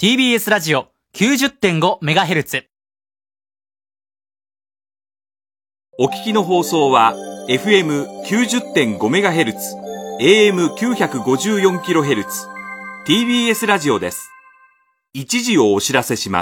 TBS ラジオ 90.5MHz。 お聞きの放送は FM90.5MHz、AM954kHz、TBS ラジオです。一時をお知らせします。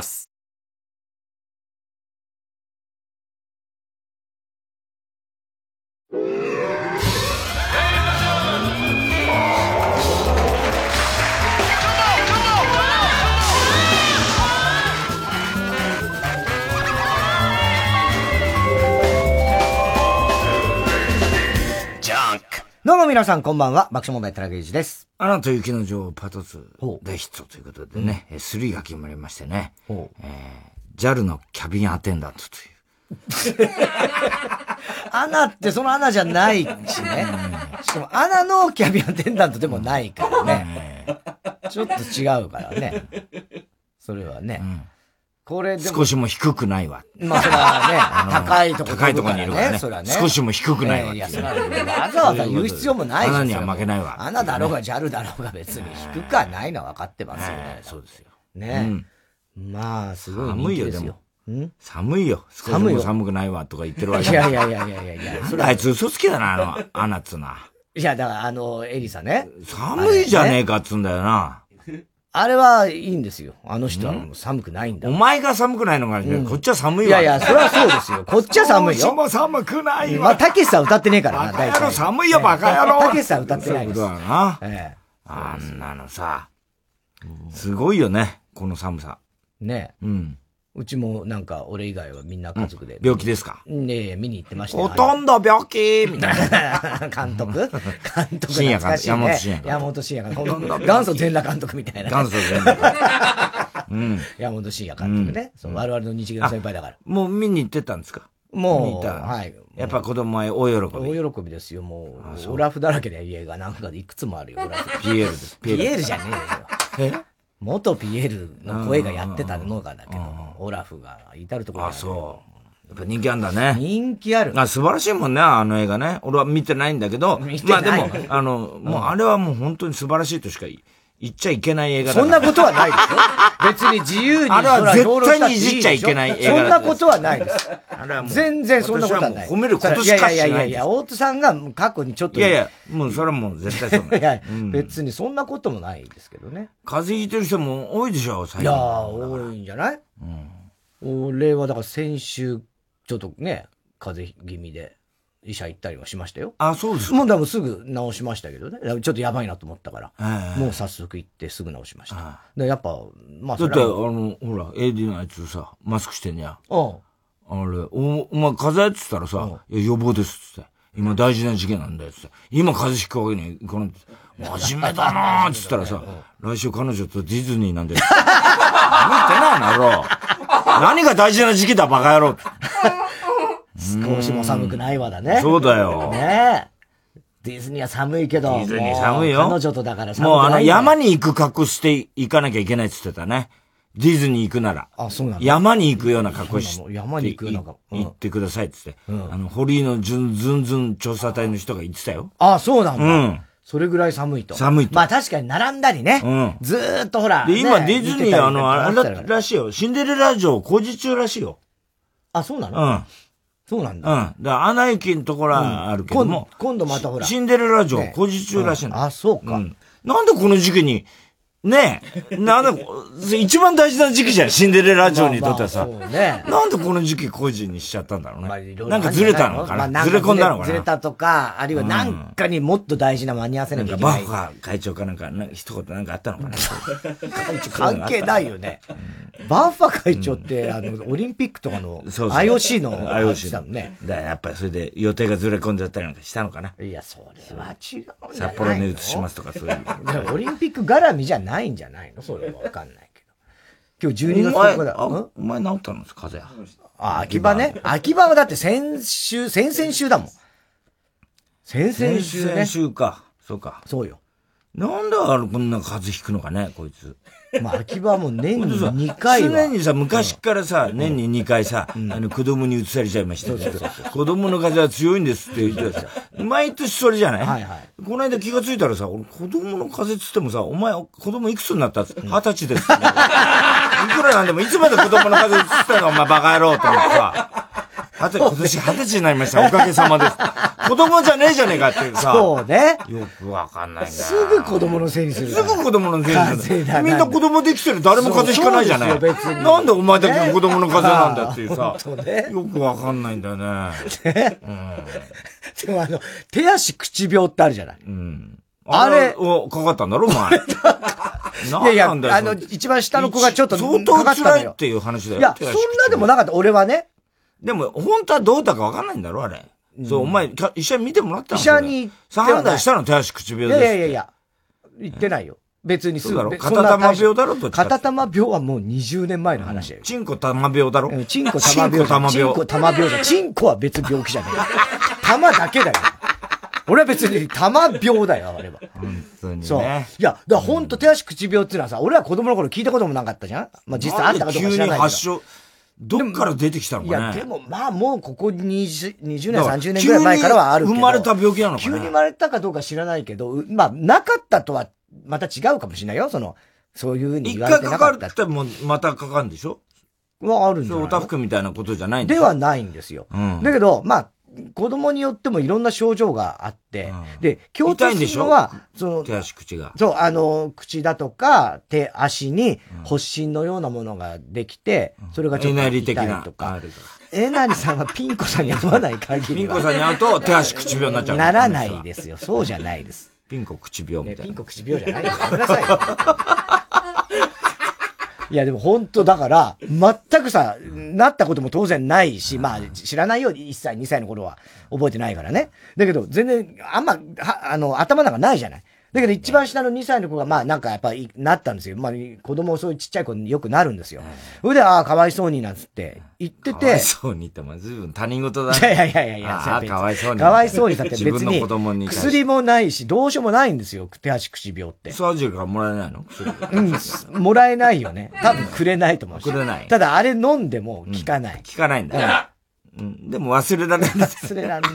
どうも皆さんこんばんは、爆笑問題田中裕二です。 アナと雪の女王パート2大ヒットということでね、3が決まりましてね、JAL のキャビンアテンダントという。 アナってそのアナじゃないしね。しかもアナのキャビンアテンダントでもないからね。ちょっと違うからね。それはね。これでも少しも低くないわ。 まあそれはね、高いところにいるからね。 それはね。 少しも低くないわ。 いや、それはわざわざ言う必要もないし。 アナには負けないわ。 アナだろうが JAL だろうが別に低くはないのは分かってますよね。 そうですよ。 ね。まあ、すごい人気ですよ。 寒いよ。少しも寒くないわとか言ってるわけ。 いや。 あいつ嘘つきだな、アナっつうな。 いや、だからエリさね。 寒いじゃねえかっつうんだよな。 あれはいいんですよ。あの人はもう寒くないんだ。 お前が寒くないのが、こっちは寒いわ。 いや、それはそうですよ。こっちは寒いよ。 こっちも寒くないわ。 まあ、たけしさん歌ってねえからな、 大体。バカ野郎寒いよ、バカ野郎。 たけしさん歌ってないです。 そういうことだな。あんなのさ、すごいよね、この寒さ。 ねえ。うちもなんか、俺以外はみんな家族で。 病気ですか？ ねえ、見に行ってましたよ。 ほとんど病気みたいな。監督深夜監督。山本慎也監督。元祖全裸監督みたいな。 元祖全裸。 山本慎也監督ね。我々の日芸の先輩だから。 もう見に行ってたんですか？ もう、はい。 やっぱ子供は大喜び。 大喜びですよ、もう。オラフだらけで家がなんかいくつもあるよ、オラフ。 ピエールです。 ピエールじゃねえよ。元ピエールの声がやってたのがだけど、オラフが至るところにある。 あ、そう。やっぱ人気あんだね。 人気ある。 素晴らしいもんね、あの映画ね。俺は見てないんだけど、まあでも、もうあれはもう本当に素晴らしいとしか言っちゃいけない映画だから。 そんなことはないでしょ。別に自由に。 あれは絶対にいじっちゃいけない映画だ。 そんなことはないです。全然そんなことはない。 褒めることしかしない。 いや、大津さんが過去にちょっと。 いや、もうそれはもう絶対そうなん。 いや、別にそんなこともないですけどね。 風邪ひいてる人も多いでしょ、 最近。いや、多いんじゃない？俺はだから先週、ちょっとね、風邪気味で。医者行ったりはしましたよ。 あ、そうですか。 もうでもすぐ治しましたけどね。ちょっとやばいなと思ったから。もう早速行ってすぐ治しました。で、やっぱ、まあだって、ほら、AD のあいつさ、マスクしてんじゃん。お前風邪って言ったらさ、いや、予防ですって。今大事な時期なんだよって。今風邪ひくわけにいかない。真面目だなーって言ったらさ、来週彼女とディズニーなんだよ。何言ってないな、ろ。何が大事な時期だ、バカ野郎。 少しも寒くないわだね。 そうだよ。 ねえ。ディズニーは寒いけど。 ディズニー寒いよ。 彼女とだから寒くない。 もう山に行く格好して行かなきゃいけないって言ってたね。ディズニー行くなら。 あ、そうなの？ 山に行くような格好して。 山に行くような格好。 行ってくださいって言って。堀井のズンズン調査隊の人が言ってたよ。 あ、そうなんだ。それぐらい寒いと。 寒いと。 まあ確かに並んだりね。ずーっとほら。 で、今ディズニーあれらしいよ。シンデレラ城工事中らしいよ。 あ、そうなの？そうなんだ。 だから、アナ雪のところはあるけども。 今度またほら。 シンデレラ城工事中らしいの。 あ、そうか。 なんでこの時期に、ねえ。一番大事な時期じゃん、シンデレラ城にとってはさ。なんでこの時期工事にしちゃったんだろうね。なんかずれたのかな、ずれ込んだのかな。 ずれたとか、あるいはなんかにもっと大事な間に合わせなきゃいけない。 バッハ会長かなんか、一言なんかあったのかな。 関係ないよね。バッファ会長って、オリンピックとかの IOC の IOC だもんね。だからやっぱりそれで予定がずれ込んじゃったりなんかしたのかな。 いや、それは違う。 札幌に移しますとかそういう。 オリンピック絡みじゃないんじゃないの？それはわかんないけど。今日12月10日だ。 お前治ったの風邪。 あ、秋葉ね。秋葉はだって先々週だもん。先々週ね。 先週か。そうか。 そうよ。 なんでこんな風邪ひくのかね、こいつ。 まあ、秋葉はもう年に2回は。 常にさ、昔からさ、年に2回さ、子供に移されちゃいました。子供の風邪は強いんですって言ってた。毎年それじゃない？はいはい。この間気がついたらさ、俺子供の風邪っつってもさ、お前子供いくつになった？20歳です。 くらなんでもいつまで子供の風邪したのお前バカ野郎と思ってさ。あと今年20歳になりました。おかげさまです。子供じゃねえじゃねえかっていうさ。 そうね。 よくわかんないんだよ。 すぐ子供のせいにする。 すぐ子供のせいにする。みんな子供できてる。誰も風邪ひかないじゃない。別に。なんでお前だけ子供の風邪なんだっていうさ。よくわかんないんだよね。 でも手足口病ってあるじゃない。 あれ、かかったんだろ、お前。 いやいや、一番下の子がちょっと相当辛いっていう話だよ。 いや、そんなでもなかった、俺はね。 でも、本当はどうだかわかんないんだろ、あれ。そう、お前、医者に見てもらったの？ 医者に。 判断したの手足口病です。 いや。言ってないよ。別にそうだろ。片玉病だろ、どっちか。 片玉病はもう20年前の話だよ。 チンコ玉病だろ。 チンコ玉病。チンコ玉病じゃ。チンコは別病気じゃねえ。玉だけだよ。俺は別に玉病だよ、あれは。 本当にね。 そう。いや、だからほんと手足口病っていうのはさ、俺は子供の頃聞いたこともなかったじゃん。まあ実際あったかどうか知らないけど。 急に発症。どっから出てきたのかね。 いや、でもまあもうここ20年、30年ぐらい前からはあるけど。 生まれた病気なのかな。 急に生まれたかどうか知らないけど、まあなかったとはまた違うかもしれないよ。そういう風に言われてなかった。 一回かかってもまたかかるんでしょ？ はあるんじゃないの？ おたふくみたいなことじゃないんでではないんですよ。だけど、まあ、子供によってもいろんな症状があって、で、共通するのは、 手足口が。 そう、口だとか、手足に発疹のようなものができて、それがちょっと痛いとか。えなりさんはピン子さんに会わない限りは。 ピン子さんに会うと手足口病になっちゃう。 ならないですよ。そうじゃないです。 ピン子口病みたいな。 ピン子口病じゃないです。ごめんなさいよ。いやでも本当だから、全くさ、なったことも当然ないし、まあ知らないよ、1歳、2歳の頃は覚えてないからね。だけど全然、あんま、頭なんかないじゃない。だけど一番下の2歳の子がまあなんかやっぱりなったんですよ。まあ子供そういうちっちゃい子によくなるんですよ。それで、かわいそうになんつって言ってて。かわいそうにって、まあ随分他人事だね。 いや。 かわいそうに。 かわいそうにだって別に。 自分の子供に。 薬もないし、どうしようもないんですよ。手足口病って。 サージからもらえないの？ もらえないよね。多分くれないと思うし。 くれない。 ただあれ飲んでも効かない。 効かないんだ。でも忘れられない。 忘れられない。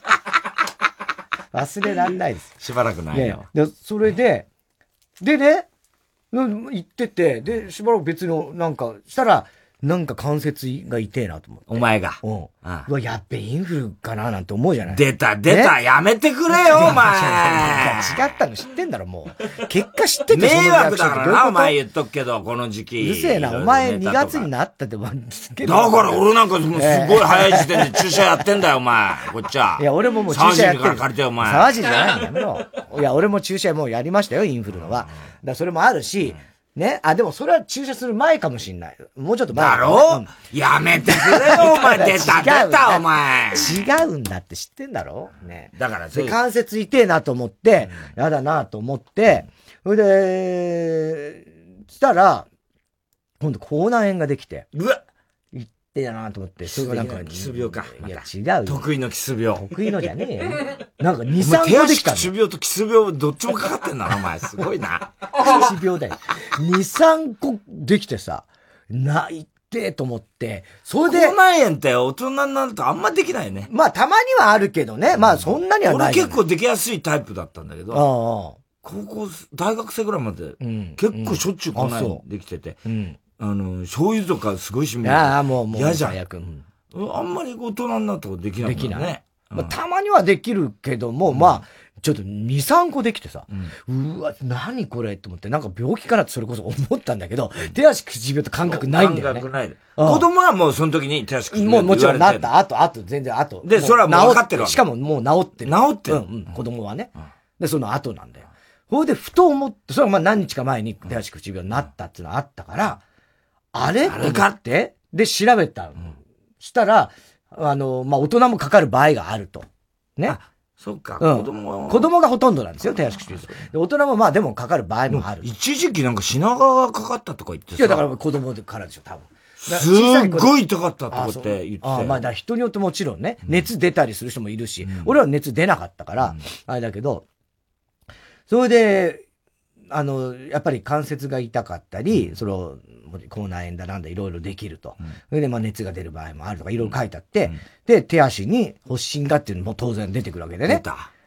忘れらんないです。 しばらくないよ。 で、それで、ね、行ってて、で、しばらく別の、なんか、したら、なんか関節が痛えなと思って。 お前が。 うわ、やっべ、インフルかななんて思うじゃない。 出た、やめてくれよ、お前。 違ったの知ってんだろ、もう。結果知ってて、 迷惑だからな、お前言っとくけど、この時期。 うるせえな、お前2月になったって、 だから俺なんかもうすごい早い時点で注射やってんだよ、お前。こっちは。 いや、俺ももう注射やってる。 から借りてよ、お前。 沢尻じゃないんだよ、やめろ。いや、俺も注射もうやりましたよ、インフルのは。だからそれもあるし、ね。でもそれは注射する前かもしんない。もうちょっと前。 だろ？やめてくれよ、お前。出た、お前。 違うんだって知ってんだろ？ね。 だからで、関節痛えなと思って、やだなと思って、それで、したら、今度口内炎ができて。 うわ！ 痛えなと思って。それがなんか、 キス病か。 いや、違うよ。 得意のキス病。 得意のじゃねえよ。なんか2、3個できたの。 手足口病とキス病どっちもかかってんだな、お前。すごいな。 口病だよ。2、3個できてさ、痛えと思って、それで。 口内炎って大人になるとあんまできないね。 まあ、たまにはあるけどね。まあ、そんなにはない。 俺結構できやすいタイプだったんだけど、大学生ぐらいまで、結構しょっちゅう口内炎できてて、醤油とかすごいしみる。 もう、 嫌じゃん。 あんまり大人になったことできない。できない。 まあ、たまにはできるけども、まあ、ちょっと2、3個できてさ、うわ、何これって思って、なんか病気かなってそれこそ思ったんだけど、手足口病って感覚ないんだよね。 感覚ない。子供はもうその時に手足口病もちろんなった後、全然後。 で、それはもう分かってるわけ。 しかももう治ってる。 治ってる。 子供はね。で、その後なんだよ。それでふと思って、それはまあ何日か前に手足口病になったっていうのがあったから、あれってで、調べた。したら、まあ、大人もかかる場合があると。ね。 そっか。 子供がほとんどなんですよ、手足口病。で、大人もまあでもかかる場合もある。 一時期なんか品川がかかったとか言ってさ。 いや、だから子供からでしょ、多分。 すっごい痛かったとかって言ってた。 まあ、だから人によってもちろんね、熱出たりする人もいるし、俺は熱出なかったから、あれだけど、それで、やっぱり関節が痛かったり、口内炎だなんだいろいろできると。それで、まあ熱が出る場合もあるとかいろいろ書いてあって、で、手足に発疹がっていうのも当然出てくるわけでね。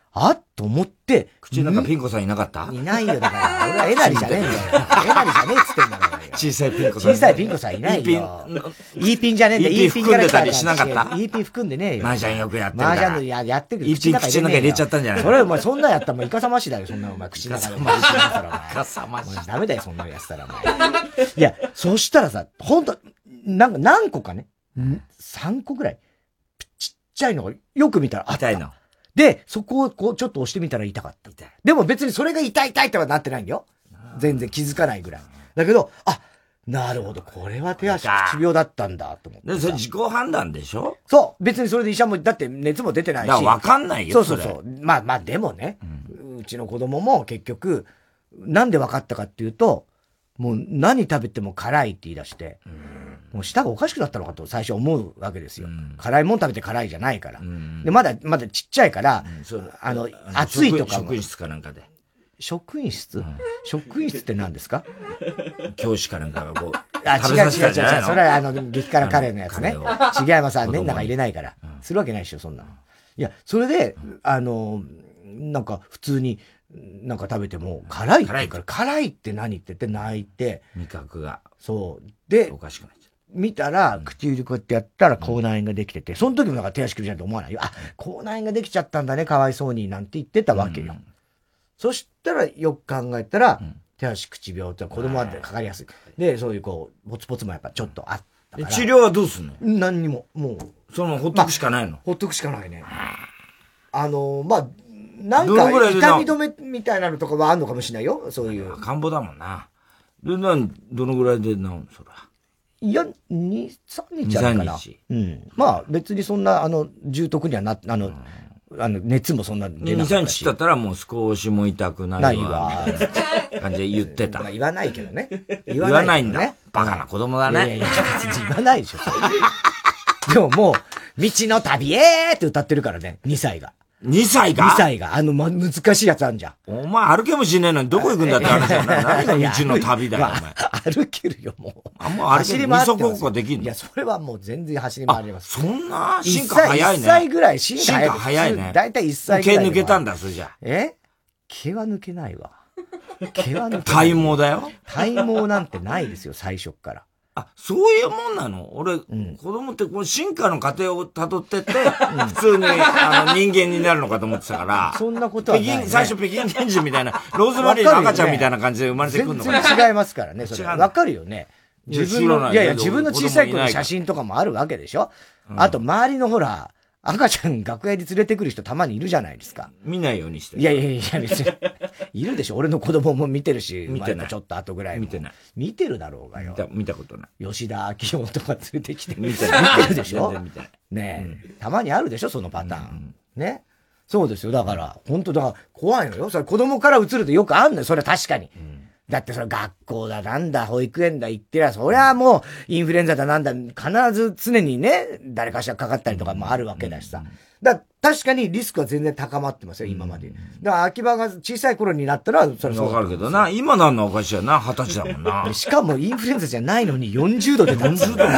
と思って、 口の中ピン子さんいなかった？ いないよ、だから。俺はえなりじゃねえんだよ。えなりじゃねえっつってんだから。 小さいピン子さん。 小さいピン子さんいないよ。イーピンじゃねえんだよ。 イーピン含んでたりしなかった？ イーピン含んでねえよ。 麻雀よくやってるから。 麻雀やってる。 イーピン口の中入れちゃったんじゃない？ それお前そんなんやったらもうイカサマシだよ、そんなお前口の中で。イカサマシ。 ダメだよ、そんなのやったらお前。いや、そしたらさ、ほんと、なんか何個かね、3個ぐらい、ちっちゃいのがよく見たらあった。 痛いの。 で、そこをこうちょっと押してみたら痛かった。でも別にそれが痛いとはなってないんだよ。全然気づかないぐらい。だけど、なるほど、これは手足口病だったんだ、と思って。 で、それ自己判断でしょ？ そう。別にそれで医者も、だって熱も出てないし。だから分かんないよ、 そう。まあでもね、うちの子供も結局、なんで分かったかっていうと、もう何食べても辛いって言い出して、もう舌がおかしくなったのかと最初思うわけですよ。辛いもん食べて辛いじゃないから。で、まだちっちゃいから、暑いとかも。 職員室かなんかで。 職員室？職員室って何ですか？ 教師かなんかがこう。 違う。それは激辛カレーのやつね。違います。麺の中入れないから。するわけないでしょ、そんなの。いや、それで、なんか普通に、なんか食べても、辛いって言うから、辛いって何って言って泣いて。 味覚が。 そう。で、 おかしくなっちゃう。 見たら、唇こうやってやったら口内炎ができてて、その時もなんか手足首じゃんと思わないよ。口内炎ができちゃったんだね、かわいそうに、なんて言ってたわけよ。そしたら、よく考えたら、手足口病って子供はかかりやすい。で、そういうこう、ポツポツもやっぱちょっとあったから。 治療はどうすんの？ 何にも、もう。 そのほっとくしかないの？ ほっとくしかないね。なんか痛み止めみたいなのとかはあんのかもしれないよ、そういう。 赤ん坊だもんな。で、どのぐらいで治るのそれは。 いや、2、3日あるかな。うん。まあ別にそんな、重篤には熱もそんな出なかったし。 2、3日だったらもう少しも痛くないわ。感じで言ってた。 言わないけどね。 言わないんだ。バカな子供だね。 いや言わないでしょ。でももう、道の旅へーって歌ってるからね、2歳が。 2歳が ?2 歳が。難しいやつあんじゃん。 お前歩けもしねえのにどこ行くんだって話だよ。何が道の旅だよ、お前。 歩けるよ、もう。 もう走り回って。二足歩行できんの？ いや、それはもう全然走り回ります。 そんな進化早いね。 1歳ぐらい進化早いね。 だいたい1歳ぐらい。 毛抜けたんだ、それじゃ。 毛は抜けないわ。毛は抜けない。 体毛だよ。 体毛なんてないですよ、最初から。 そういうもんなの？俺、子供ってこう進化の過程を辿ってって、普通に人間になるのかと思ってたから。 そんなことはない、ね。 最初北京原人みたいな、ローズマリーの赤ちゃんみたいな感じで生まれてくるのかな。 全然違いますからね、それ。わかるよね。自分の小さい頃の写真とかもあるわけでしょ？あと、周りのほら、赤ちゃん楽屋に連れてくる人たまにいるじゃないですか。 見ないようにして。 いや、別に。いるでしょ。俺の子供も見てるし。 見てない。 ちょっと後ぐらい。 見てない。 見てるだろうがよ。 見たことない。 吉田明夫とか連れてきて。 見てるでしょ。 見てない。 ねえ、たまにあるでしょ、そのパターン。ね。そうですよ。だから、本当だから怖いのよ。それ子供から移るとよくあんのよ。それ確かに。だってそれ学校だなんだ保育園だ行ってりゃそりゃもうインフルエンザだなんだ必ず常にね誰かしらかかったりとかもあるわけだしさ。確かにリスクは全然高まってますよ今まで。だから秋葉が小さい頃になったらそれわかるけどな今なんのおかしいやな20歳だもんな。 しかもインフルエンザじゃないのに40度で 40度ね。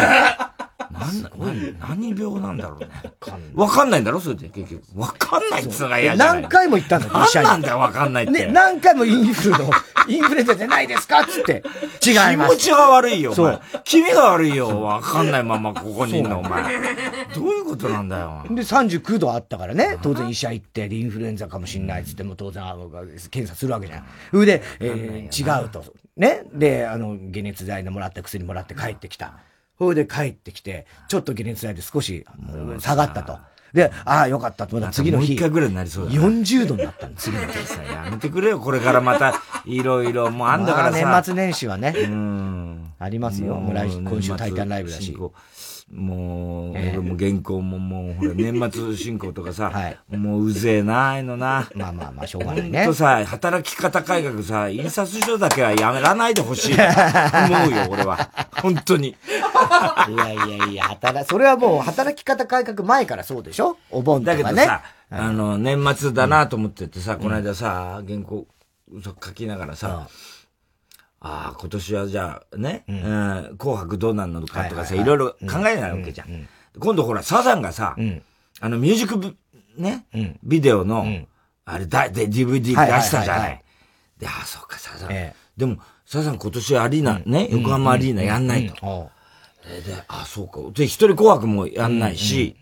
何病なんだろうね。わかんないんだろそれで結局。わかんないっつうのが嫌じゃない。 何回も言ったんだよ、 医者に。なんだよ、わかんないって。 ね、何回もインフルエンザじゃないですかっつって。違います。 気持ちが悪いよ、お前。君が悪いよ。わかんないままここにいんの、お前。どういうことなんだよ。 で、39度あったからね。当然医者行って、インフルエンザかもしんないっつっても当然、検査するわけじゃん。それで、違うと。ね。で、解熱剤でもらった薬もらって帰ってきた。それで帰ってきて、ちょっと解熱剤で少し下がったと。で、よかったと思った次の日。 もう一回ぐらいになりそうだ。 40度になったの、次の日。 さ、やめてくれよ、これからまた、いろいろ、もうあんだからさ。 年末年始はね。ありますよ。もう今週タイタンライブだし。 もう、俺も原稿ももう、ほら、年末進行とかさ、もううぜえな、ああいうのな。 まあ、しょうがないね。 ほんとさ、働き方改革さ、印刷所だけはやめらないでほしい。思うよ、俺は。本当に。 いや、それはもう働き方改革前からそうでしょお盆とかね。 だけどさ、年末だなと思っててさ、この間さ、原稿書きながらさ、今年はじゃあね、紅白どうなるのかとかさ、いろいろ考えないわけじゃん。今度ほら、サザンがさ、ミュージックビデオの、 あれで DVD 出したじゃない。で、そうか、サザン。でも、サザン今年アリーナ、ね、横浜アリーナやんないと。で、そうか。で、一人紅白もやんないし、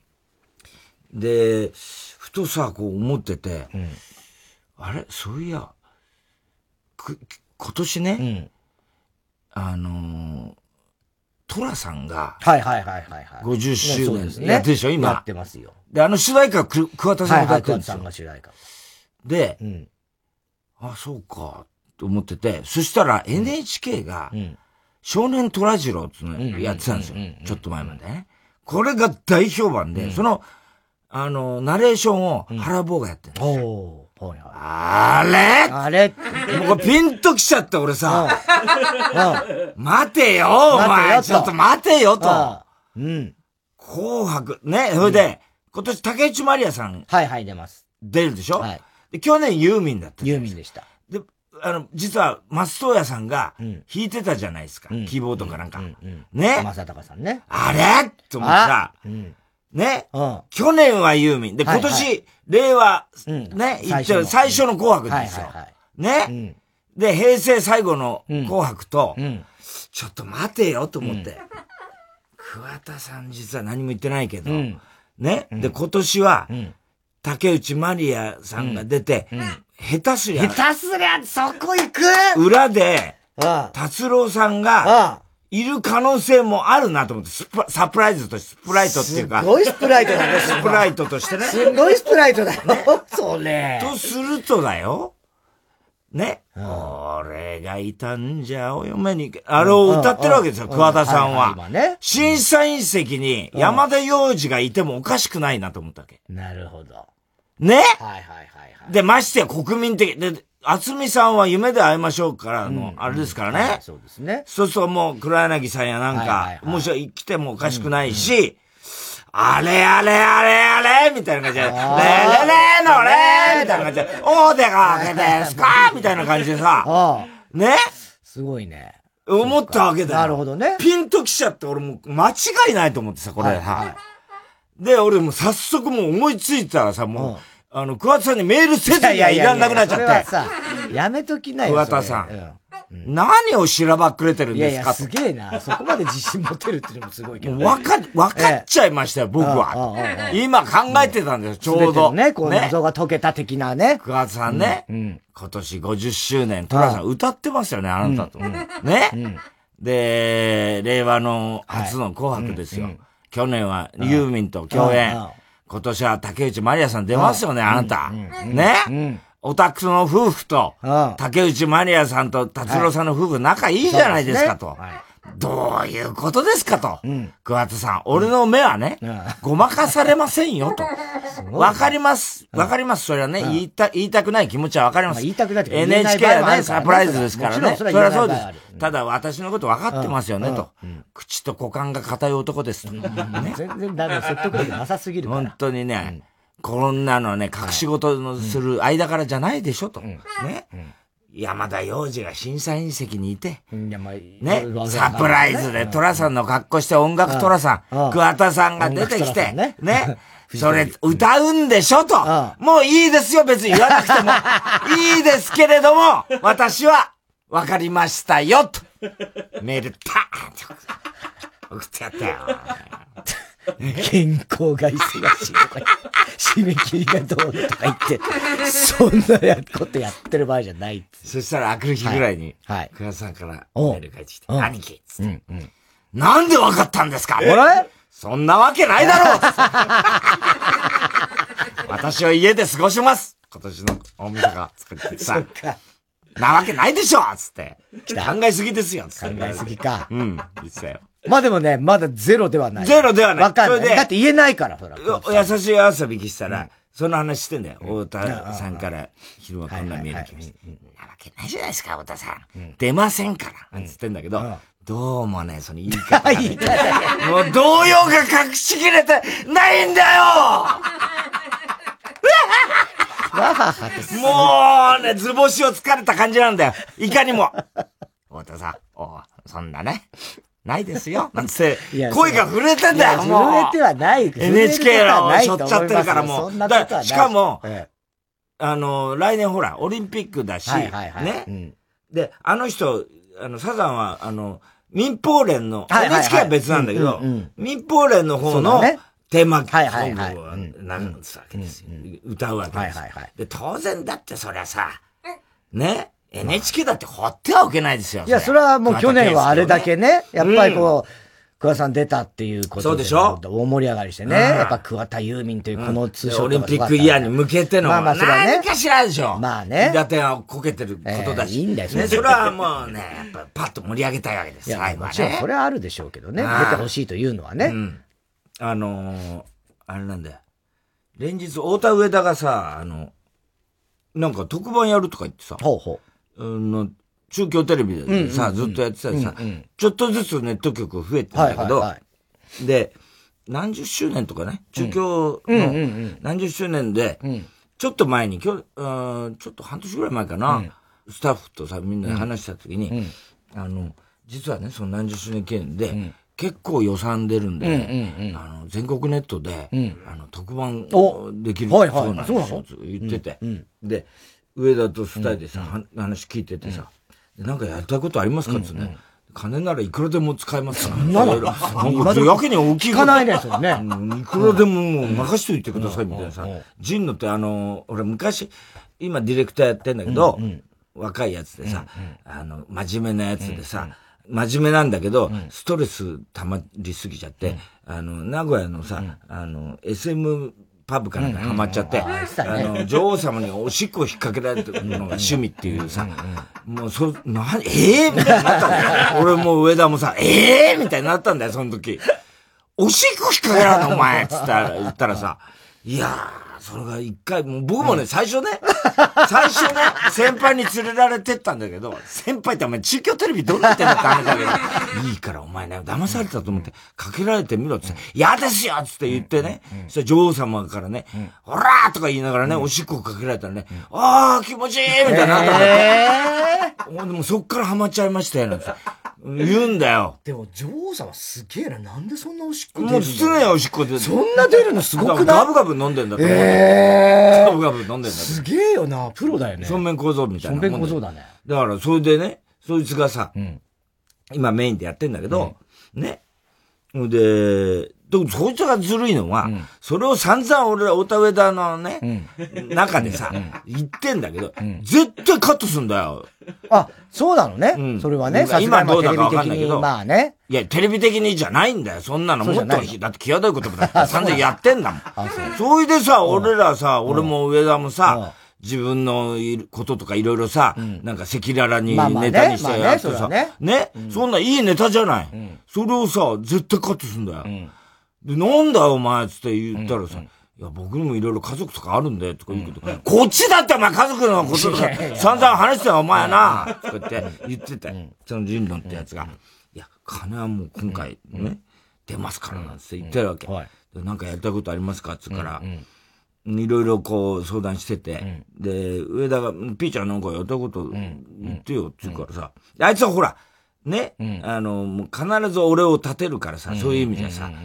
で、ふとさ、こう思ってて、あれそういや、今年ね、トラさんが、50周年やってるでしょ、今。 やってますよ。 で、主題歌桑田さんが歌ってるんですよ。 桑田さんが主題歌。 で、そうか、と思ってて、そしたら NHK が、少年虎次郎っていうのやってたんですよ。ちょっと前までね。これが大評判で、その、ナレーションを原坊がやってるんですよ。あれもうピンときちゃって、俺さ。待てよ、お前。ちょっと待てよ、と。紅白、ね。それで、今年竹内まりやさん。 出ます。 出るでしょで、去年ユーミンだった。 ユーミンでした。 で、実は、松任谷さんが弾いてたじゃないですか。キーボードかなんか。ね。 正隆さんね。 あれと思ってさ。ね。去年はユーミン。で、今年、令和、ね。最初の紅白ですよ。ね。で、平成最後の紅白と、ちょっと待てよと思って。桑田さん実は何も言ってないけど、ね。で、今年は、竹内まりやさんが出て、下手すりゃ、 そこ行く裏で、達郎さんが、いる可能性もあるなと思って、サプライズとして、スプライトっていうか。 すごいスプライトだね、 スプライトとしてね。 すごいスプライトだよ、それ。 とするとだよ。ね。俺がいたんじゃ、お嫁に、あれを歌ってるわけですよ、桑田さんは。審査員席に山田洋次がいてもおかしくないなと思ったわけ。 なるほど。 ね。で、ましてや国民的。で、厚美さんは夢で会いましょうからの、あれですからね。 そうですね。 そうするともう黒柳さんやなんか、もし来てもおかしくないし、あれみたいな感じで、レレレのレみたいな感じで、お出かけですかみたいな感じでさ、ねすごいね。 思ったわけだよ。 なるほどね。 ピンときちゃって俺もう間違いないと思ってさ、これさ。で、俺も早速もう思いついたらさ、もう、桑田さんにメールせずにはいらんなくなっちゃって。 それはさ、やめときなよ。 桑田さん。何をしらばっくれてるんですかすげえな。そこまで自信持てるっていうのもすごいけど。 わかっちゃいましたよ、僕は。今考えてたんですよ、ちょうど。 ね、こう謎が解けた的なね。 桑田さんね。今年50周年、トラさん歌ってますよね、あなたと。ね。で、令和の初の紅白ですよ。去年はユーミンと共演。今年は竹内まりやさん出ますよね、あなた。ね。オタクの夫婦と、竹内まりやさんと達郎さんの夫婦仲いいじゃないですかと。どういうことですかと。桑田さん、俺の目はね、ごまかされませんよと。わかります。それはね、言いたくない気持ちはわかります。 言いたくないって NHK はね、サプライズですからね。それはそうです。ただ私のこと分かってますよねと。口と股間が硬い男ですと。 全然ダメ、説得力なさすぎるから。 本当にね、こんなのね、隠し事のする間柄じゃないでしょと。ね。山田洋次が審査員席にいて、ね、サプライズで寅さんの格好して音楽寅さん、桑田さんが出てきて、ね、それ歌うんでしょと。もういいですよ、別に言わなくても。いいですけれども、私は分かりましたよと。メールパーンって送ってやったよ。 健康が忙しいとか、締め切りがどうとか言って、そんなことやってる場合じゃない。 そしたら、あくる日ぐらいに、桑田さんからメール返ってきて、兄貴っつって、なんで分かったんですかそんなわけないだろう私は家で過ごします今年の大晦日作ってさ。なわけないでしょつって。考えすぎですよ。 考えすぎか。 言ってたよ。 まあでもね、まだゼロではない。 ゼロではない。 わかんない。だって言えないから、ほら。 優しい遊びしたら、その話してんだよ。太田さんから昼間こんなメール来ました。なわけないじゃないですか、太田さん。出ませんから。なんつってんだけど、どうもね、その言い方がね。もう動揺が隠しきれてないんだよもうね、図星を疲れた感じなんだよ。いかにも。太田さん、そんなね。ないですよ。なんつって、声が震えてんだよ、もう。 震えてはない。 NHK をしょっちゃってるからもう。しかも、 来年ほら、オリンピックだし、ね。で、あの人、サザンは、民放連の、NHK は別なんだけど、民放連の方のテーマソングを流すわけですよ。歌うわけです。で、当然だってそりゃさ、ね、NHK だって放ってはおけないですよ。 いや、それはもう去年はあれだけね、やっぱりこう、桑さん出たっていうことで。 そうでしょ？ 大盛り上がりしてね。やっぱ桑田ユーミンというこのツーショットオリンピックイヤーに向けての、 それはね。 何かしらでしょ。 まあね。 だってこけてることだし。 いいんだよね。それはもうね、やっぱパッと盛り上げたいわけです。 最後はね。それはあるでしょうけどね。出てほしいというのはね。 あれなんだよ。連日、太田上田がさ、なんか特番やるとか言ってさ。中京テレビでさ、ずっとやってたりさ、ちょっとずつネット局増えてんだけど、で、何十周年とかね、中京の何十周年で、ちょっと前に、ちょっと半年ぐらい前かな、スタッフとさ、みんなで話した時に、実はね、その何十周年記念で、結構予算出るんで、全国ネットで、特番できるそうなんですよ、言ってて。で、上田と二人でさ、話聞いててさ、なんかやりたいことありますかってね。金ならいくらでも使えますから。なんかやけに大きい。 聞かないですよね。 いくらでももう任しといてくださいみたいなさ。ジンノって俺昔、今ディレクターやってんだけど、若いやつでさ、真面目なやつでさ、真面目なんだけど、ストレス溜まりすぎちゃって、名古屋のさ、SM、パブかなんかハマっちゃって、女王様におしっこを引っ掛けられてるのが趣味っていうさ、もうみたいになったんだよ。俺も上田もさ、みたいになったんだよ、その時。おしっこ引っ掛けられるのお前つった言ったらさ、いやー、それが一回、もう僕もね、最初ね、先輩に連れられてったんだけど、先輩ってお前中京テレビどうなってんだって話だけど、いいからお前ね、騙されたと思って、かけられてみろって、嫌ですよつって言ってね、そしたら女王様からね、ほらーとか言いながらね、おしっこをかけられたらね、あー気持ちいいみたいになったんだよ。でもそっからハマっちゃいましたよ、なんて言うんだよ。 でも女王様すげえな、なんでそんなおしっこ出るの？ もう失礼なおしっこ出る。 そんな出るのすごくない？ ガブガブ飲んでんだと思って。ガブガブ飲んでんだと。 すげえよな、プロだよね。 正面小僧みたいな。 正面小僧だね。 だから、それでね、そいつがさ、今メインでやってんだけど、ね。で、そいつがずるいのは、それを散々俺ら、太田上田のね、中でさ、言ってんだけど、絶対カットすんだよ。 あ、そうなのね。それはね、 今どうだかわかんないけど。 まあね。 いや、テレビ的にじゃないんだよ。そんなのもっと、だって際どいこともだって散々やってんだもん。それでさ、俺らさ、俺も上田もさ、自分のこととかいろいろさ、なんか赤裸々にネタにしてやってさ、ね、そんないいネタじゃない。それをさ、絶対カットすんだよ。で、なんだよお前つって言ったらさ、いや、僕にもいろいろ家族とかあるんだよとか言うけど、こっちだってお前家族のこと散々話してたよお前なとか言ってたよ。その人論ってやつが。いや、金はもう今回ね、出ますからなんて言ってるわけ。なんかやりたいことありますかって言うから、いろいろこう相談してて、で、上田が、ピーちゃんなんかやりたいこと言ってよって言うからさ、あいつはほら、ね、もう必ず俺を立てるからさ、そういう意味ではさ、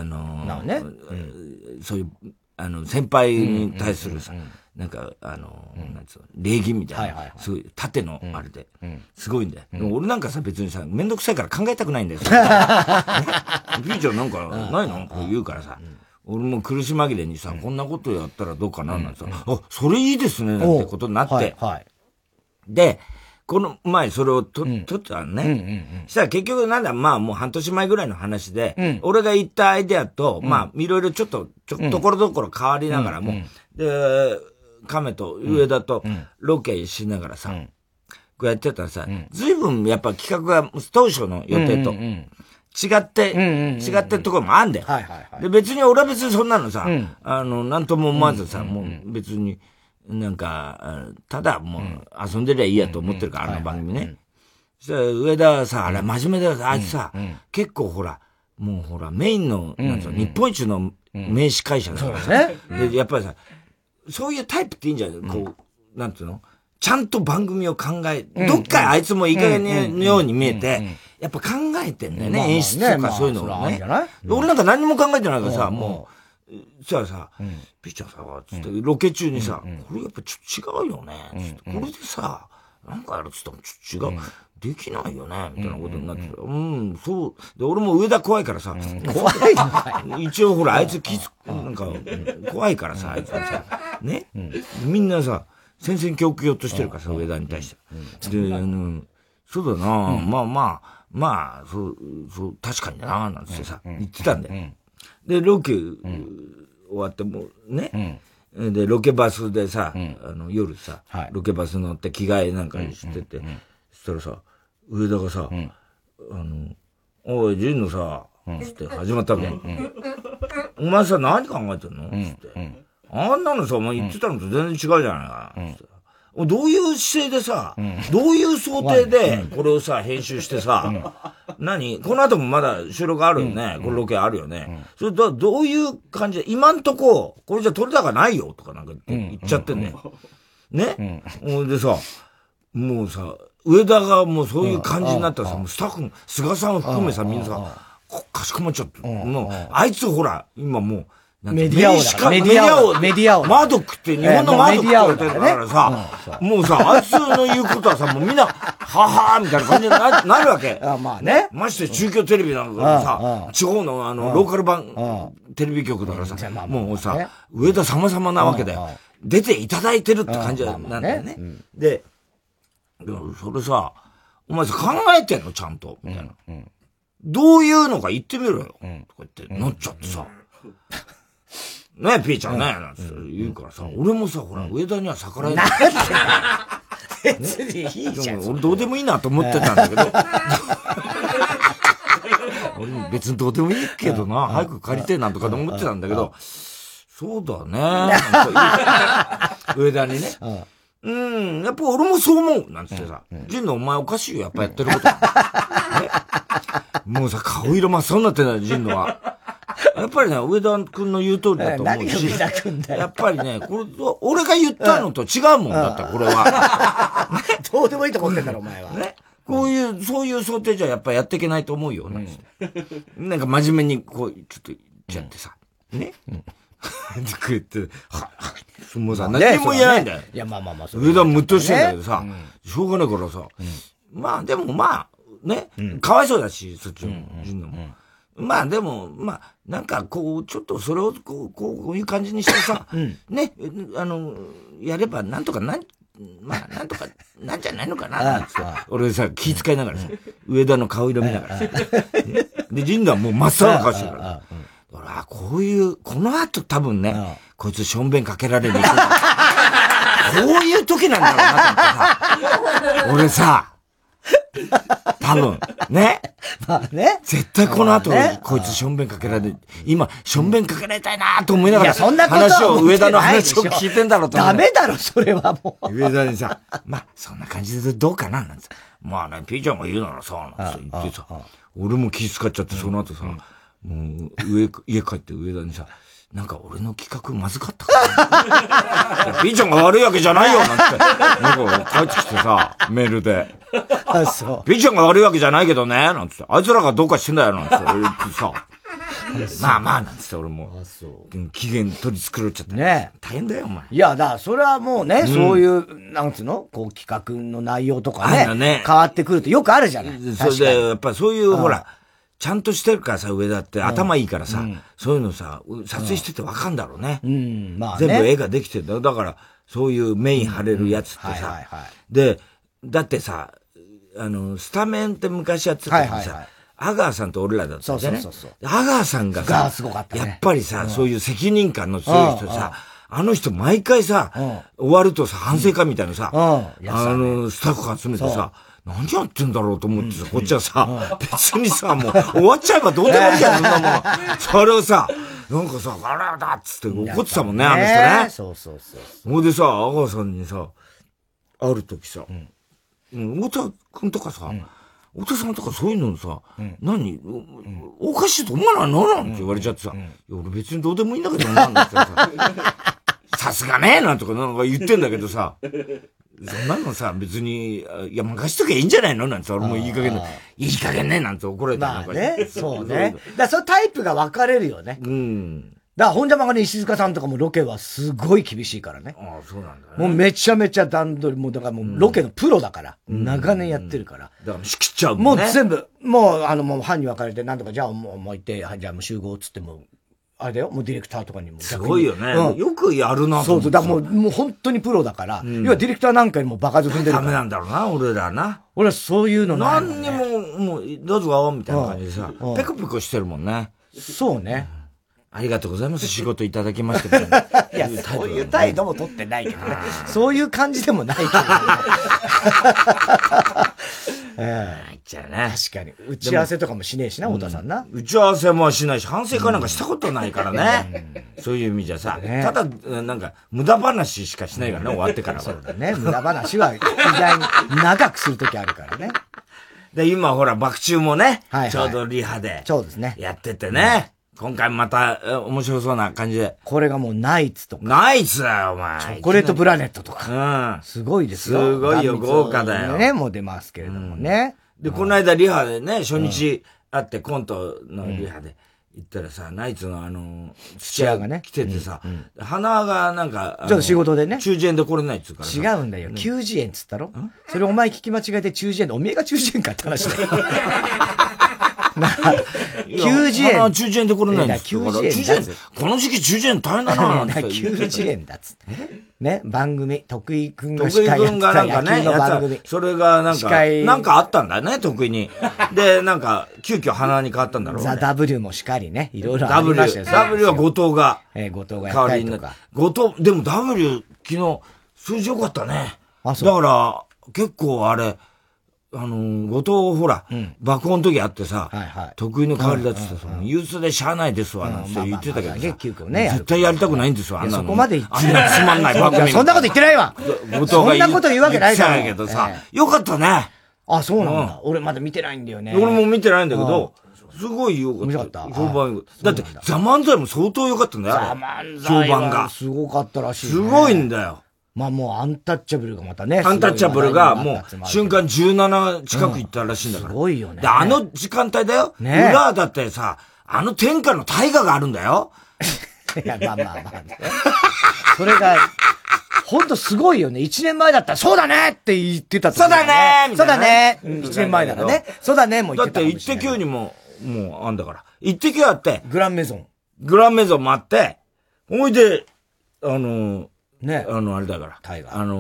そういう、先輩に対するさ、なんか、なんつうの、礼儀みたいな、すごい、縦のあれで、すごいんだよ。でも俺なんかさ、別にさ、めんどくさいから考えたくないんだよ。ピーちゃんなんかないのこう言うからさ、俺も苦し紛れにさ、こんなことやったらどうかななんてさ、あ、それいいですね、なんてことになって、で、この前それを撮ったのね。したら結局なんだ、まあもう半年前ぐらいの話で、俺が言ったアイデアと、まあいろいろちょっと、ところどころ変わりながらも、で、亀と上田とロケしながらさ、こうやってたらさ、随分やっぱ企画が当初の予定と違ってるところもあんだよ。で、別に俺は別にそんなのさ、なんとも思わずさ、もう別に、なんか、ただもう遊んでりゃいいやと思ってるから、あの番組ね。そしたら上田はさ、あれ真面目だよ、あいつさ、結構ほら、もうほら、メインの、なんつうの、日本一の名司会者だからね。で、やっぱりさ、そういうタイプっていいんじゃないこう、なんつうのちゃんと番組を考え、どっかあいつもいい加減のように見えて、やっぱ考えてんだよね、演出とかそういうのをね。俺なんか何も考えてないからさ、もしたらさ、ピッチャーさ、つって、ロケ中にさ、これやっぱちょっと違うよね、つって、これでさ、なんかやるっつってもちょっと違う。できないよね、みたいなことになってそう。で、俺も上田怖いからさ、 怖いのかい一応ほら、あいつなんか、怖いからさ、あいつはさ、ね、みんなさ、戦々恐々としてるからさ、上田に対して。で、そうだな、まあ、そう、確かにな、なんつってさ、言ってたんだよ。で、ロケ終わってもうね、で、ロケバスでさ、夜さ、ロケバス乗って着替えなんかしてて、そしたらさ、上田がさ、おい、ジンのさ、つって始まったの。お前さ、何考えてんのつって。あんなのさ、お前言ってたのと全然違うじゃないか。つって。どういう姿勢でさ、どういう想定で、これをさ、編集してさ、この後もまだ収録あるよね。このロケあるよね。それどういう感じで、今んとこ、これじゃ撮れ高ないよとかなんか言っちゃってんだよ。ね。でさ、もうさ、上田がもうそういう感じになったらさ、もうスタッフ、菅さんを含めさ、みんなさ、かしこまっちゃって。もう、あいつほら、今もう、 メディア王。 マドックって日本のマドックって言われてるからさ、もうさ、あいつの言うことはさ、もうみんな、ははーみたいな感じになるわけ。 まあね。 まして中京テレビなんかさ、地方のローカル版、テレビ局だからさ、もうさ、上田様々なわけだよ。出ていただいてるって感じなんだよね。で、それさ、お前さ、考えてんのちゃんとみたいな。どういうのか言ってみろよ。とか言って、なっちゃってさ。ねえ、ピーちゃんね、なんて言うからさ、俺もさ、ほら、上田には逆らえない。 別にいいじゃん。 俺どうでもいいなと思ってたんだけど。俺別にどうでもいいけどな、早く借りてえなんとかと思ってたんだけど、そうだね、上田にね。やっぱ俺もそう思う、なんつってさ。ジンのお前おかしいよ、やっぱやってること。もうさ、顔色真っ青になってない、ジンのは。やっぱりね、上田くんの言う通りだと思うし。やっぱりね、これ、俺が言ったのと違うもんだった、これは。 どうでもいいと思ってんだろ、お前は。ね。 そういう想定じゃやっぱやっていけないと思うよ、なんか真面目にこう、ちょっと言っちゃってさ。ね。ってくれて、もうさ、何も言えないんだよ。 いや、まあ。 上田ムッとしてんだけどさ、しょうがないからさ、まあでもね、かわいそうだし、そっちの、ジンのも。まあでも、なんかこう、ちょっとそれをこういう感じにしてさ、ね、やればなんとかなんとかなんじゃないのかな、って俺さ、気遣いながらさ、上田の顔色見ながらさ、で、ジンダはもう真っ青な顔してるから。俺はこの後多分ね、こいつしょんべんかけられる。こういう時なんだろうなと思ってさ、俺さ、多分、ね。 まあね。 絶対この後、こいつしょんべんかけられる。今、しょんべんかけられたいなと思いながら、 そんなこと上田の話を聞いてんだろうと思う。 ダメだろ、それはもう。 上田にさ、そんな感じでどうかななんて。まあね、ピーちゃんが言うならさ、なんて言ってさ、俺も気遣っちゃって、その後さ、もう、家帰って上田にさ、なんか俺の企画まずかったかな。ピーちゃんが悪いわけじゃないよ、なんて。なんか帰ってきてさ、メールで。 そう。 ピーちゃんが悪いわけじゃないけどね、なんつって。あいつらがどうかしてんだよ、なんつって。言ってさ。なんつって俺も。期限取り繕っちゃった。 ね大変だよ、お前。 いや、それはもうね、そういう、なんつうのこう企画の内容とかね。変わってくるとよくあるじゃない。 それで、やっぱりそういう、ほら、ちゃんとしてるからさ、上田って頭いいからさ、そういうのさ、撮影しててわかんだろうね。全部絵ができてるんだよ。だから、そういうメイン張れるやつってさ。で、だってさ、スタメンって昔やってた時にさ、阿川さんと俺らだったんだよね。阿川さんがさ、やっぱりさ、そういう責任感の強い人さ、あの人毎回さ、終わるとさ、反省会みたいなさ、スタッフ集めてさ、何やってんだろうと思ってさ、こっちはさ、別にさ、もう終わっちゃえばどうでもいいじゃん、そんなもん。それをさ、なんかさ、あらだっつって怒ってたもんね、あの人ね。 そう。 ほいでさ、阿川さんにさ、ある時さ、太田くんとかさ、太田さんとかそういうのさ、おかしいと思わないのなんて言われちゃってさ、いや、俺別にどうでもいいんだけどなんだってさ、さすがねなんとかなんか言ってんだけどさ、そんなのさ、別に、いや、任しときゃいいんじゃないのなんて俺もいい加減ねなんて怒られたまあね、そうね。そのタイプが分かれるよね。 だから、本邪魔がね、石塚さんとかもロケはすごい厳しいからね。 ああ、そうなんだね。 もうめちゃめちゃ段取り、もうだからもうロケのプロだから、長年やってるから。 だから仕切っちゃうもんね。 もう全部、もうもう班に分かれて、なんとか、じゃあもう行って、じゃあもう集合っつっても、あれだよ、もうディレクターとかにも。 すごいよね。よくやるな。 そうそう、だからもう本当にプロだから、要はディレクターなんかにもバカず踏んでるから。 ダメなんだろうな、俺らな。 俺はそういうのない何にも、もう、どうぞわみたいな感じでさ、ペコペコしてるもんね。 そうね。ありがとうございます。仕事いただきました。 いや、そういう態度も取ってないけどね。そういう感じでもないけどね。 入っちゃうね。 確かに。打ち合わせとかもしねえしな、太田さんな。 打ち合わせもしないし、反省会なんかしたことないからね。そういう意味じゃさ、ただ、なんか、無駄話しかしないからね、終わってからは。 そうだね。無駄話は意外に長くするときあるからね。 で、今ほら、爆中もね、ちょうどリハで。 そうですね。 やっててね。今回また面白そうな感じで。 これがもうナイツとか。 ナイツだよ、お前。 チョコレートプラネットとか。すごいですよ。 すごいよ、豪華だよ。 ね、もう出ますけれどもね。 で、この間リハでね、初日会ってコントのリハで行ったらさ、ナイツの土屋がね。 来ててさ、鼻がなんか、 ちょっと仕事でね。 中耳炎で来れないっつうから。 違うんだよ。中耳炎っつったろ？それお前聞き間違えて中耳炎で、おめえが中耳炎かって話だよ。中耳炎。 中耳炎で来れないんですよ。中耳炎だっつこの時期中耳炎大変だなぁ。 中耳炎だっつって。ね、番組、徳井くんが司会やってた野球の番組。それがなんかあったんだよね、徳井に。で、なんか、急遽鼻に変わったんだろうね。 ザ・ W もしかりね、いろいろありましたよ。 W は後藤が。 後藤がやったりとか。 後藤、でも W、昨日、数字良かったね。だから、結構あれ、後藤ほら、爆音の時あってさ、得意の代わりだって言ってさ、憂鬱でしゃあないですわ、なんて言ってたけどさ、絶対やりたくないんですわ、あんなの。 そこまで言ってあんなつまんない番組。 そんなこと言ってないわ後藤がそんなこと言うわけないだろ。 言ってたけどさ、よかったね。 あ、そうなんだ。俺まだ見てないんだよね。 俺も見てないんだけど、すごい良かった。 面白かった。 評判だって、ザ・漫才も相当良かったんだよ。 ザ・漫才評判が。すごかったらしい。 すごいんだよ。 まあもうアンタッチャブルがまたね。 アンタッチャブルがもう瞬間17近く行ったらしいんだから。 すごいよね。 で、あの時間帯だよ。 ね裏だってさ、天下の大河があるんだよ。 いや、まあ。それが、ほんとすごいよね。1年前だったら、そうだねって言ってた。 そうだねみたいな。 そうだね。1年前ならね。そうだねも言ってた。 だって、イッテ Q にもあんだから。イッテ Q あって。 グランメゾンもあって、ほいで、 ね。 あれだから。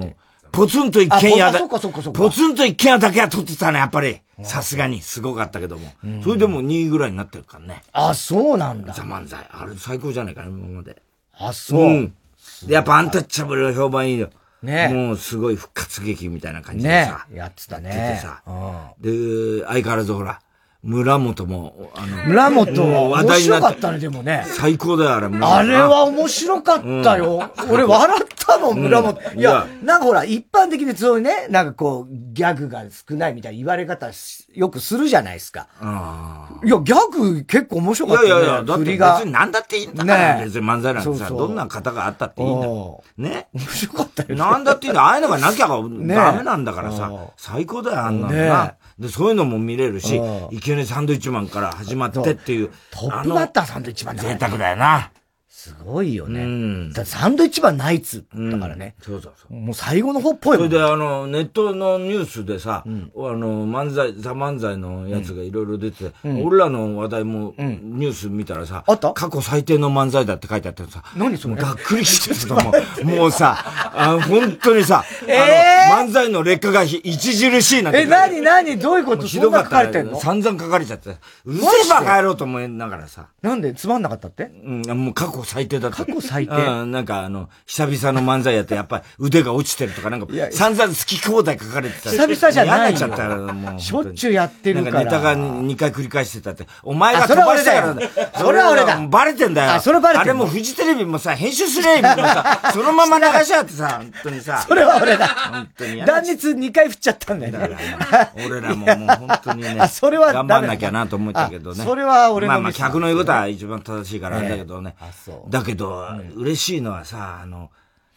ポツンと一軒家だ。ポツンと一軒家だけは取ってたね、やっぱり。さすがに。すごかったけども。それでも2位ぐらいになってるからね。 あ、そうなんだ。 ザ・漫才。あれ最高じゃないかな、今まで。 あ、そう。 で、やっぱアンタッチャブルの評判いいよ。 ね。 もうすごい復活劇みたいな感じでさ。 やってたね。 やっててさ。で、相変わらずほら。村本も、 村本は面白かったね、でもね。 最高だよ、あれ。 あれは面白かったよ。俺笑ったもん、村本。いや、なんかほら、一般的にそういうね、なんかこう、ギャグが少ないみたいな言われ方よくするじゃないですか。いや、ギャグ結構面白かったね。 いや、だって別に何だっていいんだから、別に漫才なんてさ、どんな方があったっていいんだよ。ね。 面白かったよね。 なんだっていいんだ。ああいうのがなきゃダメなんだからさ、最高だよ、あんなのな。で、そういうのも見れるし、いきなりサンドイッチマンから始まってっていう。 トップバッターサンドイッチマンだからね。贅沢だよな。 すごいよね。だってサンドイッチマンナイツだからね。 そう。 もう最後の方っぽいもん。 それでネットのニュースでさ、ザ・漫才のやつがいろいろ出てて、俺らの話題もニュース見たらさ、過去最低の漫才だって書いてあってさ、 何それがっくりしてたもうさ、本当にさ、漫才の劣化が著しいなって。 何どういうことひどかった。散々書かれちゃって。うるせえバカ野郎と思いながらさ。 なんでつまんなかったって？ もう過去最低だった。 過去最低。 なんか久々の漫才やってやっぱり腕が落ちてるとかなんか、散々好き放題書かれてた。 久々じゃない。 嫌になっちゃったらもう。 しょっちゅうやってるから。 なんかネタが2回繰り返してたって。お前が飛ばしたからだ。 それは俺だ。 バレてんだよ。 それバレてんだ。 あれもフジテレビもさ、編集すればさ、そのまま流しちゃってさ、本当にさ。 それは俺だ。 本当に。 断熱2回振っちゃったんだよね。 俺らももう本当にね。 それは頑張んなきゃなと思ったけどね。 それは俺の。 まあ客の言うことは一番正しいからあれだけどね。だけど、嬉しいのはさ、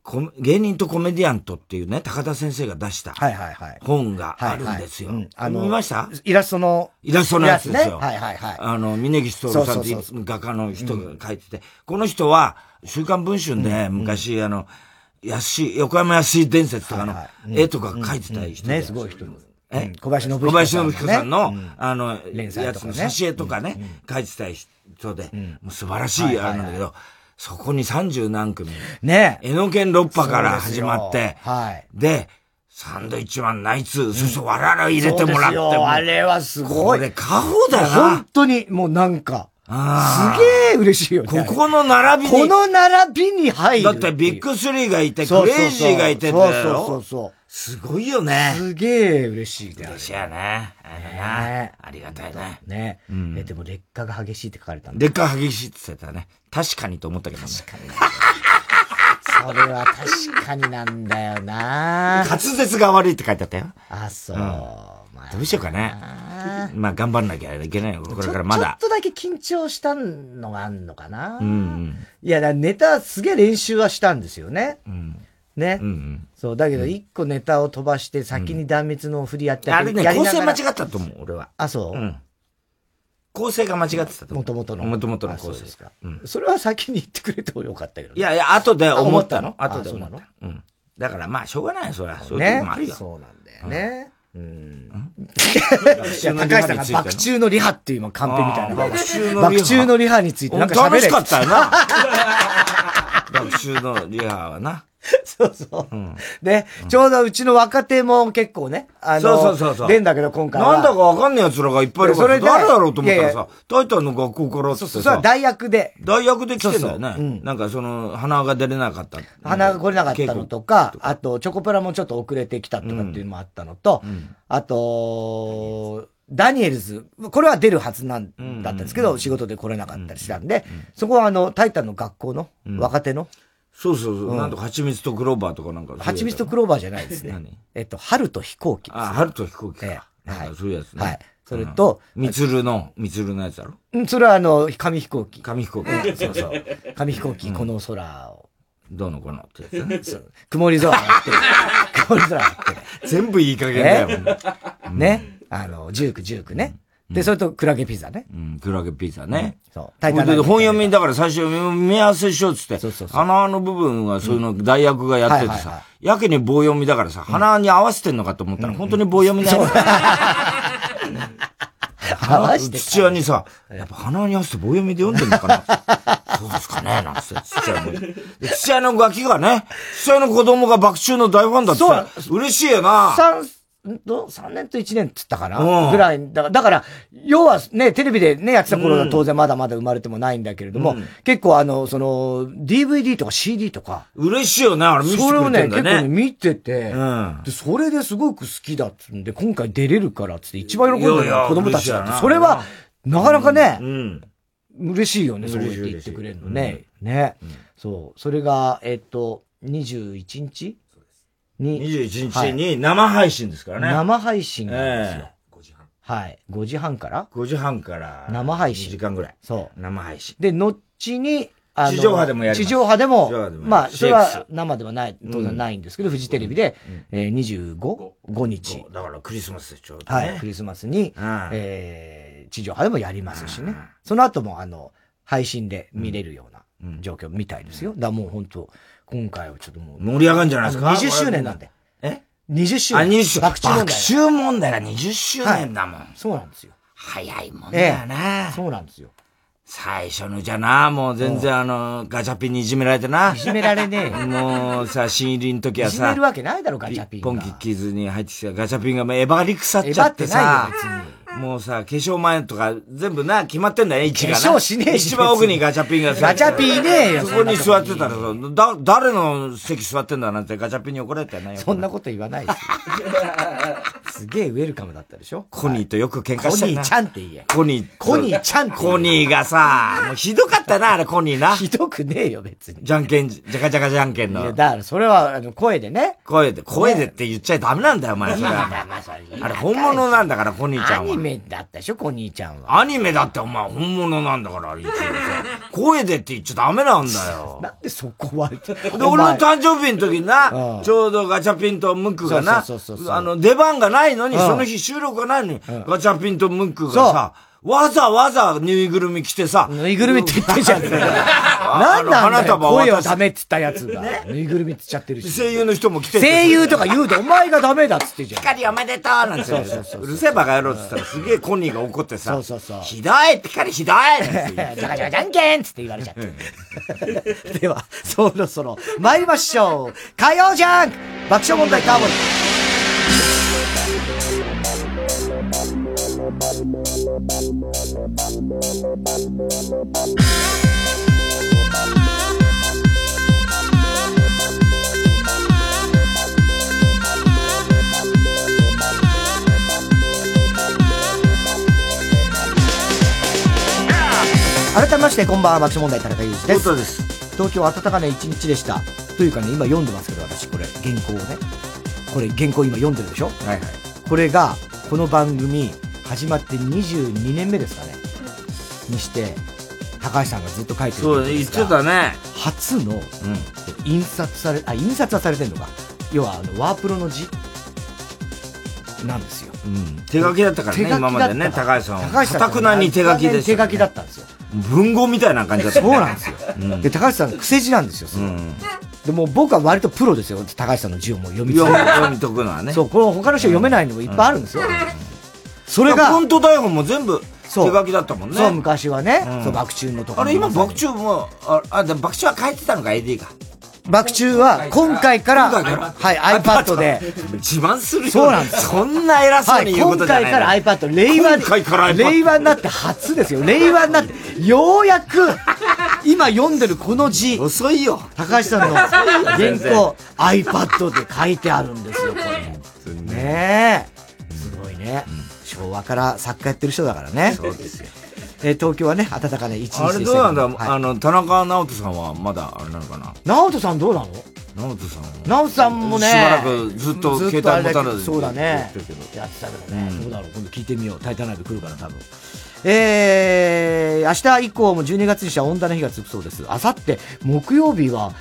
芸人とコメディアントっていうね、高田先生が出した本があるんですよ。見ました？ イラストのやつですよ。 はいはいはい。 峯岸徹さんっていう画家の人が書いてて、この人は、週刊文春で昔、横山康井伝説とかの絵とか描いてた人ね、すごい人。 小林信彦さんの、やつの挿絵とかね、描いてた人で、もう素晴らしいあれなんだけど、そこに30何組。 ね。 江ノ県6波から始まって、で、サンドイッチマンナイツ、そして我々入れてもらっても。 あれはすごい。 これ、過保だな。 本当に、もうなんか、すげえ嬉しいよね。 ここの並びに。 この並びに入る。 だってビッグ3がいて、クレイジーがいてそう。 すごいよね。 すげえ嬉しいね。 嬉しいよね。ありがたいね。 ね。でも劣化が激しいって書かれたんだ。 劣化が激しいって言ってたね。確かにと思ったけどね。 確かに。それは確かになんだよな。 滑舌が悪いって書いてあったよ。 あ、そう。 どうしようかね。まあ頑張んなきゃいけないよ。これからまだ。 ちょっとだけ緊張したのがあんのかな。いや、ネタすげえ練習はしたんですよね。ね。そう、だけど一個ネタを飛ばして先に断密の振りやってあれね、構成間違ったと思う、俺は。 あ、そう構成が間違ってたと思う。 元々の構成ですか。 それは先に言ってくれてもよかったけど。 いや、後で思ったの。後で思った。 だからまあ、しょうがないよ、そりゃ。そういうとこもあるよ。 そうなんだよね。いや、高橋さんが爆中のリハっていうのカンペみたいな。爆中のリハについてなんか喋れ。 楽しかったよな。爆中のリハはな。 そう。で、ちょうどうちの若手も結構ね、 そう。 出んだけど今回は。 なんだかわかんない奴らがいっぱいいるから、誰だろうと思ったらさ、タイタンの学校からってさ。 そう、代役で。 代役で来てんだよね。なんか鼻が出れなかった。 鼻が来れなかったのとか、あと、チョコプラもちょっと遅れてきたとかっていうのもあったのと、あと、ダニエルズ、これは出るはずだったんですけど、仕事で来れなかったりしたんで、そこはタイタンの学校の若手の、 そう。なんと、蜂蜜とクローバーとかなんか。 蜂蜜とクローバーじゃないですね。春と飛行機。 春と飛行機か。 はい。 そういうやつね。 はい。それと、 みつるのやつだろ？ それは紙飛行機。 紙飛行機。 そう。紙飛行機、この空を。 どうのこのってやつね。 曇り空やってる。曇り空やってる。 全部いい加減だよ。 ね。ジュークね。で、それと、クラゲピザね。 クラゲピザね。 そう。 本読みだから最初見合わせしようっつって、鼻の部分はそういうの代役がやっててさ、やけに棒読みだからさ、鼻に合わせてんのかと思ったら、本当に棒読みだよ。 合わせて。 土屋にさ、やっぱ鼻に合わせて棒読みで読んでんのかなそうですかねなんつって、土屋も。土屋のガキがね、土屋の子供が爆中の大ファンだってさ、嬉しいよな。 3年と1年っつったかなぐらい。だから、要はね、テレビでね、やってた頃は当然まだまだ生まれてもないんだけれども、結構DVD とか CD とか。 嬉しいよね、あれ見せてくれてんだね。 それをね、結構見てて、で、それですごく好きだっつんで、今回出れるからっつって一番喜んでるのは子供たちだって。それは、なかなかね、嬉しいよね、そう言ってくれるのね。ね。そう。それが、21日 21日に生配信ですからね。 生配信なんですよ。5時半。はい。5時半から ?5 時半から。 生配信。 2時間ぐらい。 そう。 生配信。 で、後に、 地上波でもやります。 地上波でも、まあ、それは生ではない、当然ないんですけど、フジテレビで、25日。 だからクリスマスでちょうどね。はい。クリスマスに、地上波でもやりますしね。その後も、配信で見れるような状況みたいですよ。だからもう本当今回はちょっともう。 盛り上がるんじゃないですか ?20 周年なんで。20周年。 20周年。爆中問題が20周年だもん。 そうなんですよ。 早いもんだよな。 そうなんですよ。 最初のじゃな、もう全然ガチャピンにいじめられてな。 いじめられねえ。 もうさ、新入りの時はさ。 いじめるわけないだろ、ガチャピンが。 ポンキッキーズに入ってきたガチャピンがエバリ腐っちゃってさ。もうさ、化粧前とか全部な、決まってんだよね、位置がな。 化粧しねえし。 一番奥にガチャピンがさ。ガチャピンいねえよ。 そこに座ってたらさ、誰の席座ってんだなんてガチャピンに怒られたよね。 そんなこと言わないですよ。すげえウェルカムだったでしょ。 コニーとよく喧嘩したコニーちゃんって言え。 コニーちゃんってコニーがさ、もうひどかったな、あれコニーな。 ひどくねえよ、別に。 じゃんけん、じゃかじゃかじゃんけんの。いや、 だからそれは、声でね。 声でって言っちゃダメなんだよ、お前。それは。あれ本物なんだから、コニーちゃんは。 アニメだったでしょ、コニーちゃんは。 アニメだってお前本物なんだから、声でって言っちゃダメなんだよ。 なんでそこは。で、 俺の誕生日の時にな、ちょうどガチャピンとムックがな、出番がないのに、その日収録がないのに、ガチャピンとムックがさ、わざわざぬいぐるみ着てさ。 ぬいぐるみって言ってんじゃん。なんなんだよ、声はダメって言ったやつが。ぬいぐるみって言っちゃってるし。 声優の人も来て声優とか言うと、お前がダメだっつってじゃん。 ピカリおめでとうなんて。うるせえバカ野郎っつったらすげえコニーが怒ってさ。ひどいピカリひどいじゃかじゃかじゃんけんつって言われちゃって。では、そろそろ参りましょう。火曜ジャンク爆笑問題カーボーイ。改めましてこんばんは、爆笑問題田中裕二です。 本当です。 東京暖かな一日でした。というかね、今読んでますけど、私これ原稿をね、これ原稿今読んでるでしょ。はいはい。これがこの番組始まって22年目ですかね。にして高橋さんがずっと書いてる。 そう言ってたね。 初の印刷され、印刷はされてんのか。要はワープロの字なんですよ。 手書きだったからね、今までね、高橋さんは。かたくなに手書きでした。 手書きだったんですよ。 文豪みたいな感じだった。 そうなんですよ。で、高橋さん癖字なんですよ。でも僕は割とプロですよ。高橋さんの字をもう読み解くのはね。 そう、これ他の人読めないのもいっぱいあるんですよ。それが。 コント台本も全部手書きだったもんね。 そう、昔はね。そう、爆中のとか。 あれ今爆中も、爆中は書いてたのか、AD が。 爆中は今回から、はい、iPad で。 自慢するよ。 そうなんです。 そんな偉そうに言うことじゃない。 今回から iPad、令和になって初ですよ。令和になって、ようやく、今読んでるこの字。 遅いよ。 高橋さんの原稿、iPad で書いてあるんですよ、これ。ねえ。すごいね。昭和から作家やってる人だからね。 そうですよ。 東京はね、暖かな一日でした。 あれどうなんだ、田中直人さんはまだあれなのかな。 直人さんどうなの？ 直人さん。 直人さんもね、 しばらくずっと携帯持たないで。 そうだね。やってたけどね。どうだろう、今度聞いてみよう。タイタンライブ来るから多分。明日以降も12月にしては温暖な日が続くそうです。あさって木曜日は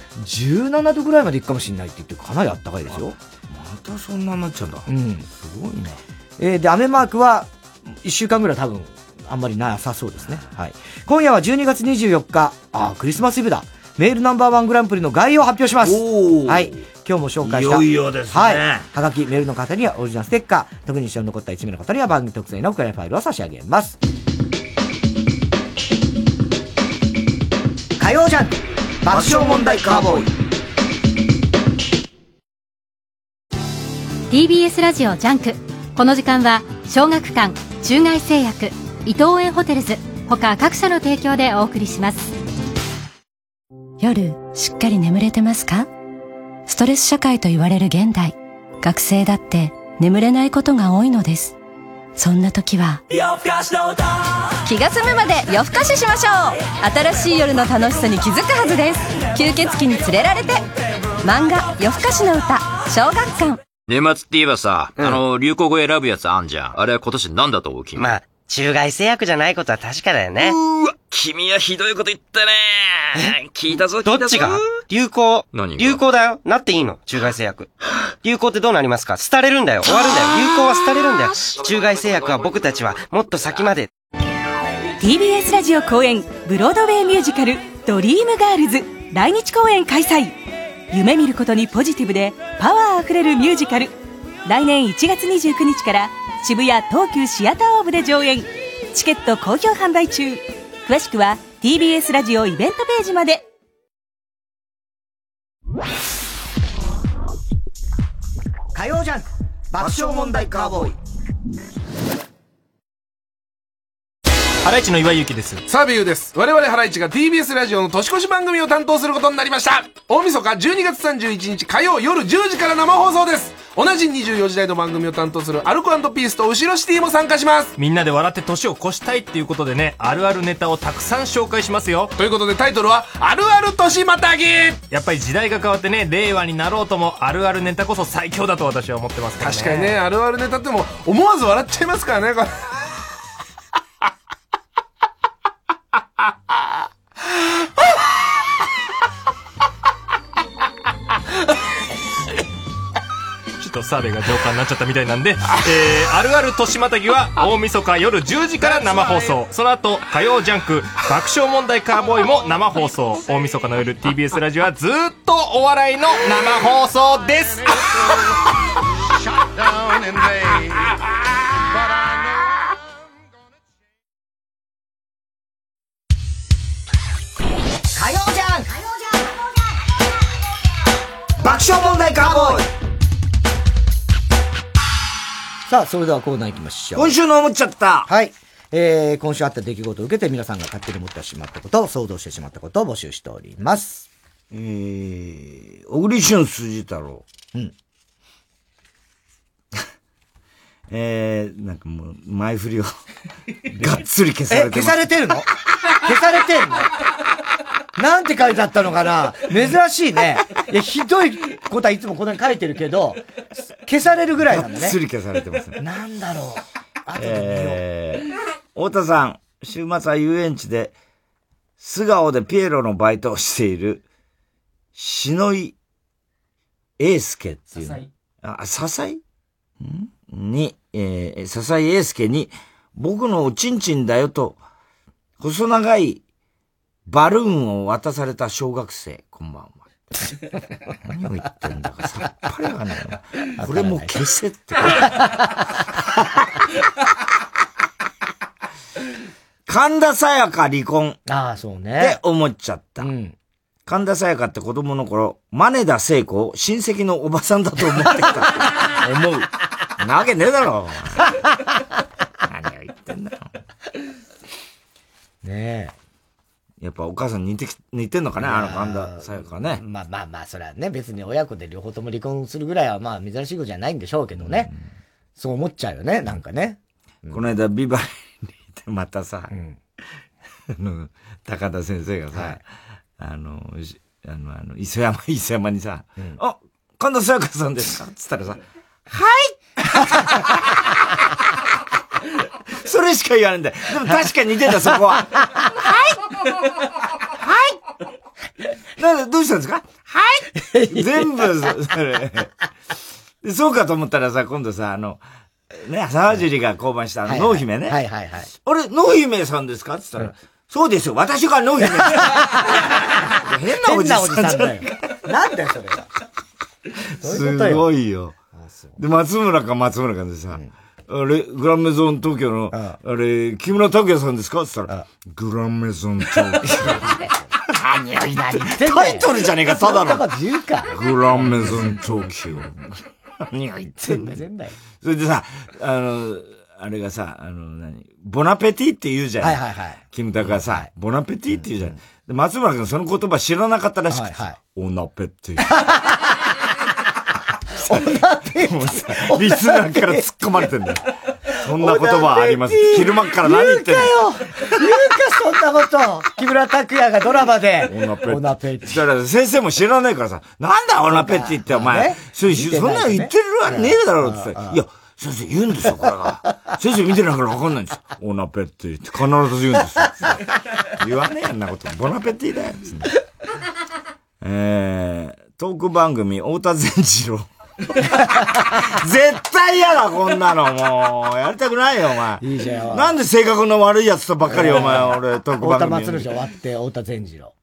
17度ぐらいまで行くかもしれないって言ってかなり暖かいですよ。 またそんなになっちゃうんだ。すごいね。で、雨マークは1週間ぐらい多分あんまりなさそうですね。はい。今夜は12月24日、クリスマスイブだ。メールナンバー1グランプリの概要を発表します。はい。今日も紹介した。 いよいよですね。はい。 はがき、メールの方にはオリジナルステッカー、特に印象に残った1名の方には番組特製の送られファイルを差し上げます。火曜ジャンク爆笑問題カーボーイ TBS ラジオジャンク。この時間は小学館、中外製薬、伊藤園ホテルズ他各社の提供でお送りします。 夜しっかり眠れてますか？ストレス社会と言われる現代、学生だって眠れないことが多いのです。そんな時は気が済むまで夜更かししましょう。新しい夜の楽しさに気づくはずです。吸血鬼に連れられて。漫画夜更かしの歌、小学館。 年末って言えばさ、流行語選ぶやつあんじゃん。あれは今年なんだと思う？君。 まあ中外製薬じゃないことは確かだよね。 君はひどいこと言ったね。聞いたぞ、聞いたぞ。 どっちが？流行。 何が？ 流行だよ。なっていいの？中外製薬。流行ってどうなりますか？廃れるんだよ。終わるんだよ。流行は廃れるんだよ。中外製薬は僕たちはもっと先まで。 TBS ラジオ公演ブロードウェイミュージカルドリームガールズ来日公演開催。夢見ることにポジティブでパワーあふれるミュージカル。来年1月29日から渋谷東急シアターオーブで上演。チケット好評販売中。詳しくは TBS ラジオイベントページまで。 火曜ジャンク爆笑問題カーボーイ。 ハライチの岩井ゆきです。 澤部優です。我々ハライチが TBS ラジオの年越し番組を担当することになりました。大晦日12月31日火曜夜10時から生放送です。同じ24時台の番組を担当するアルコ&ピースと後ろシティも参加します。 みんなで笑って年を越したいっていうことでね、あるあるネタをたくさん紹介しますよ。 ということでタイトルはあるある年またぎ。 やっぱり時代が変わってね、令和になろうともあるあるネタこそ最強だと私は思ってますからね。 確かにね、あるあるネタっても思わず笑っちゃいますからね。 澤部がジョーカーになっちゃったみたいなんで、あるある年またぎは大晦日夜10時から生放送。その後、火曜ジャンク、爆笑問題カーボーイも生放送。大晦日の夜、TBS ラジオはずっとお笑いの生放送です。 火曜じゃん爆笑問題カーボーイ。さあ、それではコーナー行きましょう。 今週の思っちゃった。 はい。今週あった出来事を受けて皆さんが勝手に思ってしまったこと、想像してしまったことを募集しております。 小栗旬筋太郎。うん。なんかもう、前振りを、がっつり消されてます。 消されてるの消されてんのなんて書いてあったのかな。珍しいね。いや、ひどいことはいつもこんなに書いてるけど、消されるぐらいなんだね。 がっつり消されてますね。 なんだろう。後で見よう。太田さん、週末は遊園地で、素顔でピエロのバイトをしている、篠井英介っていう。笹井に、笹井英介に、僕のおちんちんだよと、細長いバルーンを渡された小学生、こんばんは。何を言ってんだかさっぱりわかんないな。これもう消せって。神田沙也加離婚。 ああ、そうね。 って思っちゃった。うん。神田沙也加って子供の頃、真田聖子を親戚のおばさんだと思ってきた。思う。なわけねえだろ。何を言ってんだろ。 ねえ。 やっぱお母さん似てんのかね、あの神田沙也加ね。 まあ、それはね、別に親子で両方とも離婚するぐらいはまあ珍しいことじゃないんでしょうけどね。そう思っちゃうよね、なんかね。 この間ビバリーにいてまたさ、高田先生がさ、磯山にさ、あ、神田沙也加さんですかつったらさ、それしか言わないんだよ。でも確かに似てた、そこは。なんで、どうしたんですか全部、それ。そうかと思ったらさ、今度さ、沢尻が降板した濃姫ね。 はい。 あれ、濃姫さんですかって言ったら、そうですよ、私が濃姫です。変なおじさんだよ。 なんだよ、それが。 すごいよ。で、松村かでさ、あれ、グランメゾン東京の、木村拓哉さんですかって言ったら、グランメゾン東京。タイトルじゃねえか、ただの。グランメゾン東京。何を言ってんだよ。それでさ、あれがさ、ボナペティって言うじゃん。キムタクがさ、ボナペティって言うじゃん。で、松村君その言葉知らなかったらしくて、オナペティ。リスナーから突っ込まれてんだよ。そんな言葉あります。昼間から何言ってんの？ 言うか、そんなこと。木村拓哉がドラマで。 オナペティ。だから先生も知らないからさ、なんだオナペティってお前、そんなの言ってるわねえだろって言って。いや、先生言うんですよ、これが。先生見てないから分かんないんですよ。オナペティって必ず言うんですよ。言わねえやんなこと。ボナペティだよ。トーク番組、太田善次郎。絶対嫌だ、こんなの、もう。やりたくないよ、お前。 いいじゃん。 なんで性格の悪いやつとばっかり、お前、俺、トーク番組。 太田松之丞終わって、太田善次郎。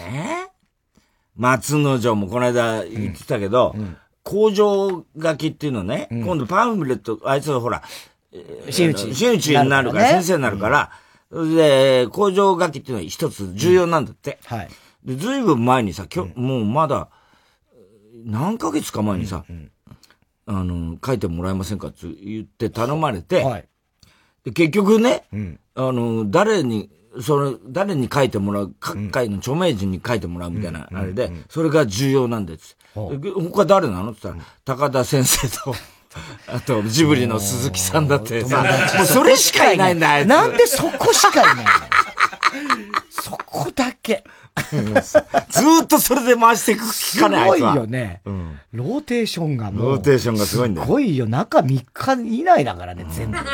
松之丞もこの間言ってたけど、工場書きっていうのね、今度パンフレット、あいつはほら、真打ちになるから、先生になるから、で、工場書きっていうのは一つ重要なんだって。で、ずいぶん前にさ、もうまだ、何ヶ月か前にさ、書いてもらえませんかって言って頼まれて、で結局ね、誰に書いてもらう、各界の著名人に書いてもらうみたいなあれで、それが重要なんです。他誰なのって言ったら、高田先生と、あと、ジブリの鈴木さんだってさ、もうそれしかいないんだ、あいつ。 なんでそこしかいないのそこだけ。 ずーっとそれで回していく気かね、あいつは。 すごいよね。ローテーションがもう。 ローテーションがすごいんだよ。 すごいよ。中3日以内だからね、全部。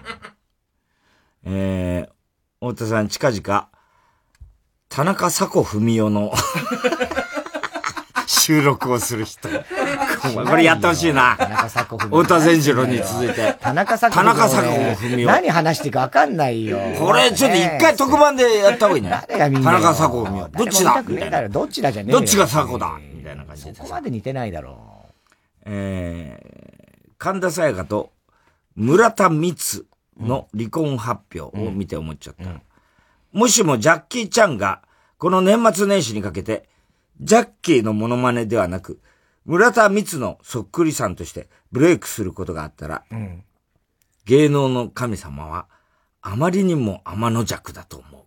太田さん、近々、田中佐子文夫の収録をする人。 これやってほしいな。 田中佐子文太田善次郎に続いて。 田中佐子文雄。何話していいか分かんないよ。 これちょっと一回特番でやった方がいいね。 誰がみんな。 田中佐子文雄。どっちだみたいな。 どっちだじゃねえよ。 どっちが佐子だみたいな感じで。 そこまで似てないだろう。神田沙也加と村田光の離婚発表を見て思っちゃった。もしもジャッキーちゃんがこの年末年始にかけてジャッキーのモノマネではなく村田光のそっくりさんとしてブレイクすることがあったら、芸能の神様はあまりにも天の弱だと思う。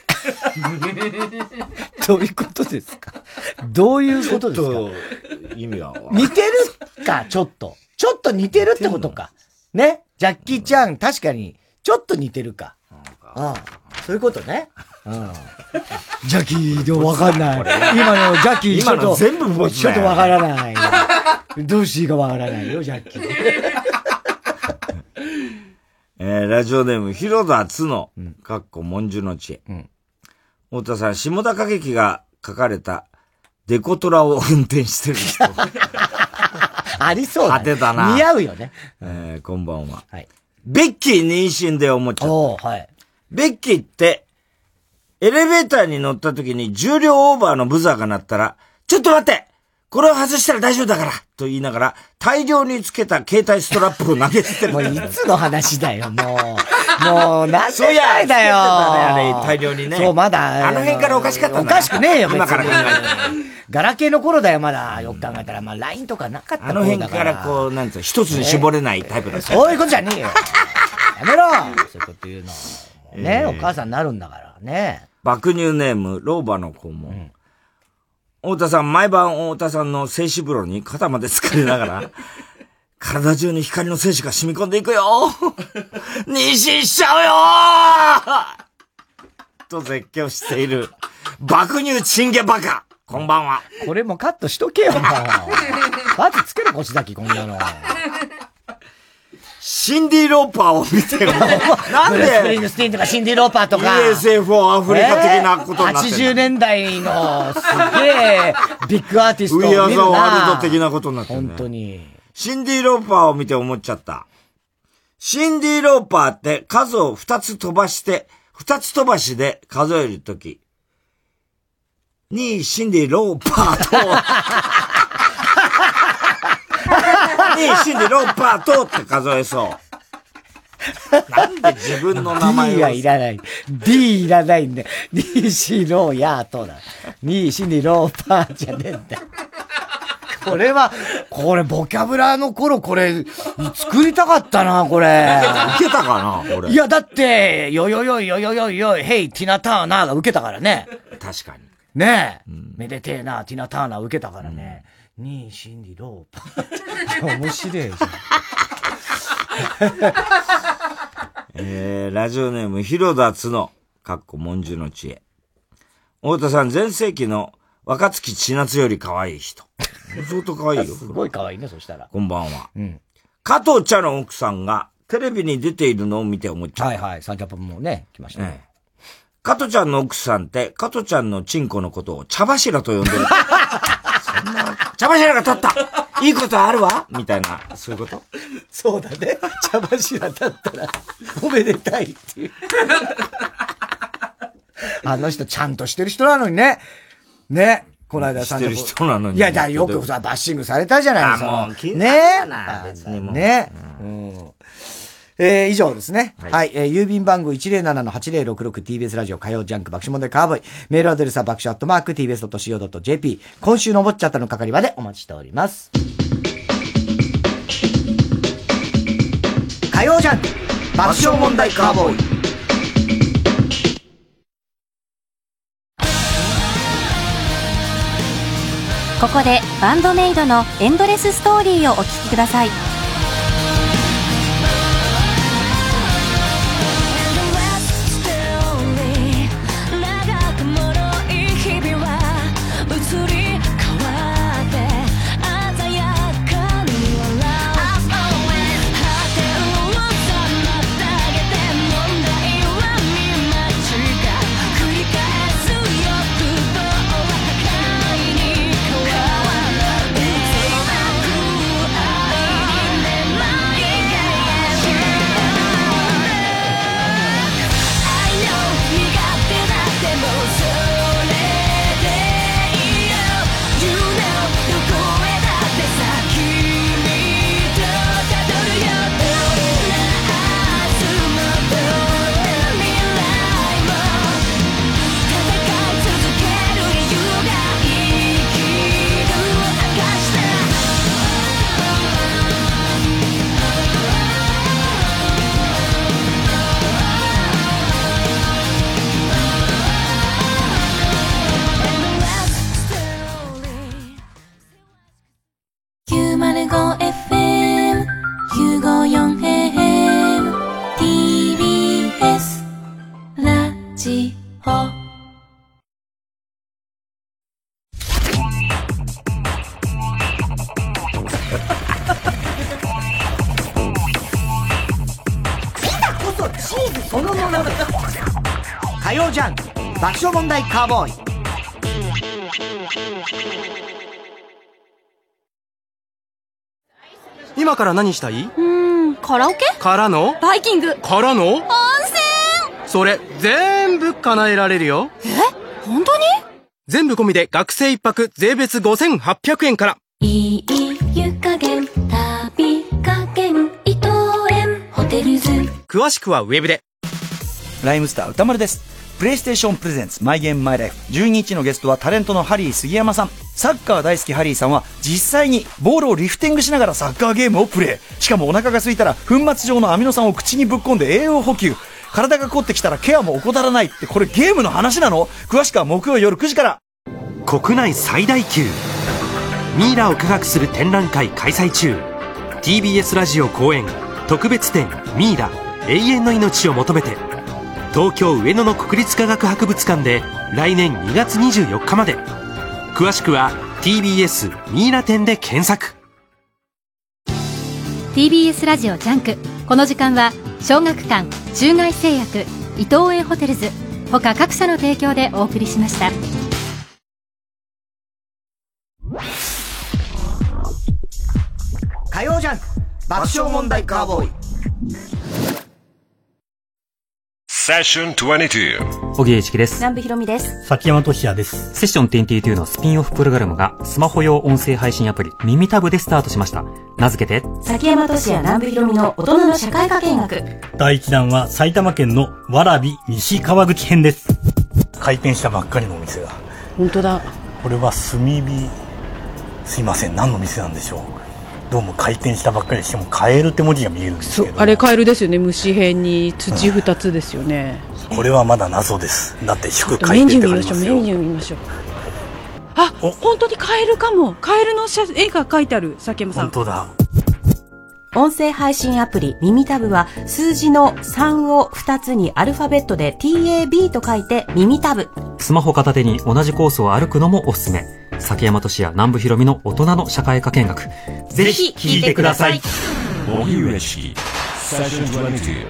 どういうことですか？どういうことですか？ 意味は似てるか、ちょっと似てるってことか。ね。ジャッキーちゃん、確かに、ちょっと似てるか。そういうことね。ジャッキーでもわかんない。今のジャッキー、 今の全部ちょっとわからない。どうしていいかわからないよ、ジャッキー。ラジオネーム、広田つの、かっこ文殊の知恵。太田さん、下田歌劇が書かれたデコトラを運転してる人。 ありそうだ、ね。 派手だな。 似合うよね。 こんばんは。 はい。 ベッキー妊娠で思っちゃった。 はい。 ベッキーって、エレベーターに乗った時に重量オーバーのブザーが鳴ったら、ちょっと待ってこれを外したら大丈夫だからと言いながら、大量につけた携帯ストラップを投げ捨てる。 もういつの話だよ、もう何年前だよ。 あれ、大量にね。 そう、まだ。 あの辺からおかしかったんだ。 おかしくねえよ、 今から考えガラケーの頃だよ、まだ。よく考えたら、まあ、LINE とかなかったあの辺からこう、なんつうの、一つに絞れないタイプだった。 そういうことじゃねえよ。やめろそういうこと言うの。ね、お母さんになるんだからね。 爆乳ネーム、老婆の子も。太田さん、毎晩太田さんの静止風呂に肩まで浸かりながら、体中に光の精子が染み込んでいくよ妊娠しちゃうよと絶叫している、爆乳チンゲバカこんばんは。 これもカットしとけよ、もう。バツつけろ、腰崎、こんなの。 シンディ・ローパーを見てる。 なんでブルース・スプリングスティーンとかシンディ・ローパーとか。 ESFO アフリカ的なことになってる。 80年代のすげえビッグアーティストを見るな。 ウィア・ザ・ワールド的なことになってる、ね。 本当に。 シンディ・ローパーを見て思っちゃった。シンディ・ローパーって数を2つ飛ばして、2つ飛ばしで数えるときに、シンディ・ローパーと、に、シンディ・ローパーとって数えそう。なんで自分の名前を。 D はいらない。D いらないんで。D、シロー、ヤーとだ。に、シンディ・ローパーじゃねえんだ。これボキャブラの頃作りたかったな、これ。 受けたかな、これ。 いや、だって、よよよいよよよいよい、ヘイ、ティナ・ターナーが受けたからね。 確かに。 ねえ。めでてえな、ティナ・ターナー受けたからね。に、シンディ・ローパー。面白いじゃん。ラジオネーム、広田つの、かっこ文殊の知恵。太田さん、前世紀の若月千夏より可愛い人。相当可愛いよ。 すごい可愛いね、そしたら。 こんばんは。加藤茶の奥さんがテレビに出ているのを見て思っちゃった。 はいはい、サンジャポンもね、来ましたね。 加藤ちゃんの奥さんって、加藤ちゃんのチンコのことを茶柱と呼んでる。そんな、茶柱が立ったいいことあるわみたいな、そういうことそうだね。茶柱だったら、おめでたいっていう。あの人ちゃんとしてる人なのにね。ね。この間さんしてる人なのに。 いや、よくさ、バッシングされたじゃないですか。 もう、 ね別にもね。以上ですね。はい。郵便番号 107-8066 TBS ラジオ火曜ジャンク爆笑問題カーボーイ。メールアドレスは爆笑@tbs.co.jp。今週のおぼっちゃったの係までお待ちしております。火曜ジャンク爆笑問題カーボーイ。 ここでバンドメイドのエンドレスストーリーをお聴きください。 「 ジオチーズそのもの火曜ジャンク爆笑問題カーボーイ。 今から何したい？ カラオケ？ からの？ バイキング？ からの？ 温泉？ それ全部叶えられるよ。 本当に？ 全部込みで学生一泊税別5800円から。 いい湯加減旅加減伊藤園ホテルズ。 詳しくはウェブで。 ライムスター歌丸です。プレイステーションプレゼンツマイゲームマイライフ。12日のゲストはタレントのハリー杉山さん。サッカー大好きハリーさんは実際にボールをリフティングしながらサッカーゲームをプレイ。しかもお腹が空いたら粉末状のアミノ酸を口にぶっ込んで栄養補給。体が凝ってきたらケアも怠らないって、これゲームの話なの？詳しくは木曜夜9時から。 国内最大級ミイラを科学する展覧会開催中。 TBS ラジオ公演特別展ミイラ永遠の命を求めて、東京上野の国立科学博物館で来年2月24日まで。詳しくは TBS ミイラ展で検索。 TBS ラジオジャンク。この時間は小学館、中外製薬、伊東園ホテルズ他各社の提供でお送りしました。 火曜ジャンク爆笑問題カーボーイ。 セッション22。 小木栄一です。 南部ひろみです。 崎山俊也です。セッション22のスピンオフプログラムがスマホ用音声配信アプリ耳タブでスタートしました。名付けて崎山俊也南部ひろみの大人の社会科見学。 第1弾は埼玉県の蕨西川口編です。開店したばっかりのお店が。 本当だ。 これは炭火、すいません、何の店なんでしょう。どうも開店したばっかりでしてもカエルって文字が見えるんですけど。 あれカエルですよね。虫辺に土2つですよね、 これはまだ謎です。だって祝開店って書いてますよ。 メニュー見ましょう。あ、本当にカエルかも。カエルの絵が描いてある。崎山さん。 本当だ。 音声配信アプリ耳タブは数字の3を2つにアルファベットで TAB と書いて耳タブ。 スマホ片手に同じコースを歩くのもおすすめ。崎山俊也南部ひろみの大人の社会科見学。ぜひ聞いてください。 荻上チキセッション22。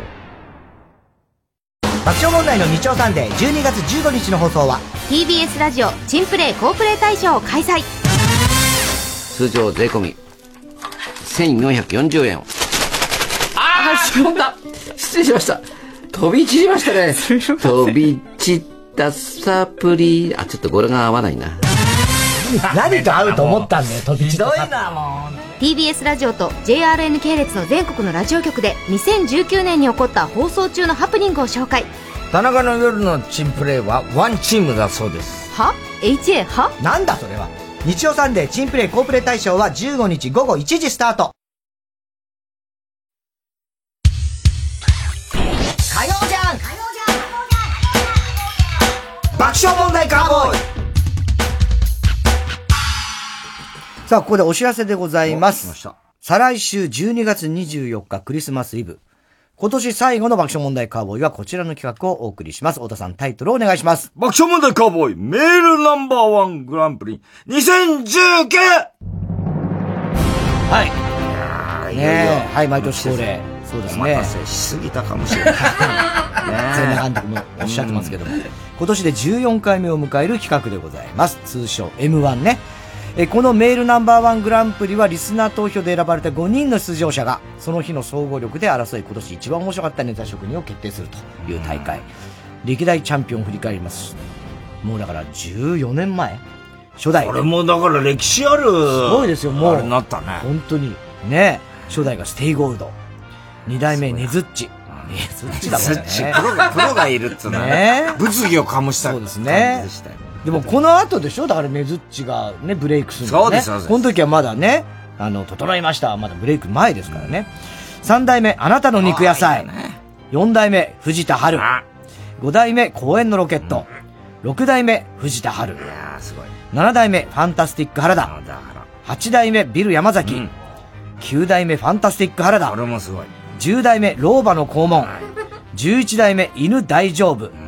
爆笑問題の日曜サンデー12月15日の放送は TBS ラジオチンプレイコープレイ大賞を開催。 通常税込み1440円を。飛んだ。失礼しました。飛び散りましたね。飛び散ったサプリ。ちょっとこれが合わないな。 何と合うと思ったんだよ。飛び散った。 ひどいなもう。TBS ラジオと JRN 系列の全国のラジオ局で2019年に起こった放送中のハプニングを紹介。 田中の夜のチンプレイはワンチームだそうです。 は？ HA は？ なんだそれは。日曜サンデーチンプレイコープレイ大賞は15日午後1時スタート。火曜じゃん爆笑問題カーボーイ。さあ、ここでお知らせでございます。再来週12月24日クリスマスイブ。今年最後の爆笑問題カーボーイはこちらの企画をお送りします。太田さん、タイトルをお願いします。 爆笑問題カーボーイメールナンバーワングランプリ2019。 はい。ねえ、はい、毎年恒例。そうですね。 お待たせしすぎたかもしれない。 全裸監督もおっしゃってますけども。今年で14回目を迎える企画でございます。通称 M1 ね。このメールナンバーワングランプリはリスナー投票で選ばれた5人の出場者がその日の総合力で争い、今年一番面白かったネタ職人を決定するという大会。歴代チャンピオンを振り返ります。もうだから14年前初代。 これもだから歴史ある。すごいですよ、もう。 あれなったね。 本当に。ね。初代がステイゴールド。2代目ネズッチ。ネズッチだもんね。 ネズッチ。プロがいるっつうのね。物議を醸したそうですね。でもこの後でしょ。だからネズッチがね、ブレイクするのね。そうです。この時はまだね、整いました。まだブレイク前ですからね。3代目、あなたの肉野菜。4代目、藤田春。5代目、公園のロケット。6代目、藤田春。7代目、ファンタスティック原田。8代目、ビル山崎。9代目、ファンタスティック原田。 これもすごい。 10代目、老婆の肛門。11代目、犬大丈夫。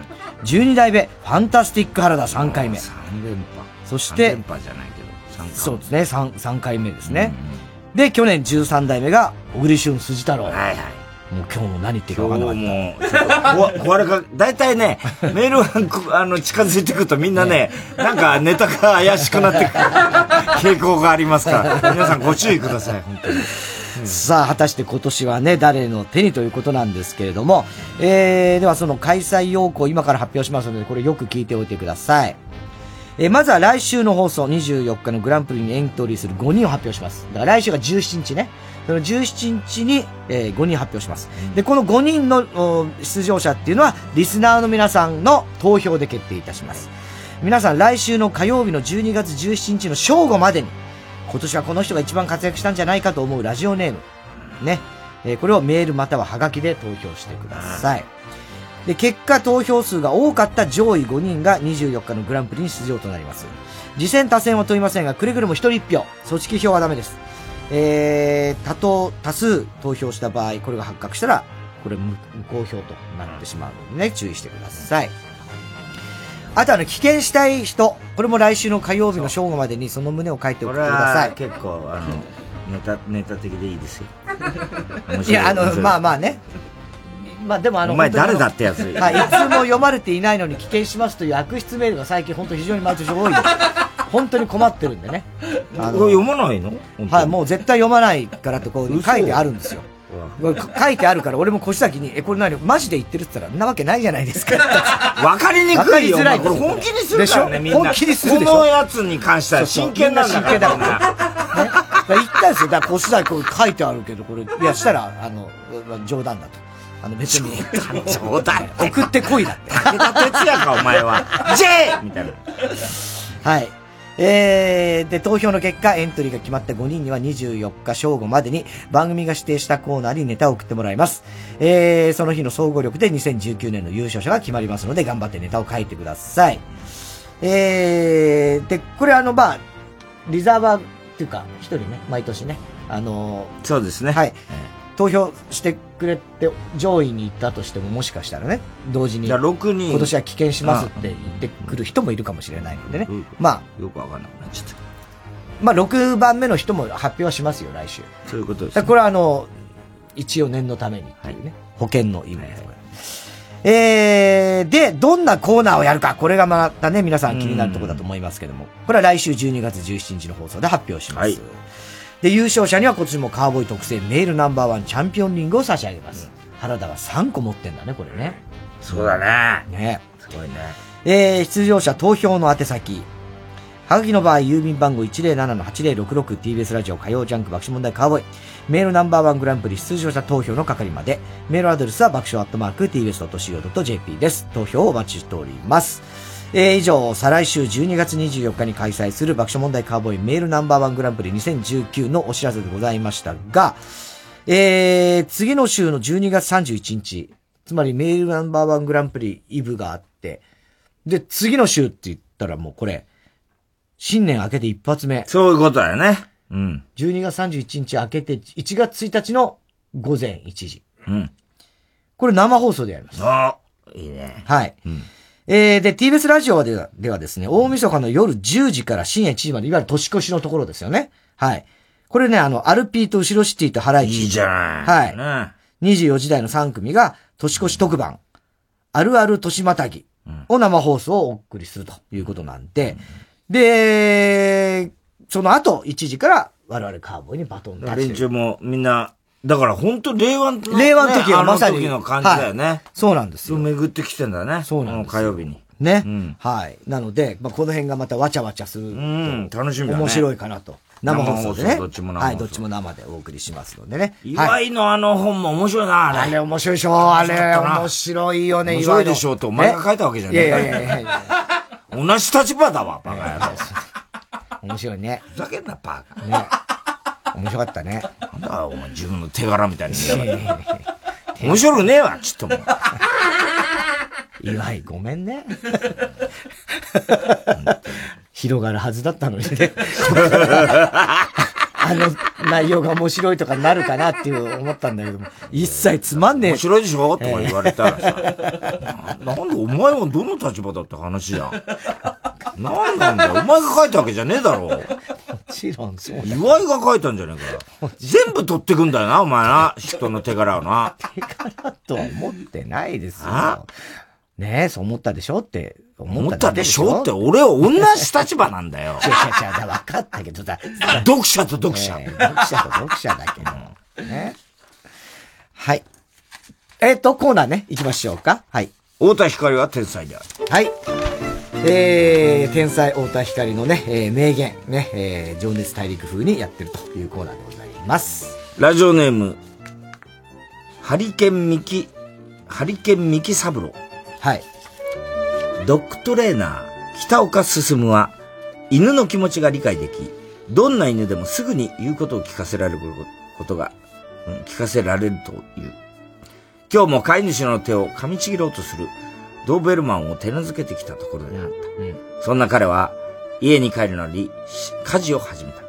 12代目、ファンタスティック原田3回目。 3連覇。 そして、 3連覇じゃないけど、3回目。 そうですね、3回目ですね。で、去年13代目が、小栗旬辻太郎。 はいはい。 もう今日も何言ってるか分かんなかった。 今日も、壊れか、だいたいね、メールが、近づいてくるとみんなね、なんかネタが怪しくなってくる傾向がありますから、皆さんご注意ください、本当に。 さあ、果たして今年はね、誰の手にということなんですけれども、ではその開催要項を今から発表しますので、これよく聞いておいてください。まずは来週の放送、24日のグランプリにエントリーする5人を発表します。だから来週が17日ね。その17日に、5人発表します。で、この5人の出場者っていうのは、リスナーの皆さんの投票で決定いたします。皆さん来週の火曜日の12月17日の正午までに、今年はこの人が一番活躍したんじゃないかと思うラジオネーム、ね。これをメールまたはハガキで投票してください。で、結果投票数が多かった上位5人が24日のグランプリに出場となります。次戦他戦は問いませんが、くれぐれも1人1票、組織票はダメです。多数投票した場合、これが発覚したら、これ無効票となってしまうのでね、注意してください。あと棄権したい人、これも来週の火曜日の正午までにその旨を書いておいてください。 結構、ネタ的でいいですよ。 いや、まあまあね。まあでもお前誰だってやつ。 はい、いつも読まれていないのに棄権しますという悪質メールが最近本当非常に毎年多いです。本当に困ってるんでね。 読まないの？ はい、もう絶対読まないからってこう書いてあるんですよ。書いてあるから俺も越崎に、これ何マジで言ってるって言ったら、んなわけないじゃないですか。 わかりにくいよ。 わかりづらいこれ本気にするからね、みんな。 本気にするでしょ。 このやつに関しては真剣なんだから。 真剣だから。ね。言ったんですよ。だから越崎これ書いてあるけど、これ、いや、したら、冗談だと。別に。 冗談送ってこいだって。 武田鉄矢か、お前は。J! みたいな。 はい。で、投票の結果、エントリーが決まった5人には24日正午までに番組が指定したコーナーにネタを送ってもらいます。その日の総合力で2019年の優勝者が決まりますので、頑張ってネタを書いてください。で、これリザーバーっていうか、一人ね、毎年ね、 そうですね。 はい。投票してくれて上位に行ったとしてももしかしたらね、同時に今年は棄権しますって言ってくる人もいるかもしれないのでね。まあよくわかんなくなっちゃった。 まあ6番目の人も発表はしますよ、来週。 そういうことです、ね。 これは一応念のためにっていうね、保険の意味です。で、どんなコーナーをやるか、これがまたね、皆さん気になるところだと思いますけども、これは来週12月17日の放送で発表します。はい、で、優勝者には今年もカーボーイ特製メールナンバー1チャンピオンリングを差し上げます。原田が3個持ってんだね、これね。 そうだね。 ね。 すごいね。 出場者投票の宛先。はがきの場合、郵便番号 107-8066TBS ラジオ火曜ジャンク爆笑問題カーボーイ。メールナンバー1グランプリ出場者投票の係まで。メールアドレスは爆笑@tbs.co.jp です。投票をお待ちしております。以上、再来週12月24日に開催する爆笑問題カーボーイメールナンバー1グランプリ2019のお知らせでございましたが、次の週の12月31日、つまりメールナンバー1グランプリイブがあって、で、次の週って言ったらもうこれ、新年明けて一発目。 そういうことだよね。うん。 12月31日明けて1月1日の午前1時。 うん。 これ生放送でやります。 ああ、いいね。 はい。うん。で、TBS ラジオではですね、大晦日の夜10時から深夜1時まで、いわゆる年越しのところですよね。はい。これね、アルピーと後ろシティとハライチ。 いいじゃない。はい。24時台の3組が、年越し特番、あるある年またぎを生放送をお送りするということなんで、で、その後、1時から我々カーボーイにバトンタッチ。 連中もみんな、だから本当令和の時はまさに。 時の感じだよね。はい、 そうなんですよ。 巡ってきてんだね。 そうなんです。 火曜日に。 ね。うん。はい。なので、この辺がまたわちゃわちゃする。 楽しみだね。 面白いかなと。生放送でね。 どっちも生放送。 はい、どっちも生でお送りしますのでね。 岩井の本も面白いな、 あれ面白いでしょ。あれ面白いよね、 面白いでしょと、お前が書いたわけじゃねえか。 いや。 同じ立場だわ、バカ野郎。 面白いね。 ふざけんな、バカ。 ね。面白かったね。 なんだ、お前自分の手柄みたいに言う面白くねえわ、ちょっともう。 岩井、ごめんね。広がるはずだったのにね。 内容が面白いとかなるかなっていう思ったんだけども、一切つまんねえ。 面白いでしょとか言われたらさ、なんでお前はどの立場だって話じゃん。なんなんだよ。お前が書いたわけじゃねえだろ。 もちろんそうだ。 岩井が書いたんじゃねえかよ。全部取ってくんだよな、お前な。人の手柄をな。 手柄とは思ってないですよ。ねえ、そう思ったでしょって思ったでしょって、俺は同じ立場なんだよ。 違う、分かったけどさ。 読者と読者。 読者と読者だけど。ね。はい。コーナーね、行きましょうか。はい。 太田光は天才である。 はい。天才太田光のね、名言、ね、情熱大陸風にやってるというコーナーでございます。 ラジオネーム、ハリケンミキ三郎。 はい。 ドッグトレーナー、北岡進は、犬の気持ちが理解でき、どんな犬でもすぐに言うことを聞かせられるという。今日も飼い主の手を噛みちぎろうとするドーベルマンを手なずけてきたところであった。そんな彼は、家に帰るのに家事を始めた。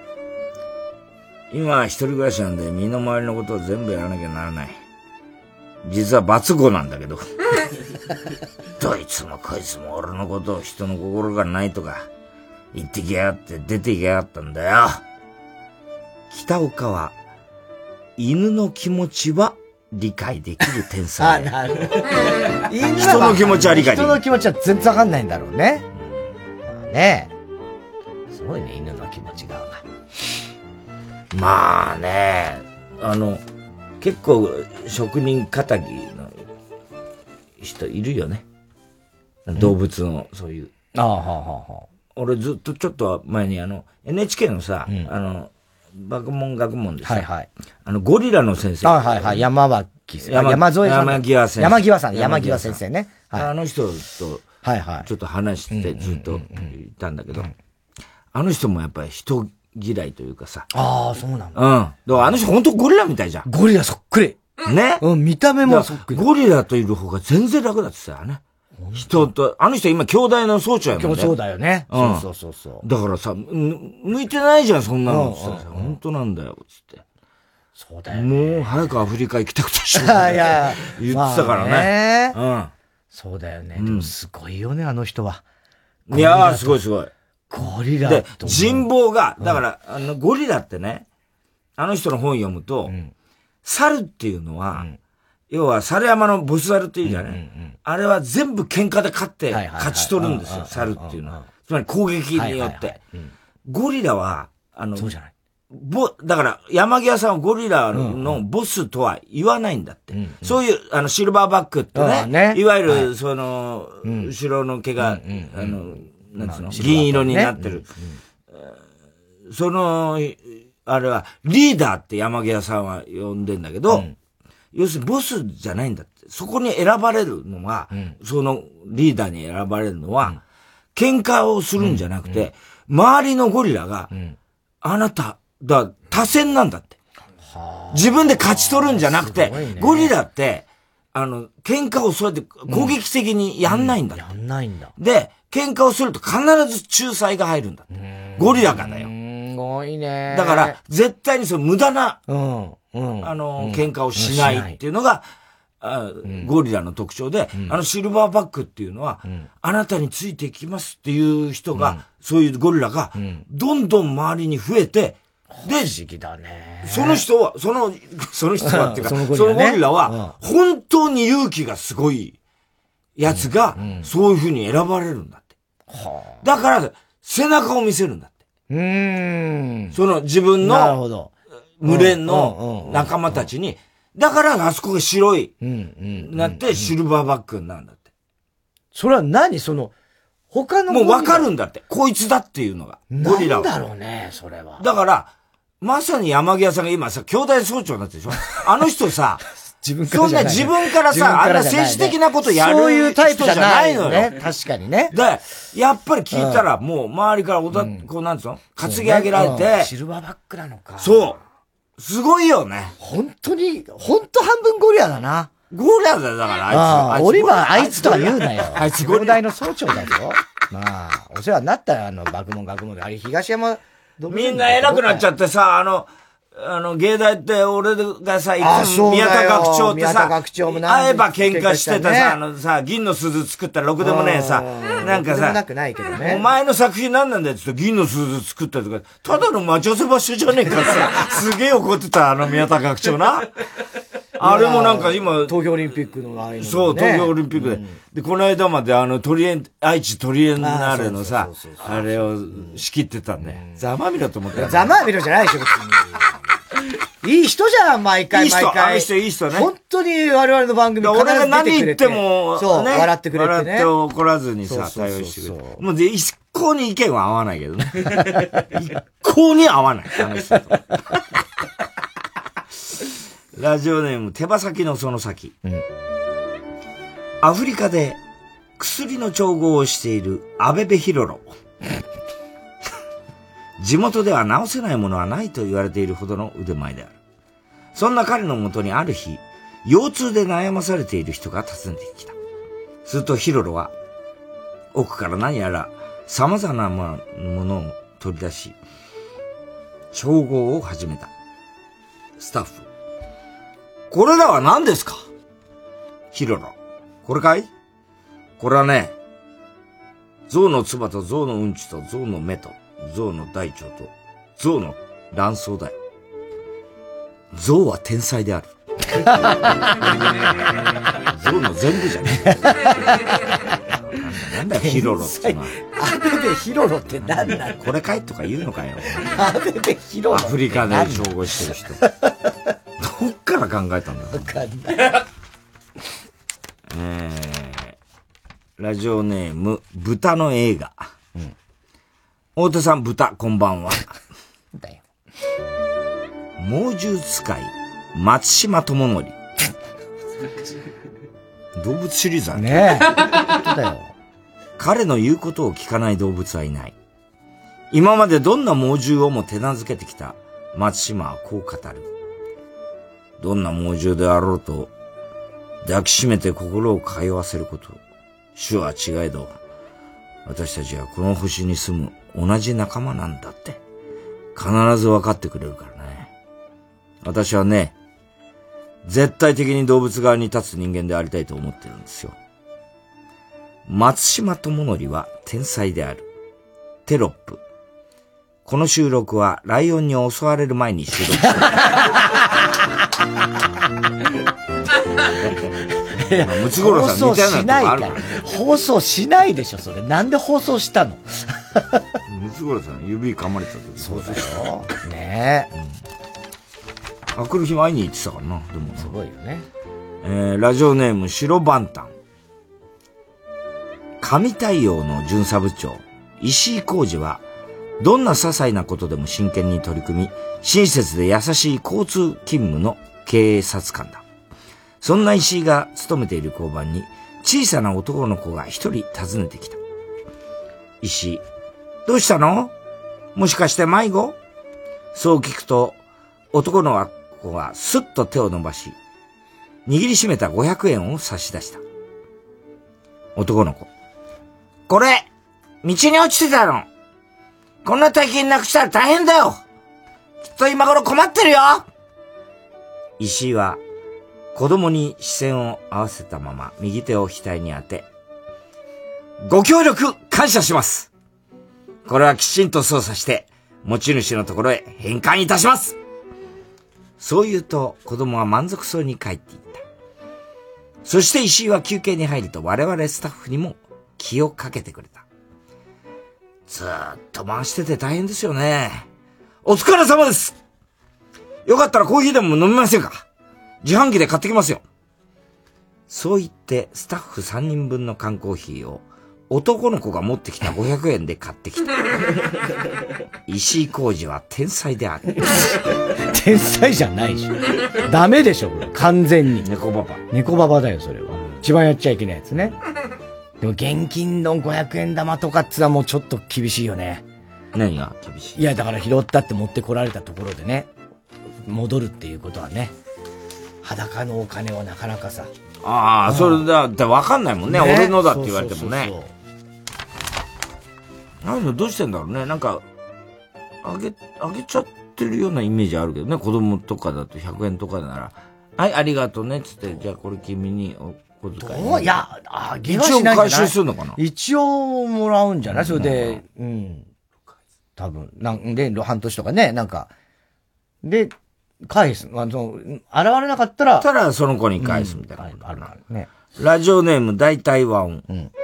今は一人暮らしなんで身の回りのことを全部やらなきゃならない。実は罰語なんだけど。どいつもこいつも俺のことを人の心がないとか言ってきやがって出てきやがったんだよ。北岡は犬の気持ちは理解できる天才。 なるほど。 人の気持ちは理解できる。 人の気持ちは全然わかんないんだろうね。ねえ。すごいね、犬の気持ちが。 まあね、結構職人仇の人いるよね。動物のそういう。俺ずっとちょっと前にNHK のさ、学問でさ、 はいはい。 ゴリラの先生。 はいはい。山際先生ね。 あの人と、ちょっと話してずっといたんだけど、あの人もやっぱり人嫌いというかさ。 ああ、そうなんだ。 だからあの人本当ゴリラみたいじゃん。 ゴリラそっくり。 ね。 見た目もそっくり。 ゴリラといる方が全然楽だってさ、ね。人と、あの人今兄弟の総長やもんね。 そうだよね。そう。 だからさ、向いてないじゃん、そんなの。本当なんだよ、つって。 そうだよね。 もう早くアフリカ行きたくてしょうがない。言ってたからね。 そうだよね。でもすごいよね、あの人は。 いやー、すごい。 ゴリラで、人望が、だから、ゴリラってね、あの人の本読むと、猿っていうのは、要は猿山のボス猿っていうじゃね。あれは全部喧嘩で勝って勝ち取るんですよ、猿っていうのは。つまり攻撃によって。ゴリラは、 そうじゃない。 だから、山際さんはゴリラのボスとは言わないんだって。そういう、シルバーバックってね、いわゆる、後ろの毛が、なんつうの、銀色になってる。あれは、リーダーって山際さんは呼んでんだけど、要するにボスじゃないんだって。そこに選ばれるのは、そのリーダーに選ばれるのは、喧嘩をするんじゃなくて、周りのゴリラが、あなた、多選なんだって。自分で勝ち取るんじゃなくて、ゴリラって、喧嘩をそうやって攻撃的にやんないんだ。 やんないんだ。 で、喧嘩をすると必ず仲裁が入るんだ。ゴリラがだよ。 すごいね。 だから、絶対にその無駄な、喧嘩をしないっていうのが、ゴリラの特徴で、シルバーバックっていうのは、あなたについていきますっていう人が、そういうゴリラが、どんどん周りに増えて、で、 不思議だね。 その人はっていうか、そのゴリラは、本当に勇気がすごいやつが、そういう風に選ばれるんだって。だから、背中を見せるんだって。その自分の、群れの仲間たちに、だからあそこが白い、なってシルバーバックになるんだって。 それは何他のもうわかるんだって。こいつだっていうのが。ゴリラは。 なんだろうね、それは。 だから、まさに山際さんが今さ、兄弟総長になってるでしょ。あの人さ、 自分からさ、あんな政治的なことやるそういうタイプじゃないのよ。 ね。 確かにね。 で、やっぱり聞いたら、もう周りからこうなんつうの担ぎ上げられて。 シルバーバックなのか。 そう。すごいよね。 本当半分ゴリラだな。 ゴリラだよ、だからあいつ。オリバーあいつとは言うなよ。あいつ兄弟の総長だぞ。まあ、お世話になったよ、学問で。あれ、東山みんな偉くなっちゃってさ、芸大って俺がさ、いつも宮田学長ってさ、会えば喧嘩してたさ、銀の鈴作ったらろくでもねえさ、なんかさ、お前の作品何なんだよって言って銀の鈴作ったとか、ただの待ち合わせ場所じゃねえかさ、すげえ怒ってた、宮田学長な。あれもなんか今、 東京オリンピックのああいうの、ね。 そう、東京オリンピックで。で、この間まで愛知トリエンナーレのさ、あれを仕切ってたんだよ。ざまみろと思って。 ざまみろじゃないでしょ、別に。いい人じゃん、毎回。いい人ね。 本当に我々の番組俺が何言っても、 そう、笑ってくれてね。 笑って怒らずにさ、対応してくれて。もう一向に意見は合わないけどね。一向に合わない、あの人と。ラジオネーム、手羽先のその先。アフリカで薬の調合をしているアベベヒロロ。地元では治せないものはないと言われているほどの腕前である。そんな彼のもとにある日、腰痛で悩まされている人が訪ねてきた。するとヒロロは、奥から何やら様々なものを取り出し、調合を始めた。スタッフ。これらは何ですか？ヒロロ。これかい？これはね、象の唾と象のうんちと象の目と象の大腸と象の卵巣だよ。象は天才である。象の全部じゃねえ。なんだよ、ヒロロってのは。 アベベヒロロって何なの？ これかいとか言うのかよ。 アベベヒロロ。 アフリカで照合してる人。どっから考えたんだろう。 わかんない。 ラジオネーム、豚の映画。大手さん、豚、こんばんは。 だよ。 猛獣使い、松島智則。動物シリーズあるねえ。本当だよ。 彼の言うことを聞かない動物はいない。今までどんな猛獣をも手なずけてきた松島はこう語る。どんな猛獣であろうと、抱きしめて心を通わせること。種は違えど、私たちはこの星に住む同じ仲間なんだって、必ず分かってくれるからね。私はね、絶対的に動物側に立つ人間でありたいと思ってるんですよ。松島智則は天才である。テロップ。この収録はライオンに襲われる前に収録した。ムツゴロウさん似たようなとこあるから。 放送しないでしょ、それ。なんで放送したの？ ムツゴロウさん指噛まれた時。 そうでしょ？ねえ。 あくる日も会いに行ってたからな、でも。 すごいよね。 ラジオネーム白バンタン。神対応の巡査部長、石井浩二は、どんな些細なことでも真剣に取り組み、親切で優しい交通勤務の警察官だ。そんな石井が勤めている交番に、小さな男の子が一人訪ねてきた。石井、どうしたの？もしかして迷子？そう聞くと、男の子はスッと手を伸ばし、握りしめた500円を差し出した。男の子、これ、道に落ちてたの。こんな大金なくしたら大変だよ。きっと今頃困ってるよ。石井は、子供に視線を合わせたまま右手を額に当て、ご協力感謝します。これはきちんと操作して、持ち主のところへ返還いたします。そう言うと子供は満足そうに帰っていった。そして石井は休憩に入ると我々スタッフにも気をかけてくれた。ずーっと回してて大変ですよね。お疲れ様です。よかったらコーヒーでも飲みませんか？自販機で買ってきますよ。そう言ってスタッフ3人分の缶コーヒーを男の子が持ってきた500円で買ってきた。石井浩二は天才である。 天才じゃないでしょ。ダメでしょ、これ。完全に。 猫ババ。 猫ババだよ、それは。一番やっちゃいけないやつね。でも現金の500円玉とかってのはもうちょっと厳しいよね。 何が厳しい？ いや、だから拾ったって持ってこられたところでね、戻るっていうことはね、裸のお金はなかなかさ。 ああ、それだって分かんないもんね。俺のだって言われてもね。なんでどうしてんだろうね。なんか、 あげちゃってるようなイメージあるけどね。子供とかだと100円とかなら、はい、ありがとうね、つって、じゃあこれ君にお小遣い、ね。 いや、あげはしないんじゃない？ 一応回収するのかな？ 一応もらうんじゃない？それで、多分、で、半年とかね、なんか、で、返す。現れなかったら。 たら、その子に返すみたいな。 あるからね。 ラジオネーム大体和音。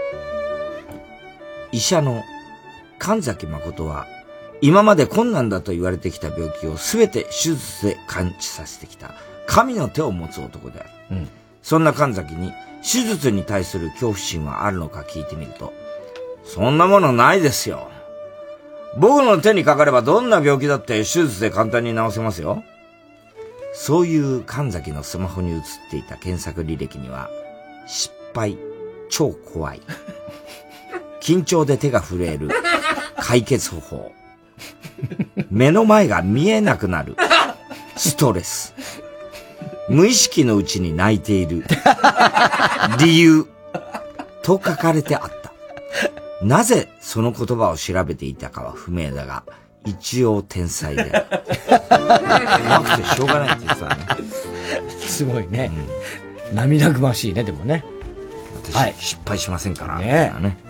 医者の神崎誠は、今まで困難だと言われてきた病気をすべて手術で完治させてきた神の手を持つ男である。そんな神崎に手術に対する恐怖心はあるのか聞いてみると、そんなものないですよ。僕の手にかかればどんな病気だって手術で簡単に治せますよ。そういう神崎のスマホに映っていた検索履歴には、失敗、超怖い、緊張で手が震える、解決方法、目の前が見えなくなる、ストレス、無意識のうちに泣いている、理由、と書かれてあった。なぜその言葉を調べていたかは不明だが、一応天才である。怖くてしょうがないって言ってたね。 すごいね。涙ぐましいね、でもね。 私、失敗しませんから。 ね。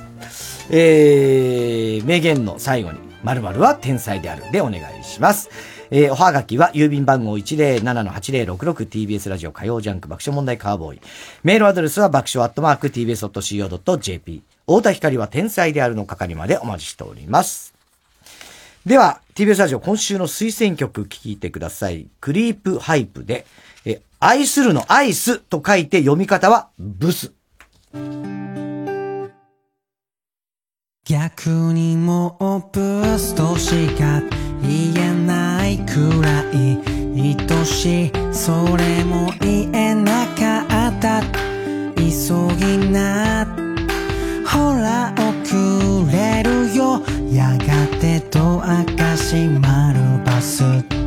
名言の最後に、〇〇は天才であるでお願いします。おはがきは郵便番号 107-8066 TBS ラジオ火曜ジャンク爆笑問題カーボーイ。メールアドレスは爆笑@tbs.co.jp。太田光は天才であるの係までお待ちしております。では、TBS ラジオ今週の推薦曲聴いてください。クリープハイプで、愛するのアイスと書いて読み方はブス。 逆にもうブスとしか言えないくらい愛しい、それも言えなかった。急ぎな、ほら遅れるよ、やがてドアが閉まるバス。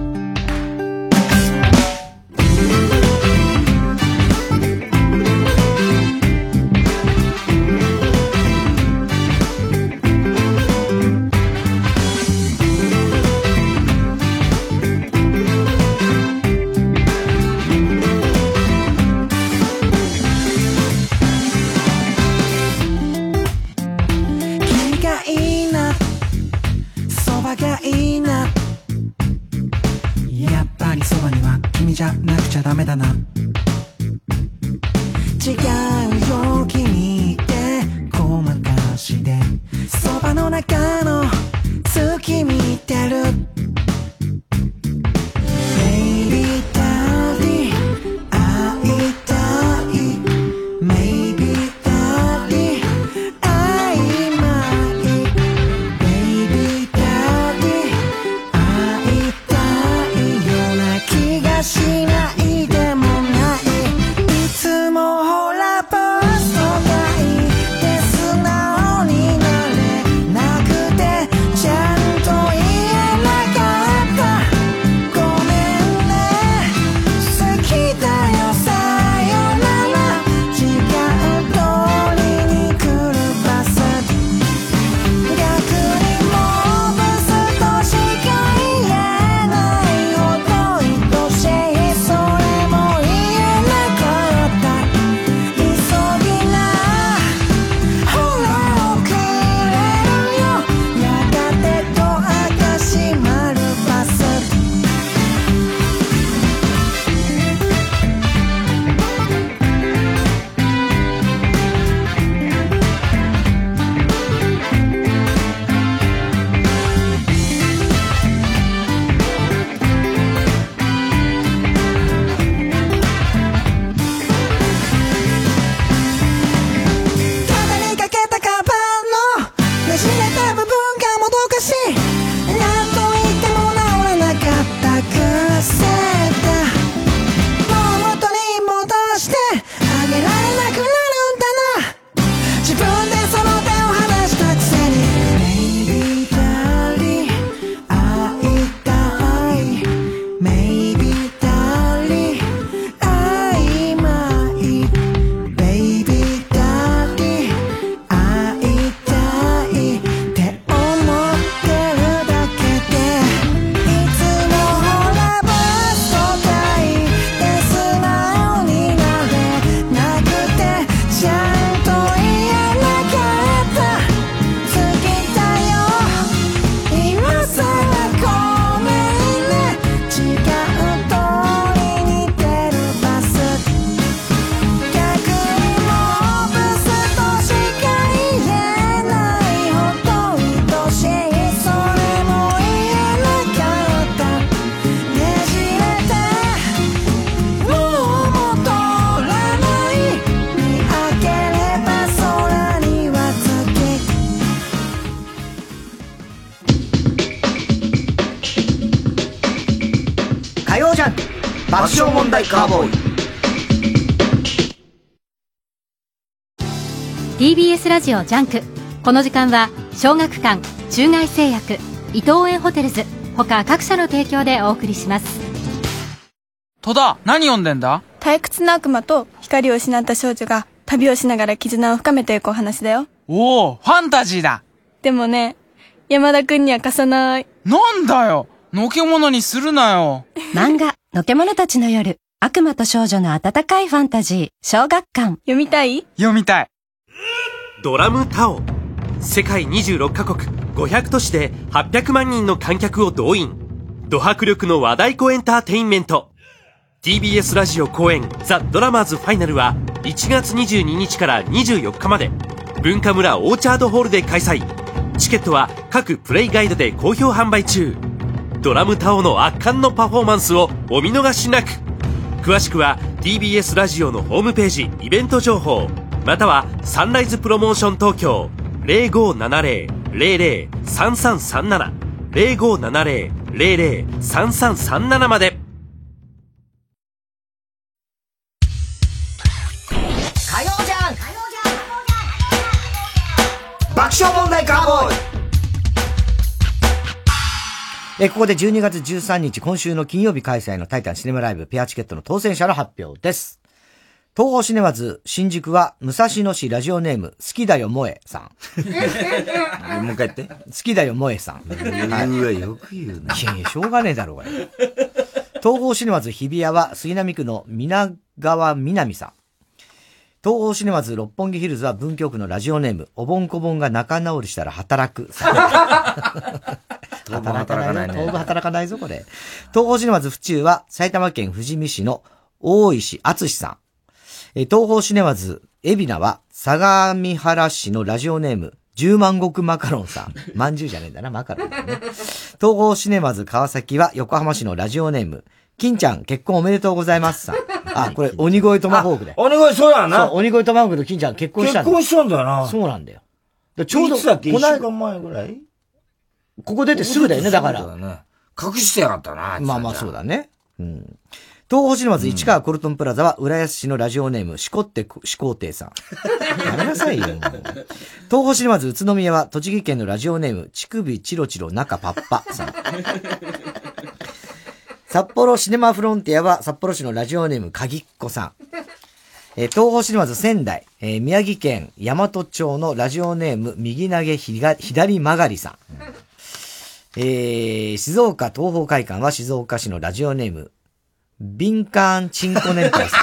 がいいな、やっぱりそばには君じゃなくちゃダメだな。違うよ君ってごまかしでそばの中の月見てる。Maybe Daddy 会いたい、 Maybe Daddy 会いまい、 Maybe Daddy 会いたいような気がしないでもない。いつもほら曜ジャンク爆笑問題カーボーイ。 TBS ラジオジャンク。この時間は小学館、中外製薬、伊東園ホテルズ他各社の提供でお送りします。 戸田、何読んでんだ？ 退屈な悪魔と光を失った少女が旅をしながら絆を深めていくお話だよ。 おお、ファンタジーだ。 でもね、山田くんには貸さない。 なんだよ、のけものにするなよ。 漫画、のけものたちの夜、悪魔と少女の温かいファンタジー、小学館。 読みたい？ 読みたい。 ドラムタオ。世界26カ国500都市で800万人の観客を動員。ド迫力の和太鼓エンターテインメント。TBS ラジオ公演ザ・ドラマーズファイナルは1月22日から24日まで文化村オーチャードホールで開催。チケットは各プレイガイドで好評販売中。ドラムタオの圧巻のパフォーマンスをお見逃しなく。詳しくは TBS ラジオのホームページイベント情報またはサンライズプロモーション東京 0570-003337 0570-003337 まで。 火曜ジャンク爆笑問題カーボーイ。ここで12月13日今週の金曜日開催のタイタンシネマライブペアチケットの当選者の発表です。東宝シネマズ新宿は武蔵野市ラジオネーム好きだよ萌えさん。 もう一回言って。 好きだよ萌えさん。 はい、よく言うな。 いやしょうがねえだろうが。東宝シネマズ日比谷は杉並区の皆川みなみさん。東宝シネマズ六本木ヒルズは文京区のラジオネームおぼんこぼんが仲直りしたら働くさん。働かないね。東部働かないぞこれ。東宝シネマズ府中は埼玉県富士見市の大石敦さん。東宝シネマズ海老名は相模原市のラジオネーム10万石マカロンさん。まんじゅうじゃねえんだな、マカロンだね。東宝シネマズ川崎は横浜市のラジオネーム金ちゃん結婚おめでとうございますさん。あ、これ鬼越トマホークで。 鬼越そうやな。 そう、鬼越トマホークと金ちゃん結婚したんだ。 結婚したんだよな。 そうなんだよ。ちょうどいつだっけ1週間前ぐらいここ出てすぐだよね、だから。 隠してやがったな。 まあまあそうだね。うん。東宝シネマズ市川コルトンプラザは浦安市のラジオネームしこって始皇帝さん。やめなさいよ。東宝シネマズ宇都宮は栃木県のラジオネーム乳首チロチロ中パッパさん。札幌シネマフロンティアは札幌市のラジオネームかぎっこさん。東宝シネマズ仙台、宮城県大和町のラジオネーム右投げ左曲がりさん。静岡東宝会館は静岡市のラジオネームビンカーンチンコネンタルさん。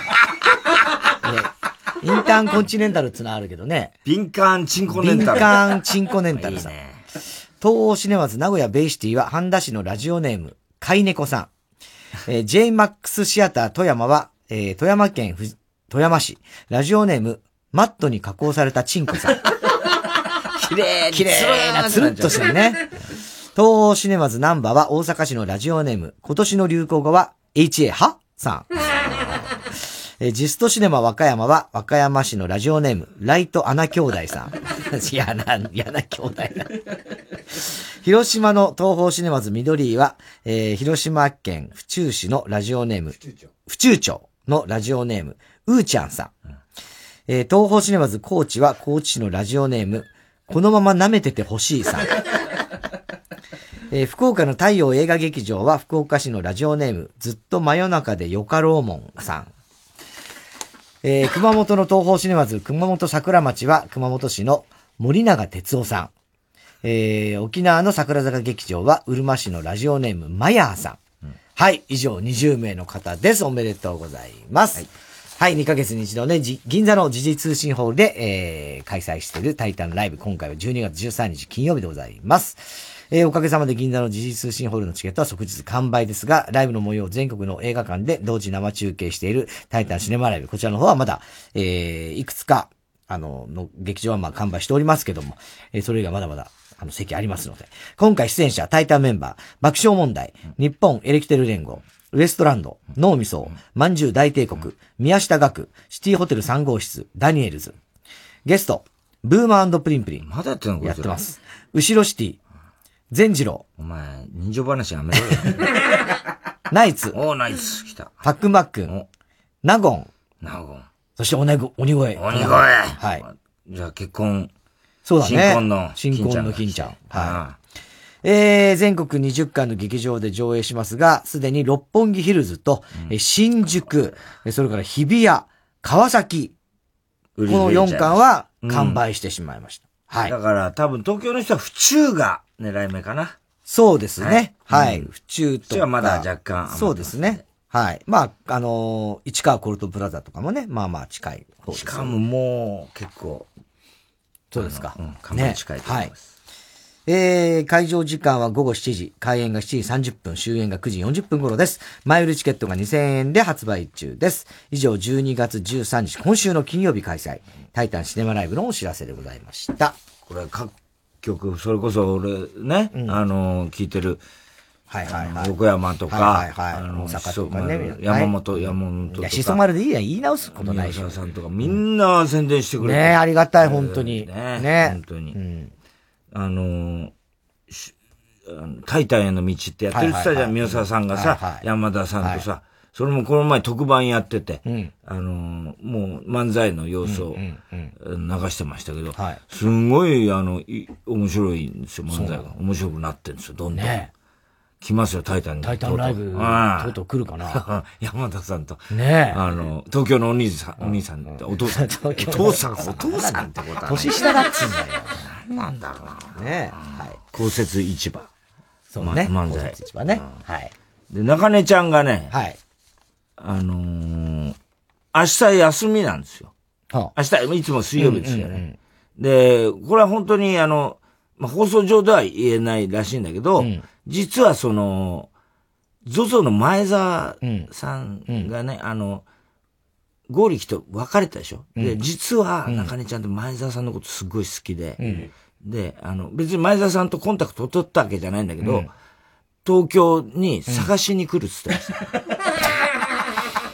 インターンコンチネンタルってのはあるけどね。 ビンカーンチンコネンタル。 ビンカーンチンコネンタルさん。いいね、東宝シネマズ名古屋ベイシティは半田市のラジオネーム飼い猫さん。J マックスシアター富山は、富山県富山市ラジオネームマットに加工されたチンコさん。綺麗なつるっとしてるね。東宝シネマズナンバーは大阪市のラジオネーム今年の流行語はHA はさん。ジストシネマ和歌山は和歌山市のラジオネームライトアナ兄弟さん。嫌な兄弟だ。広島の東宝シネマズ緑は、広島県府中市のラジオネーム府中町のラジオネームうーちゃんさん。東宝シネマズ高知は高知市のラジオネームこのまま舐めててほしいさん。福岡の太陽映画劇場は福岡市のラジオネームずっと真夜中でよかろうもんさん。熊本の東宝シネマズ熊本桜町は熊本市の森永哲夫さん。沖縄の桜坂劇場はうるま市のラジオネームマヤーさん。はい、以上20名の方です。おめでとうございます。はい、2ヶ月に一度ね、銀座の時事通信ホールで、開催しているタイタンライブ。今回は12月13日金曜日でございます。おかげさまで銀座の時事通信ホールのチケットは即日完売ですが、ライブの模様を全国の映画館で同時生中継しているタイタンシネマライブ。こちらの方はまだ、いくつか、の劇場はまあ完売しておりますけども、それ以外まだまだ、席ありますので。今回出演者、タイタンメンバー、爆笑問題、日本エレキテル連合、ウエストランド、脳みそ、まんじゅう大帝国、宮下学、シティホテル3号室、ダニエルズ。ゲスト、ブーマー&プリンプリン。 まだやってんのこれやってます。後ろシティ、善次郎。 お前、人情話やめろよ。 ナイツ。 ナイツ来た。 パックンマックン。ナゴン。そして鬼越。 鬼越。 はい。 じゃあ結婚。 そうだね。 新婚の金ちゃん。はい。全国20館の劇場で上映しますが、すでに六本木ヒルズと、新宿、それから日比谷、川崎、この4館は完売してしまいました。はい。 だから多分東京の人は府中が狙い目かな。 そうですね。はい。府中とか。 府中はまだ若干。 そうですね。はい。まあ、市川コルトプラザとかもね、まあまあ近い方です。 しかももう結構。 そうですか。 かなり近いと思います。 会場時間は午後7時、開演が7時30分、終演が9時40分頃です。前売りチケットが2000円で発売中です。以上、12月13日、今週の金曜日開催、タイタンシネマライブのお知らせでございました。 これ各曲、それこそ俺ね、聞いてる、横山とか、 大阪とかね、 山本とか。 しそ丸でいいや、言い直すことないし。 宮沢さんとかみんな宣伝してくれて。 ね、ありがたい、本当に。ね。 本当に。タイタンへの道ってやってるって言ったじゃん、宮沢さんがさ、山田さんとさ、それもこの前特番やってて、もう漫才の様子を流してましたけど、すごい、面白いんですよ、漫才が。面白くなってるんですよ、どんどん。来ますよ、タイタンに。 タイタンライブ、とうとう来るかな。 山田さんと。 ね東京のお兄さんって、お父さんってことは。 年下だっつうんだよ。 なんだろうな。 ねはい。公設市場。 そうね。 漫才。 公設市場ね。はい。 で、中根ちゃんがね、 はい。 明日休みなんですよ。明日、いつも水曜日ですよね。で、これは本当に放送上では言えないらしいんだけど、実はZOZO の前澤さんがね、ゴーリキと別れたでしょ。で、実は中根ちゃんって前澤さんのことすごい好きで、で、別に前澤さんとコンタクトを取ったわけじゃないんだけど、東京に探しに来るっつってました。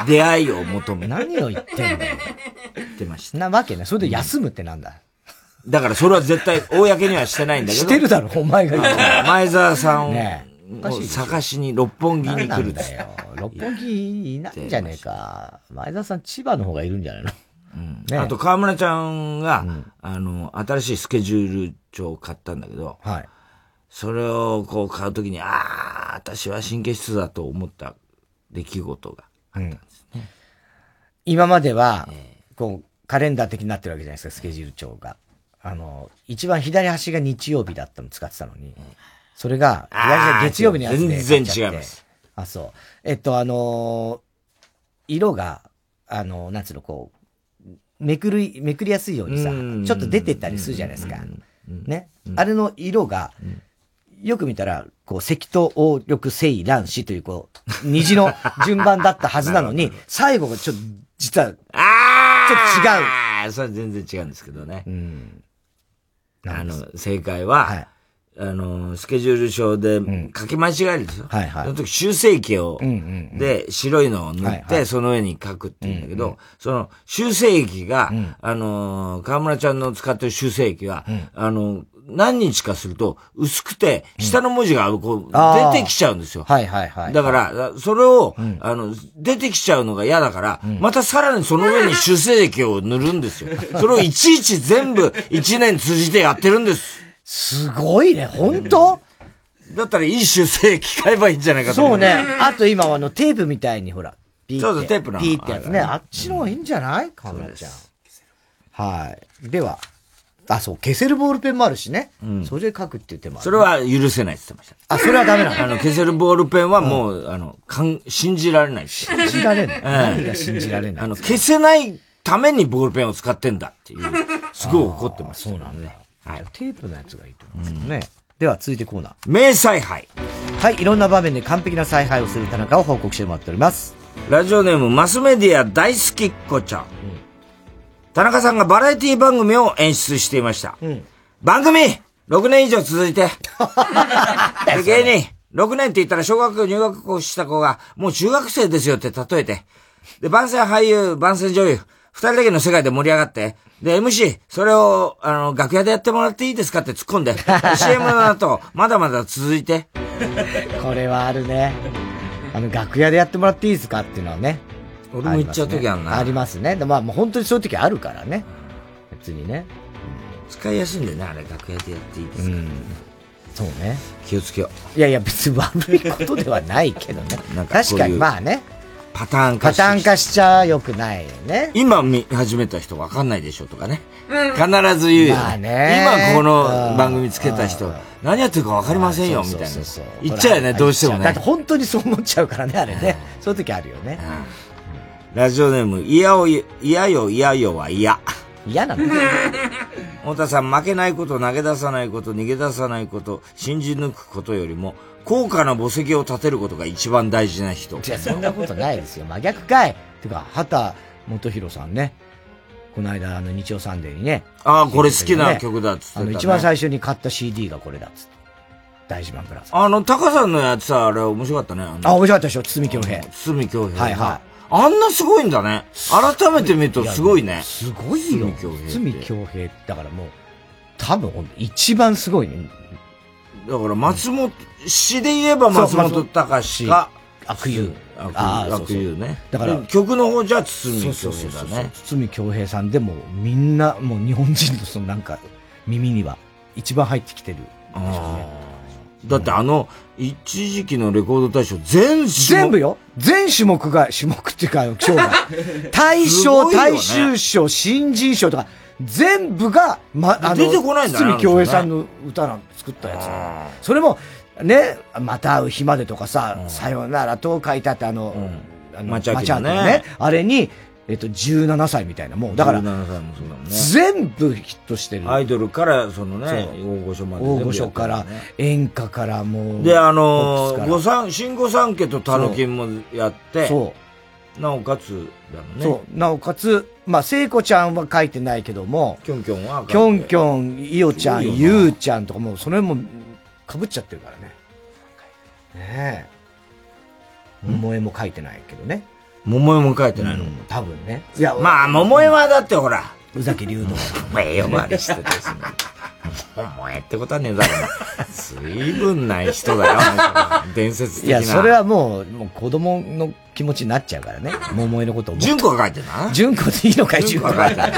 出会いを求め。 何を言ってんだよ。 言ってました。 なわけね。それで休むってなんだ。 だからそれは絶対公にはしてないんだけど。 してるだろ、お前が言う。 前澤さんを探しに六本木に来るんだよ。六本木いないんじゃねえか。前澤さん千葉の方がいるんじゃないの。 あと河村ちゃんが、新しいスケジュール帳を買ったんだけど、それをこう買うときに、私は神経質だと思った出来事があったんですね。 今までは、カレンダー的になってるわけじゃないですか、スケジュール帳が。一番左端が日曜日だったの使ってたのに、それが、月曜日のやつで。 全然違います。 あ、そう。色が、なんつうの、めくりやすいようにさ、ちょっと出てったりするじゃないですか。ね。あれの色が、よく見たら、赤と黄緑青蓝紫という、虹の順番だったはずなのに、最後がちょっと、実は、ちょっと違う。 それ全然違うんですけどね。正解は、スケジュール帳で書き間違えるんですよ。その時修正液を、で、白いのを塗って、その上に書くって言うんだけど、その修正液が、河村ちゃんの使ってる修正液は、何日かすると薄くて、下の文字が出てきちゃうんですよ。だから、それを、出てきちゃうのが嫌だから、またさらにその上に修正液を塗るんですよ。それをいちいち全部1年通じてやってるんです。 すごいね、本当？ だったらいい修正液買えばいいんじゃないかと思う。 そうね。あと今はテープみたいにほら、 ピーって。テープの。 ピーってやつね。あっちの方がいいんじゃない河村ちゃん。はい。では、そう、消せるボールペンもあるしね。それで書くって言ってもそれは許せないって言ってました。 それはダメなの？ 消せるボールペンはもう、信じられない。 信じられない。何が信じられない？ 消せないためにボールペンを使ってんだっていう、すごい怒ってます。 そうなんだ。テープのやつがいいと思うんですけどね。では続いてコーナー。 名采配。 はい、いろんな場面で完璧な采配をする田中を報告してもらっております。 ラジオネームマスメディア大好きっ子ちゃん。田中さんがバラエティ番組を演出していました。番組 !6 年以上続いて。芸人、6年って言ったら小学校入学校した子がもう中学生ですよって例えて。で、番宣俳優、番宣女優、二人だけの世界で盛り上がって、で、MC、それを、楽屋でやってもらっていいですかって突っ込んで、CM の後、まだまだ続いて。 これはあるね。 楽屋でやってもらっていいですかっていうのはね。 俺も行っちゃう時あるな。 ありますね。でもう本当にそういう時あるからね。別にね。 使いやすいんだよね、あれ、楽屋でやっていいですか、 そうね。 気をつけよう。いや別に悪いことではないけどね。確かにまあね。 パターン化しちゃ良くないよね。 今見始めた人分かんないでしょとかね。必ず言うよ。 まあね。 今この番組つけた人、何やってるか分かりませんよ、みたいな。言っちゃうよね、どうしてもね。 だって本当にそう思っちゃうからね、あれね。そういう時あるよね。 ラジオネーム、嫌よは嫌。 嫌なの太田さん、負けないこと、投げ出さないこと、逃げ出さないこと、信じ抜くことよりも、高価な墓石を建てることが一番大事な人。 いや、そんなことないですよ。真逆かい。てか、畑基博さんね。この間、日曜サンデーにね。 ああ、これ好きな曲だっつってた、ね。 一番最初に買った CD がこれだっつって。大事マンブラザー。 タカさんのやつさ、あれ面白かったね。 面白かったでしょ、堤恭平。 堤恭平。 はいはい。 あんなすごいんだね。改めて見るとすごいね。 すごいよ。堤恭平。だからもう、多分一番すごいね。 だから詩で言えば松本隆か、 悪友。 悪友ね。 だから曲の方じゃ堤恭平だね。 堤恭平さんでもみんな、もう日本人のそのなんか、耳には一番入ってきてる。 だって一時期のレコード大賞全部よ。全種目っていうか、賞が。大賞、大衆賞、新人賞とか、全部が、 出てこないんだね。 堤恭平さんの歌作ったやつ。それも、ね、また会う日までとかさ、さよならと書いてあって町明ね。 あれに、17歳みたいな、もう、だから、 17歳もそうだもんね。 全部ヒットしてる。 アイドルから、そのね、大御所まで。 大御所から、演歌からもう。 で、新御三家とタヌキンもやって、なおかつ、だもんね。 そう、なおかつ、聖子ちゃんは書いてないけども、 キョンキョンはキョンキョン、イオちゃん、ユウちゃんとかもう、それも、被っちゃってるからね。ねえ。桃江も書いてないけどね。 桃江も書いてないの、 多分ね。 いや、桃江はだってほら、 宇崎竜童呼ばれしてですね。桃江ってことはねえだろうな。随分ない人だよ。伝説的な。 いや、それはもう子供の気持ちになっちゃうからね。桃江のことを。 純子が書いてるな。 純子でいいのかい、純子が書いて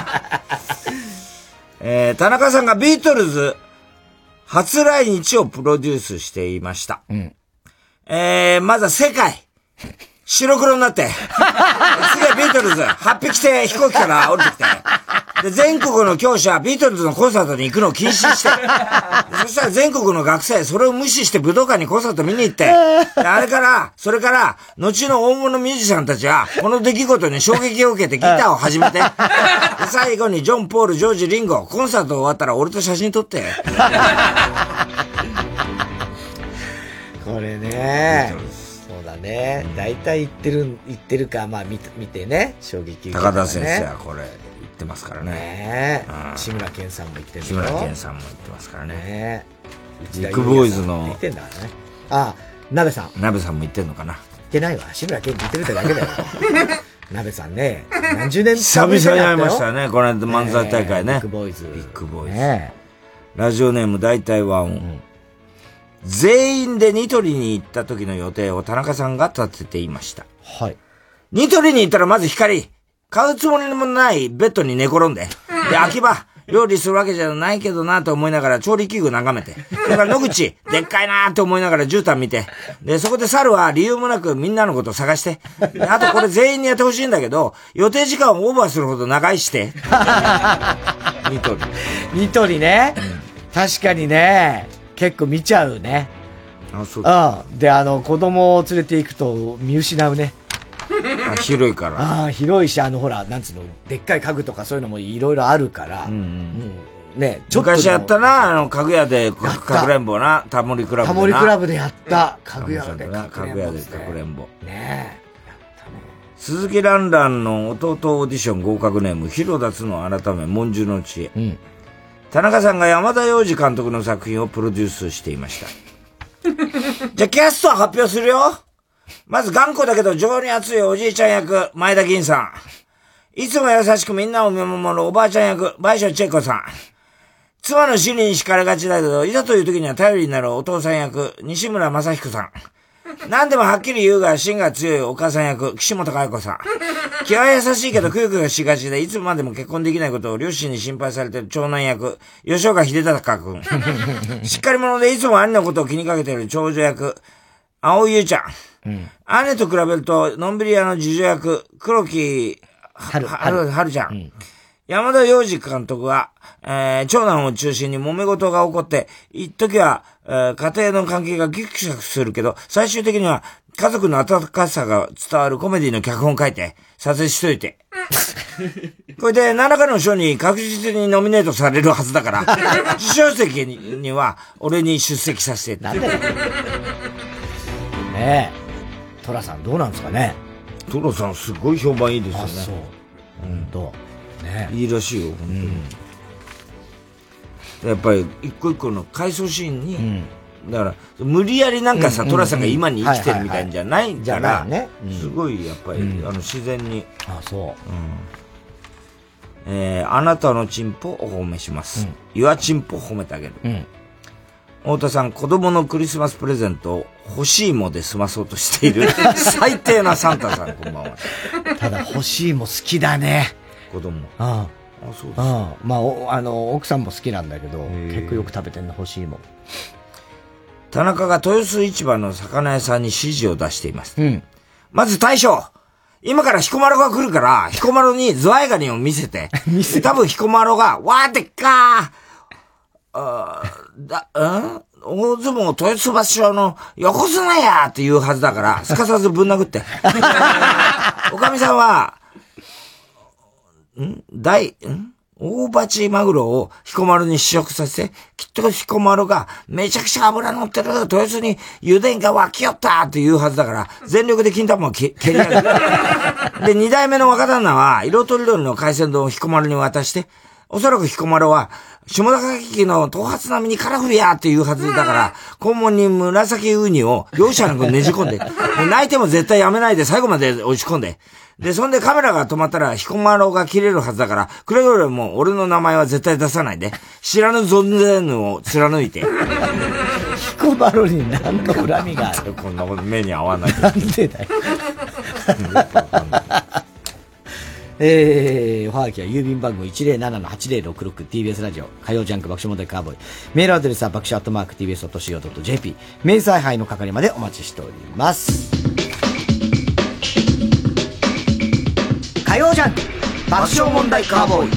る。田中さんがビートルズ初来日をプロデュースしていました。まずは世界。白黒になって。次はビートルズ。8匹着て飛行機から降りてきて。で、全国の教師はビートルズのコンサートに行くのを禁止して。そしたら全国の学生、それを無視して武道館にコンサート見に行って。それから、後の大物ミュージシャンたちは、この出来事に衝撃を受けてギターを始めて。最後にジョン・ポール、ジョージ・リンゴ、コンサート終わったら俺と写真撮って。 これね。そうだね。大体言ってるか、見てね、衝撃受け高田先生はこれ言ってますからね。 志村けんさんも言ってる志村けんさんも言ってますからね。 ビッグボーイズの。 言ってんだからね。あ、鍋さん。 鍋さんも言ってんのかな。 言ってないわ。志村けん言ってるってだけだよ。鍋さんね、何十年久々に会いましたね、この間漫才大会ね。 ビッグボーイズ。 ビッグボーイズ。ラジオネーム大体ワン。全員でニトリに行った時の予定を田中さんが立てていました。 はい。 ニトリに行ったらまず光。買うつもりもないベッドに寝転んで。で、秋葉。料理するわけじゃないけどなと思いながら調理器具眺めて。それから野口。でっかいなと思いながら絨毯見て。で、そこで猿は理由もなくみんなのことを探して。で、あとこれ全員にやってほしいんだけど、予定時間をオーバーするほど長いして。ニトリ。 ニトリね。確かにね。結構見ちゃうね。 あ、そうだ。 で、子供を連れて行くと見失うね。 広いから。 広いし、ほら、なんつうの、でっかい家具とかそういうのもいろいろあるから、ね、 ちょっと。昔やったな、家具屋でかくれんぼな、タモリクラブでな。 タモリクラブでやった。家具屋でかくれんぼ。 ね鈴木蘭蘭の弟オーディション合格ネーム、広田つの改め、文殊の知恵。田中さんが山田洋次監督の作品をプロデュースしていました。じゃあキャストは発表するよ。まず頑固だけど情に熱いおじいちゃん役、前田銀さん。いつも優しくみんなを見守るおばあちゃん役、倍賞千恵子さん。妻の尻に敷かれがちだけど、いざという時には頼りになるお父さん役、西村正彦さん。 何でもはっきり言うが、芯が強いお母さん役、岸本佳代子さん。気は優しいけどくよくよしがちで、いつまでも結婚できないことを両親に心配されている長男役、吉岡秀隆君。しっかり者でいつも兄のことを気にかけている長女役、青井優ちゃん。姉と比べると、のんびり屋の次女役、黒木春ちゃん。山田洋次監督は、長男を中心に揉め事が起こって、一時は、家庭の関係がギクシャクするけど、最終的には家族の温かさが伝わるコメディの脚本を書いて、撮影しといて。これで何らかの賞に確実にノミネートされるはずだから、授賞席には俺に出席させて。 なんでねえ。トラさんどうなんですかね。 トラさんすごい評判いいですよね。あ、 そう。 ね、いいらしいよ、本当に。やっぱり一個一個の回想シーンに、だから無理やりなんかさ、トラさんが今に生きてるみたいんじゃないから、すごいやっぱり、自然に。 あ、そう。 あなたのチンポをお褒めします。Yourチンポを褒めてあげる。太田さん、子供のクリスマスプレゼントを欲しいもで済まそうとしている最低なサンタさん、こんばんは。 ただ欲しいも好きだね。 子供。 ああ、 そうですか。 まあ、奥さんも好きなんだけど、結構よく食べてんの欲しいもん。 田中が豊洲市場の魚屋さんに指示を出しています。まず大将、今から彦摩呂が来るから、彦摩呂にズワイガニを見せて。多分彦摩呂が、わーでっかー大相撲豊洲場所の横綱やって言うはずだから、すかさずぶん殴って。おかみさんは、大鉢マグロを彦摩呂に試食させて、きっと彦摩呂がめちゃくちゃ脂乗ってる豊洲に油田が湧きよったって言うはずだから、全力で金玉を蹴り上げる。で、二代目の若旦那は、色とりどりの海鮮丼を彦摩呂に渡して、おそらく彦摩呂は、下高木の頭髪並みにカラフルやって言うはずだから、肛門に紫ウニを容赦なくねじ込んで、泣いても絶対やめないで最後まで押し込んで、で、そんでカメラが止まったら彦摩呂が切れるはずだから、くれぐれも俺の名前は絶対出さないで、知らぬ存ぜぬを貫いて。 彦摩呂に何の恨みがあるこんなこと目に合わない。 なんでだよ。おはがきは郵便番号 107-8066 TBS ラジオ火曜ジャンク爆笑問題カーボーイメールアドレスは爆笑@tbs.co.jp 明細杯の係までお待ちしております。火曜ジャンク爆笑問題カーボーイ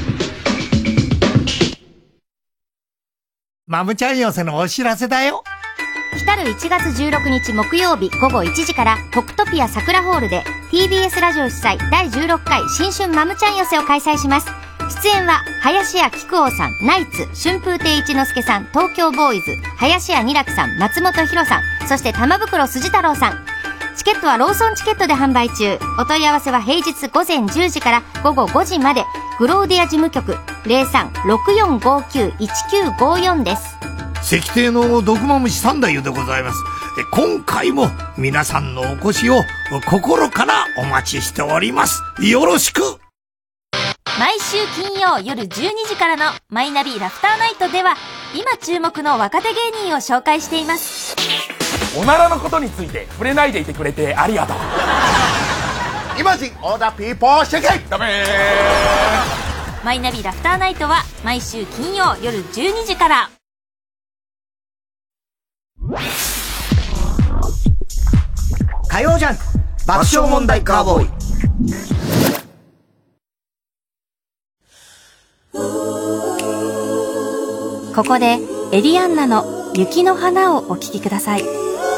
マムちゃん寄せのお知らせだよ。 来たる1月16日木曜日午後1時からトクトピア桜ホールで TBS ラジオ主催第16回新春マムちゃん寄せを開催します。出演は林家木久扇さん、ナイツ、春風亭一之輔さん、東京ボーイズ、林家二楽さん、松本博さん、そして玉袋筋太郎さん。チケットはローソンチケットで販売中。お問い合わせは平日午前10時から午後5時まで。グローディア事務局 03-6459-1954 です。 石亭の毒まむし三太夫でございます。今回も皆さんのお越しを心からお待ちしております。よろしく。 毎週金曜夜12時からのマイナビラフターナイトでは今注目の若手芸人を紹介しています。 おならのことについて触れないでいてくれてありがとう。 イマジンオーダーピーポーシェケイダメー。マイナビラフターナイトは毎週金曜夜12時から。 火曜ジャンク爆笑問題カーボーイ。 ここでエリアンナの雪の花をお聴きください。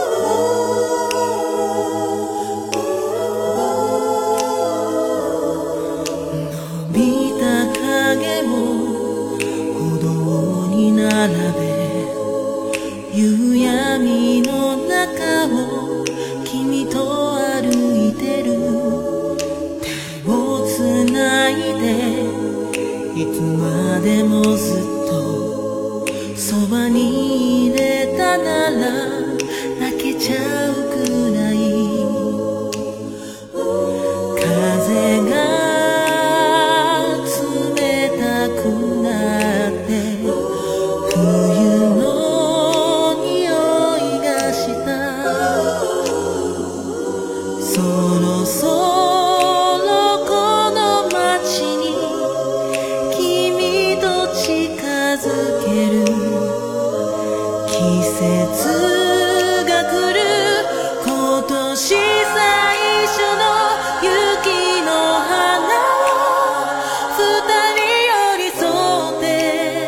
伸びた影を歩道に並べ夕闇の中を君と歩いてる手をつないでいつまでもずっとそばにいれたなら泣けちゃうくらい風が冷たくなって冬の匂いがした節が来る今年最初の雪の花を二人寄り添って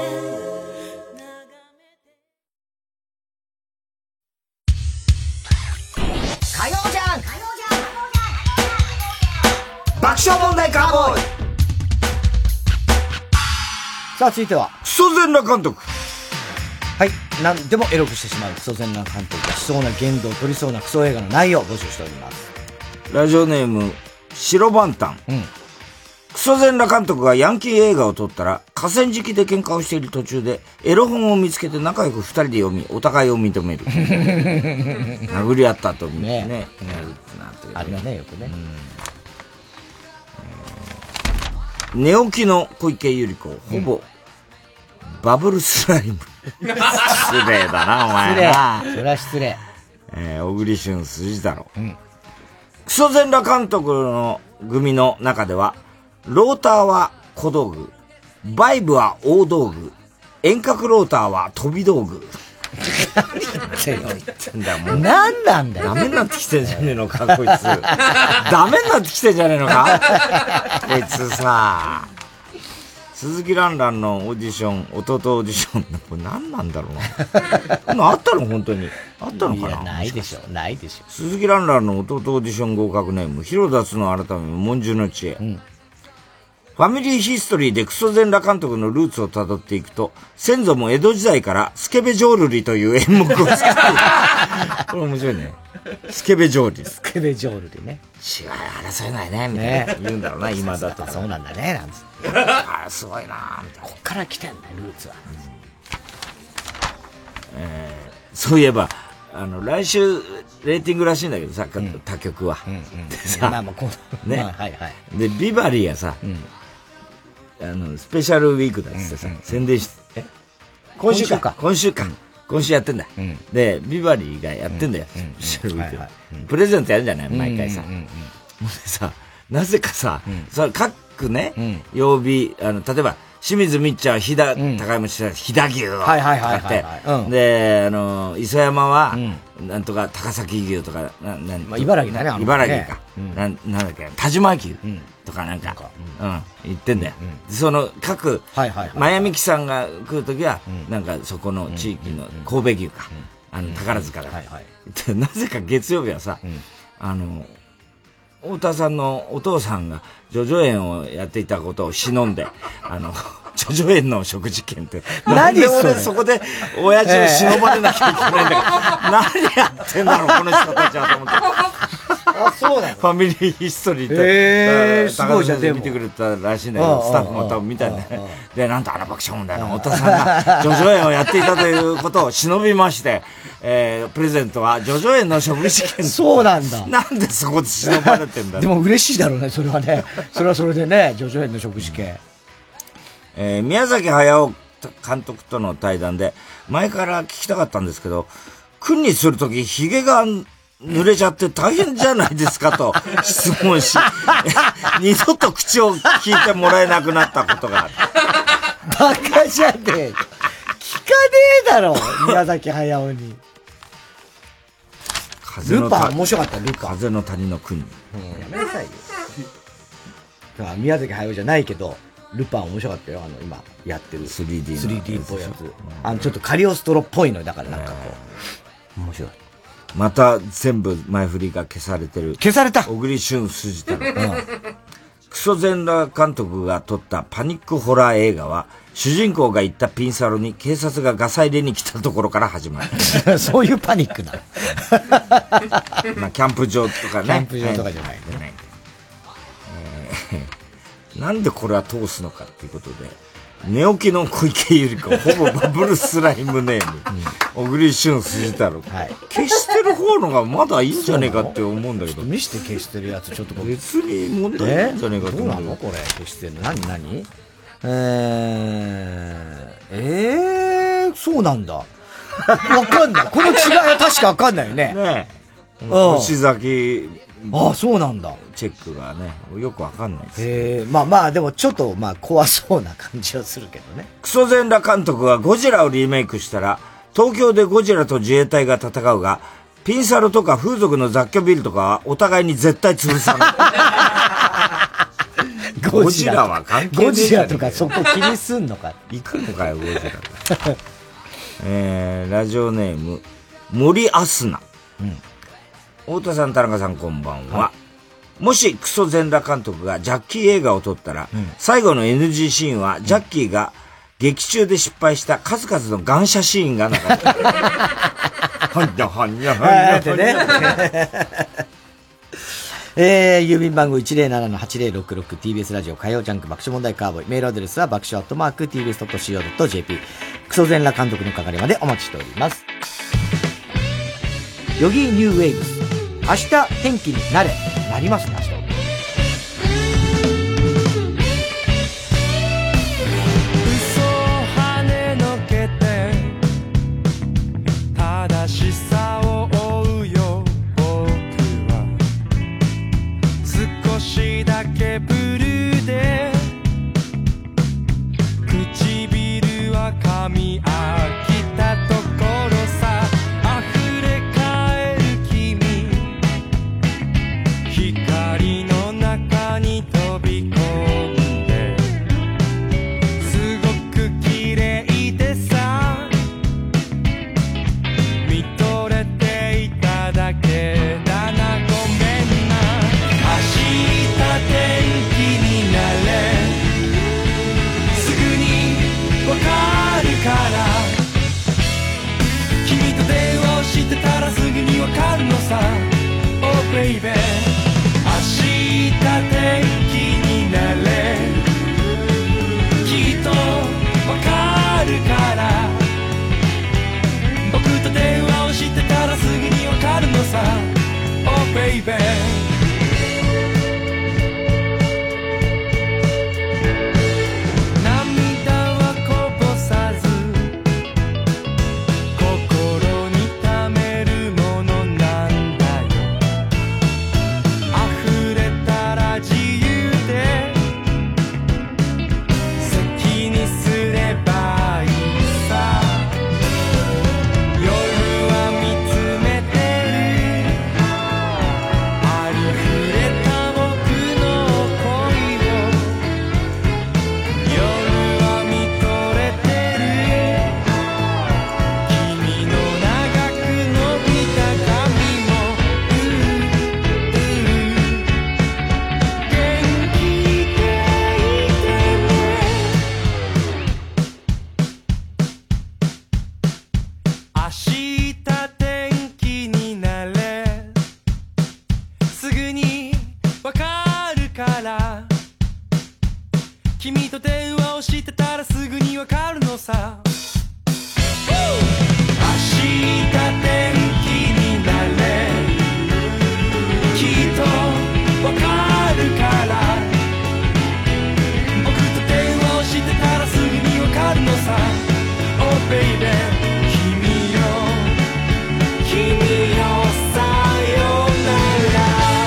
火曜じゃん爆笑問題カーボーイ。さあ続いてはクソ全裸監督。 はい、何でもエロくしてしまうクソ全裸監督がしそうな言動を取りそうなクソ映画の内容を募集しております。 ラジオネーム白バンタン。クソ全裸監督がヤンキー映画を撮ったら河川敷で喧嘩をしている途中でエロ本を見つけて仲良く二人で読みお互いを認める殴り合った後にねあれだね、よくね。 寝起きの小池百合子、ほぼバブルスライム。失礼だなお前な。 それは失礼。 小栗旬筋太郎。クソ全裸監督の組の中ではローターは小道具、バイブは大道具、遠隔ローターは飛び道具。何言ってんだよ、もう。 何なんだよ。 ダメになってきてんじゃねえのか、こいつ。ダメになってきてんじゃねえのかこいつさ。鈴木蘭蘭のオーディション、弟オーディション、これ何なんだろうな。こんなあったの本当に。あったのかな。 いや、ないでしょ、ないでしょ。 鈴木蘭蘭の弟オーディション合格ネーム、広田つの改め文殊の知恵。ファミリーヒストリーでクソ全裸監督のルーツを辿っていくと、先祖も江戸時代からスケベジョールリという演目を作っている。これ面白いね。スケベジョールリ。 スケベジョールリね。 違い争えないね、みたいな。言うんだろうな、今だと。 そうなんだね、なんつって。 あ、すごいなみたいな。 こっから来てんだよ、ルーツは。 そういえば、来週、レーティングらしいんだけどさ、他局は。でさ、 まあまあ、こう、 ね。 はいはい。 で、ビバリーがさ、スペシャルウィークだっつってさ、宣伝して、今週やってんだ。で、ビバリーがやってんだよ。スペシャルウィーク。プレゼントやるじゃない毎回さ。でさ、なぜかさ、各ね、曜日、例えば、清水みっちゃんは高山市は飛騨牛を買って、で、磯山は、なんとか高崎牛とか、 茨城だね、 茨城か。なんだっけ、田島牛とかなんか、言ってんだよ。その各、マヤミキさんが来るときは、なんかそこの地域の神戸牛か、宝塚だ。なぜか月曜日はさ、太田さんのお父さんがジョジョ園をやっていたことを忍んで、ジョジョ園の食事券って。なんで俺そこで親父を忍ばれなきゃいけないんだから、何やってんだろう、この人たちはと思って。 あ、そうだよ。 ファミリーヒストリーって。 すごいじゃん、 見てくれたらしいんだけど、スタッフも多分見たんで。で、なんと爆笑問題の太田さんがジョジョ園をやっていたということを忍びまして、プレゼントはジョジョ園の食事券。 そうなんだ。 なんでそこで忍ばれてんだでも嬉しいだろうね、それはね。それはそれでね、ジョジョ園の食事券。 宮崎駿監督との対談で、前から聞きたかったんですけど、訓にするとき、髭が濡れちゃって大変じゃないですかと質問し、二度と口を聞いてもらえなくなったことがある。 バカじゃねえ。聞かねえだろ、宮崎駿に。ルパン面白かった、ルパン。 風の谷の国。 やめなさいよ。宮崎駿じゃないけど、ルパン面白かったよ、今やってる 3D っぽいやつ。ちょっとカリオストロっぽいのだからなんかこう、面白い。 また全部前振りが消されてる。 消された。 小栗旬筋太郎。クソ全裸監督が撮ったパニックホラー映画は、主人公が行ったピンサロに警察がガサ入れに来たところから始まる。 そういうパニックだ。 まあキャンプ場とかね。 キャンプ場とかじゃないね。 なんでこれは通すのかっていうことで、寝起きの小池百合子、ほぼバブルスライムネーム、小栗旬筋太郎。消してる方のがまだいいんじゃねえかって思うんだけど。 見して消してるやつ、ちょっと別に問題ないんじゃねえかって思う。どうなのこれ、消してるの。何そうなんだ。わかんない。この違いは確かわかんないよね。 ねえ。星崎。 あ、そうなんだ。 チェックがね、よくわかんないです。 まあでもちょっと怖そうな感じはするけどね。 クソ全裸監督がゴジラをリメイクしたら、 東京でゴジラと自衛隊が戦うが、ピンサロとか風俗の雑居ビルとかはお互いに絶対潰さない。ゴジラは関係ない。 ゴジラとかそこ気にすんのか。 行くのかよ、ゴジラが。ラジオネーム、森アスナ。太田さん、田中さん、こんばんは。もしクソ全裸監督がジャッキー映画を撮ったら、最後の NG シーンはジャッキーが劇中で失敗した数々の感謝シーンがなかった。はんにゃはんにゃはんにゃってね。 郵便番号 107-8066 TBS ラジオ火曜ジャンク爆笑問題カーボーイ。メールアドレスは爆笑@tbs.co.jp。クソ全裸監督の係までお待ちしております。ヨギーニューウェイブス。明日天気になれ。なりますね、明日。 嘘を跳ねのけて正しさを追うよ僕は少しだけブルーで唇は噛み飽きたところさ溢れ返る君光の中に飛び込んですごく綺麗でさ見とれていただけだなごめんな明日天気になれすぐにわかるから君と電話をしてたらすぐにわかるのさ Oh baby明日天気になれきっとわかるから僕と電話をしてたらすぐにわかるのさ Oh baby君と電話をしてたらすぐにわかるのさ明日天気になれきっとわかるから僕と電話をしてたらすぐにわかるのさ Oh baby 君よさよなら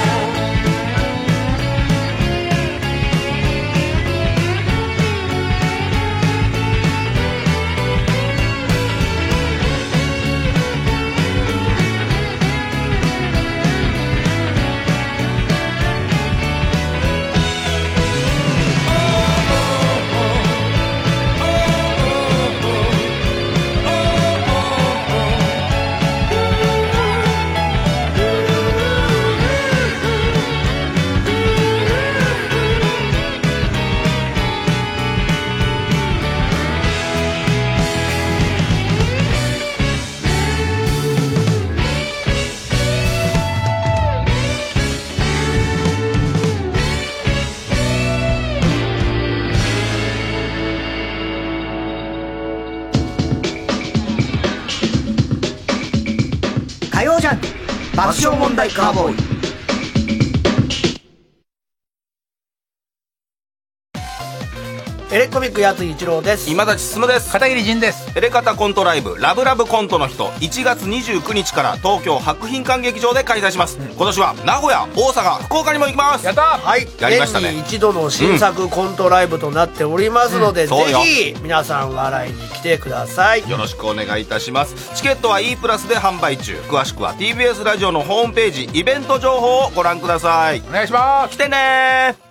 爆笑問題カーボーイ。 エレコミックやつ一郎です。 今立進です。 片桐仁です。 エレカタコントライブラブラブコントの人、1月29日から東京博品館劇場で開催します。今年は名古屋、大阪、福岡にも行きます。 やったー。 はい、 やりましたね。 年に一度の新作コントライブとなっておりますので、ぜひ皆さん笑いに来てください。 よろしくお願いいたします。チケットは E プラスで販売中。詳しくは TBS ラジオのホームページイベント情報をご覧ください。 お願いします。 来てねー。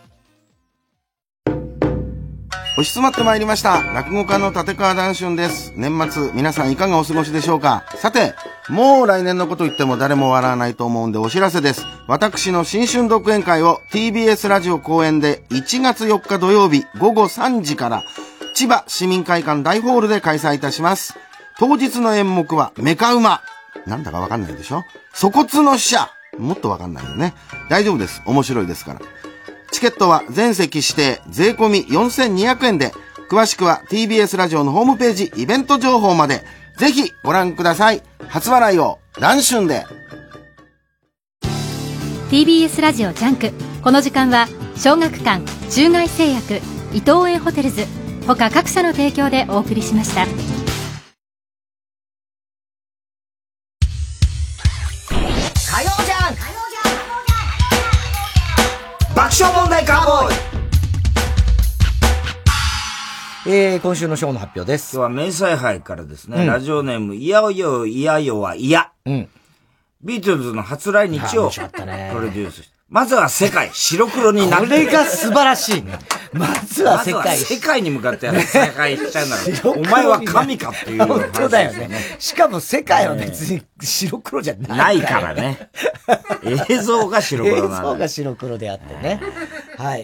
押し詰まってまいりました。落語家の立川談春です。年末、皆さんいかがお過ごしでしょうか。さて、もう来年のこと言っても誰も笑わないと思うんでお知らせです。私の新春独演会を TBS ラジオ公演で1月4日土曜日午後3時から千葉市民会館大ホールで開催いたします。当日の演目はメカウマ。なんだかわかんないでしょ。粗骨の使者。もっとわかんないよね。大丈夫です。面白いですから。チケットは全席指定税込み4200円で、詳しくは TBS ラジオのホームページイベント情報までぜひご覧ください。初笑いを談春で。 TBS ラジオジャンク、この時間は小学館、中外製薬、伊東園ホテルズ他各社の提供でお送りしました。 爆笑問題カーボーイ。今週のショーの発表です。 今日は明細杯からですね、ラジオネーム、いやよいやよはいや。ビートルズの初来日をプロデュースして、まずは世界、白黒になる。 これが素晴らしいね。まずは世界。 世界に向かって世界しちゃうんだから。お前は神かっていう。 本当だよね。しかも世界は別に白黒じゃないからね。映像が白黒なんだ。 映像が白黒であってね。はい、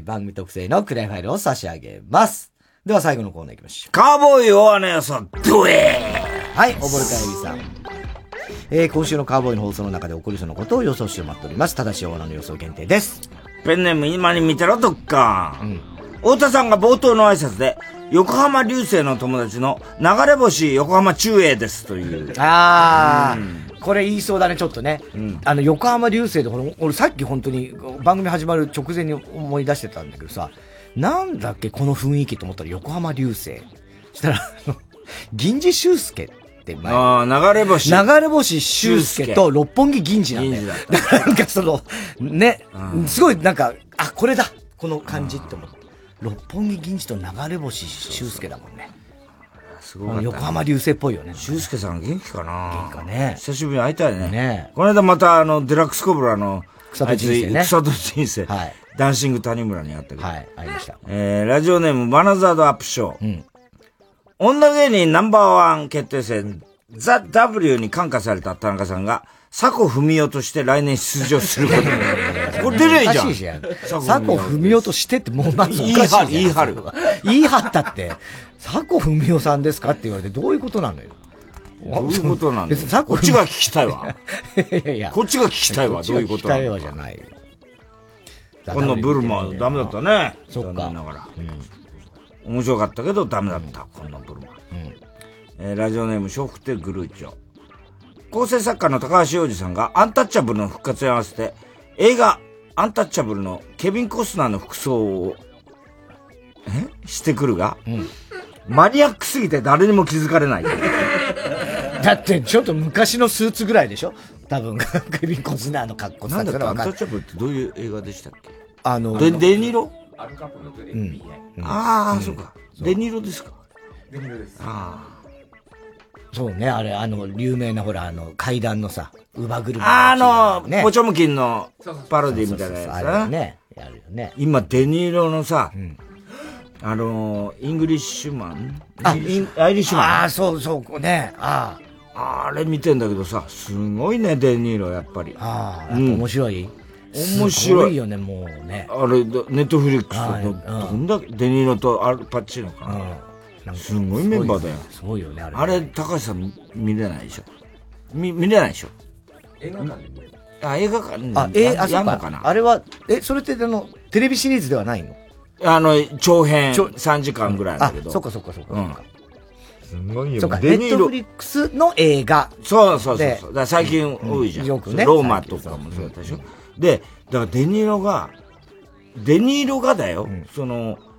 番組特製のクライファイルを差し上げます。では最後のコーナー行きましょう。 カーボーイ大穴予想、ドエー。 はい、溺れたエビさん。今週のカーボーイの放送の中で起こりそうなことを予想してもらっております。ただし大穴の予想限定です。 ペンネーム今に見てろどっか。太田さんが冒頭の挨拶で、横浜流星の友達の流れ星横浜中英ですという。 これ言いそうだね、ちょっとね。横浜流星で、俺さっき本当に番組始まる直前に思い出してたんだけどさ、なんだっけこの雰囲気と思ったら横浜流星。したら、銀次修介って前。 流れ星。 流れ星修介と六本木銀次なんだよ。だからなんかね、すごいなんか、これだこの感じって思った。六本木銀次と流れ星修介だもんね。 すごい。 横浜流星っぽいよね。 修介さん元気かな。 元気かね。 久しぶりに会いたいね。この間またデラックスコブラの草戸人生ね。 草戸人生。はい。ダンシング谷村に会ったけど。 はい、会いました。 ラジオネームバナザードアップショー。女芸人ナンバーワン決定戦、ザ・ W に感化された田中さんが、佐古文雄として来年出場することに。これ出れんじゃん。 佐古文雄としてってもうまずおかしい。言い張ったって、佐古文雄さんですかって言われてどういうことなのよ。 どういうことなんだよ。こっちが聞きたいわ。 いやこっちが聞きたいわ。どういうことなんだよ。聞きたいわじゃないよ。 このブルマはダメだったね。 そっか。 面白かったけどダメだった。こんなブルマ。ラジオネーム笑福亭グルーチョ。構成作家の高橋洋二さんがアンタッチャブルの復活に合わせて映画アンタッチャブルのケビン・コスナーの服装をしてくるが、マニアックすぎて誰にも気づかれない。 だってちょっと昔のスーツぐらいでしょ多分ケビン・コスナーの格好なんだったアンタッチャブルってどういう映画でしたっけ。デニロ。 アルカポのそうか。デニロですか。 デニロです。 そうね、あれ、有名なほら、階段のさ、乳母車。 ポチョムキンのパロディみたいなやつあれね、やるよね。 今、デニーロのさ、イングリッシュマンアイリッシュマンそうね、 あれ見てんだけどさ、すごいね、デニーロ、やっぱり。 面白い面白いよね、もうね。 あれ、ネットフリックスと、どんだけデニーロとアルパッチーノかな。すごいメンバーだよ。 すごいよね、 あれ、高橋さん見れないでしょ。見れないでしょ。 映画館で見れる。 映画館やんのかな。あれは、それってテレビシリーズではないの？ 長編3時間ぐらいだけど。 そっか。すごいよ。 そうか、ネットフリックスの映画。 そう。だから最近多いじゃん。よくね。ローマとかもそうだったでしょ。で、だからデニーロがだよ、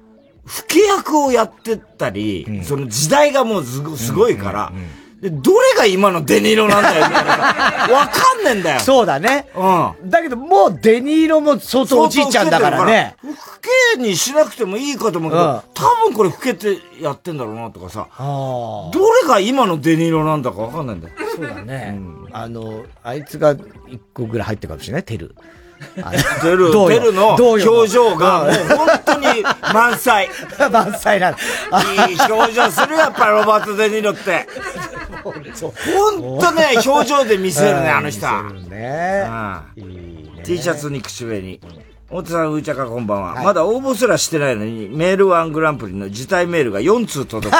老け役をやってったり、その時代がもうすごいから、で、どれが今のデニーロなんだよ、みたいな。わかんねえんだよ。 そうだね。だけど、もうデニーロも相当おじいちゃんだからね。 老けにしなくてもいいかと思うけど、多分これ老けてやってんだろうな、とかさ。どれが今のデニーロなんだかわかんないんだよ。 そうだね。あいつが一個ぐらい入ってるかもしれない、テル。 テルの表情がもう本当に満載。 満載なの。 いい表情するやっぱロバート・デ・ニーロって。本当ね、表情で見せるね、あの人は。T シャツに口笛に。大手さん、うーちゃかこんばんは。まだ応募すらしてないのに、メールワングランプリの辞退メールが4通届く。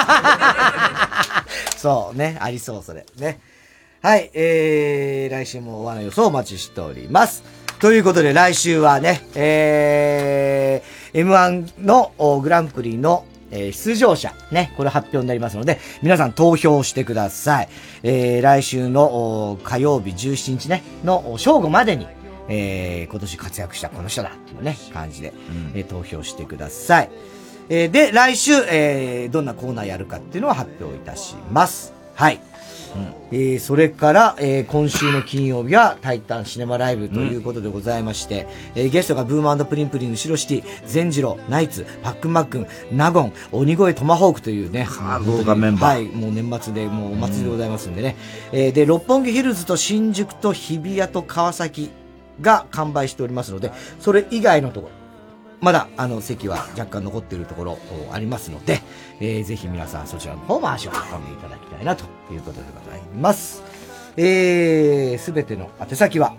そうね、ありそう、それ。ね。はい、来週もお話予想お待ちしております。ということで来週はね、M1 のグランプリの、出場者ね、これ発表になりますので、皆さん投票してください。来週の火曜日17日ね、の正午までに、今年活躍したこの人だっていうね、感じで、投票してください。で、来週、どんなコーナーやるかっていうのを発表いたします。はい。それから、今週の金曜日はタイタンシネマライブということでございまして、ゲストがブーム&プリンプリン、後ろシティ、善次郎、ナイツ、パックンマックン、ナゴン、鬼越トマホークというね、 豪華メンバー。 はい、もう年末でもうお祭りでございますんでね。で、六本木ヒルズと新宿と日比谷と川崎が完売しておりますので、それ以外のところ、まだ、席は若干残っているところありますので、ぜひ皆さんそちらの方も足を運んでいただきたいなということでございます。すべての宛先は、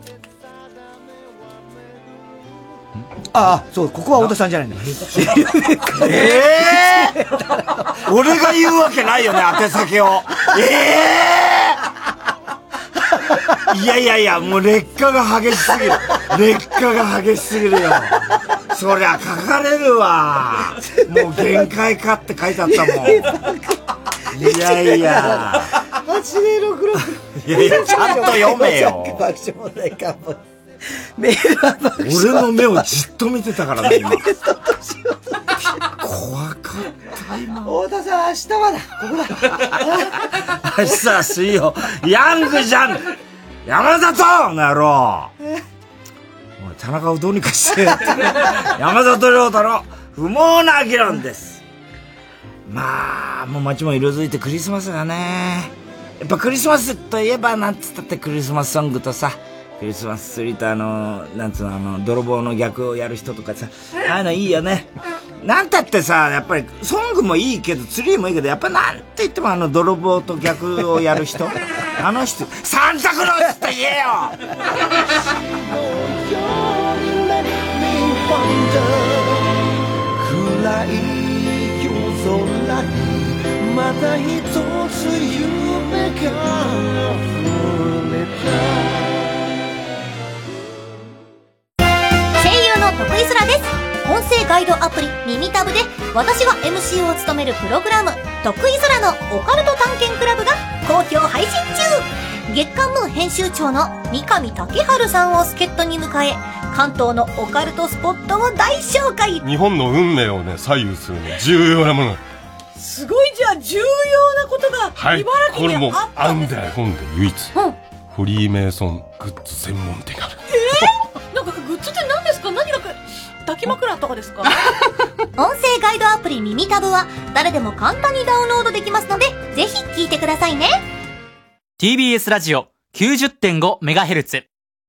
そう、ここは太田さんじゃないんだ。 俺が言うわけないよね、宛先を。いや、もう劣化が激しすぎる。劣化が激しすぎるよ。そりゃ書かれるわ。もう限界かって書いてあったもん。いや。 8066。 いや、ちゃんと読めよ。 爆笑問題カーボーイ。メールは爆笑。 俺の目をじっと見てたからね、今。怖かった今。 太田さん、明日まだ。ここだ。明日は水曜。ヤングじゃん山里の野郎。おい、田中をどうにかしてやってくれ。山里亮太の不毛な議論です。まあ、もう街も色づいてクリスマスだね。やっぱクリスマスといえばなんつったってクリスマスソングとさ、クリスマスツリーとなんつうの、泥棒の逆をやる人とかさ、ああいうのいいよね。なんたってさ、やっぱりソングもいいけど、ツリーもいいけど、やっぱなんて言っても泥棒と逆をやる人あの人、サンタクロースって言えよ暗い夜空にまた一つ夢が溢れた。 徳井空です。音声ガイドアプリ耳タブで私が MC を務めるプログラム徳井空のオカルト探検クラブが好評配信中。月刊ムー編集長の三上竹春さんを助っ人に迎え、関東のオカルトスポットを大紹介。 日本の運命をね左右するね重要なもの。 すごい、じゃあ重要なことが茨城にあったんです。 これもあんだよ、本で唯一、フリーメイソングッズ専門店がある。 なんかグッズって何ですか？何か抱き枕とかですか？ 音声ガイドアプリ耳タブは誰でも簡単にダウンロードできますので、ぜひ聞いてくださいね。 TBS ラジオ 90.5MHz。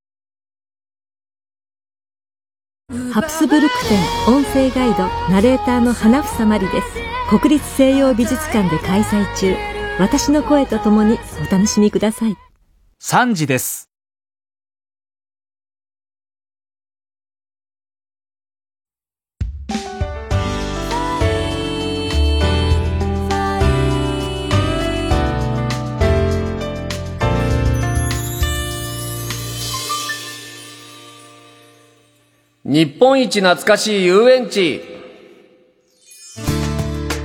ハプスブルク展音声ガイドナレーターの花房まりです。国立西洋美術館で開催中。私の声とともにお楽しみください。 3時です。 日本一懐かしい遊園地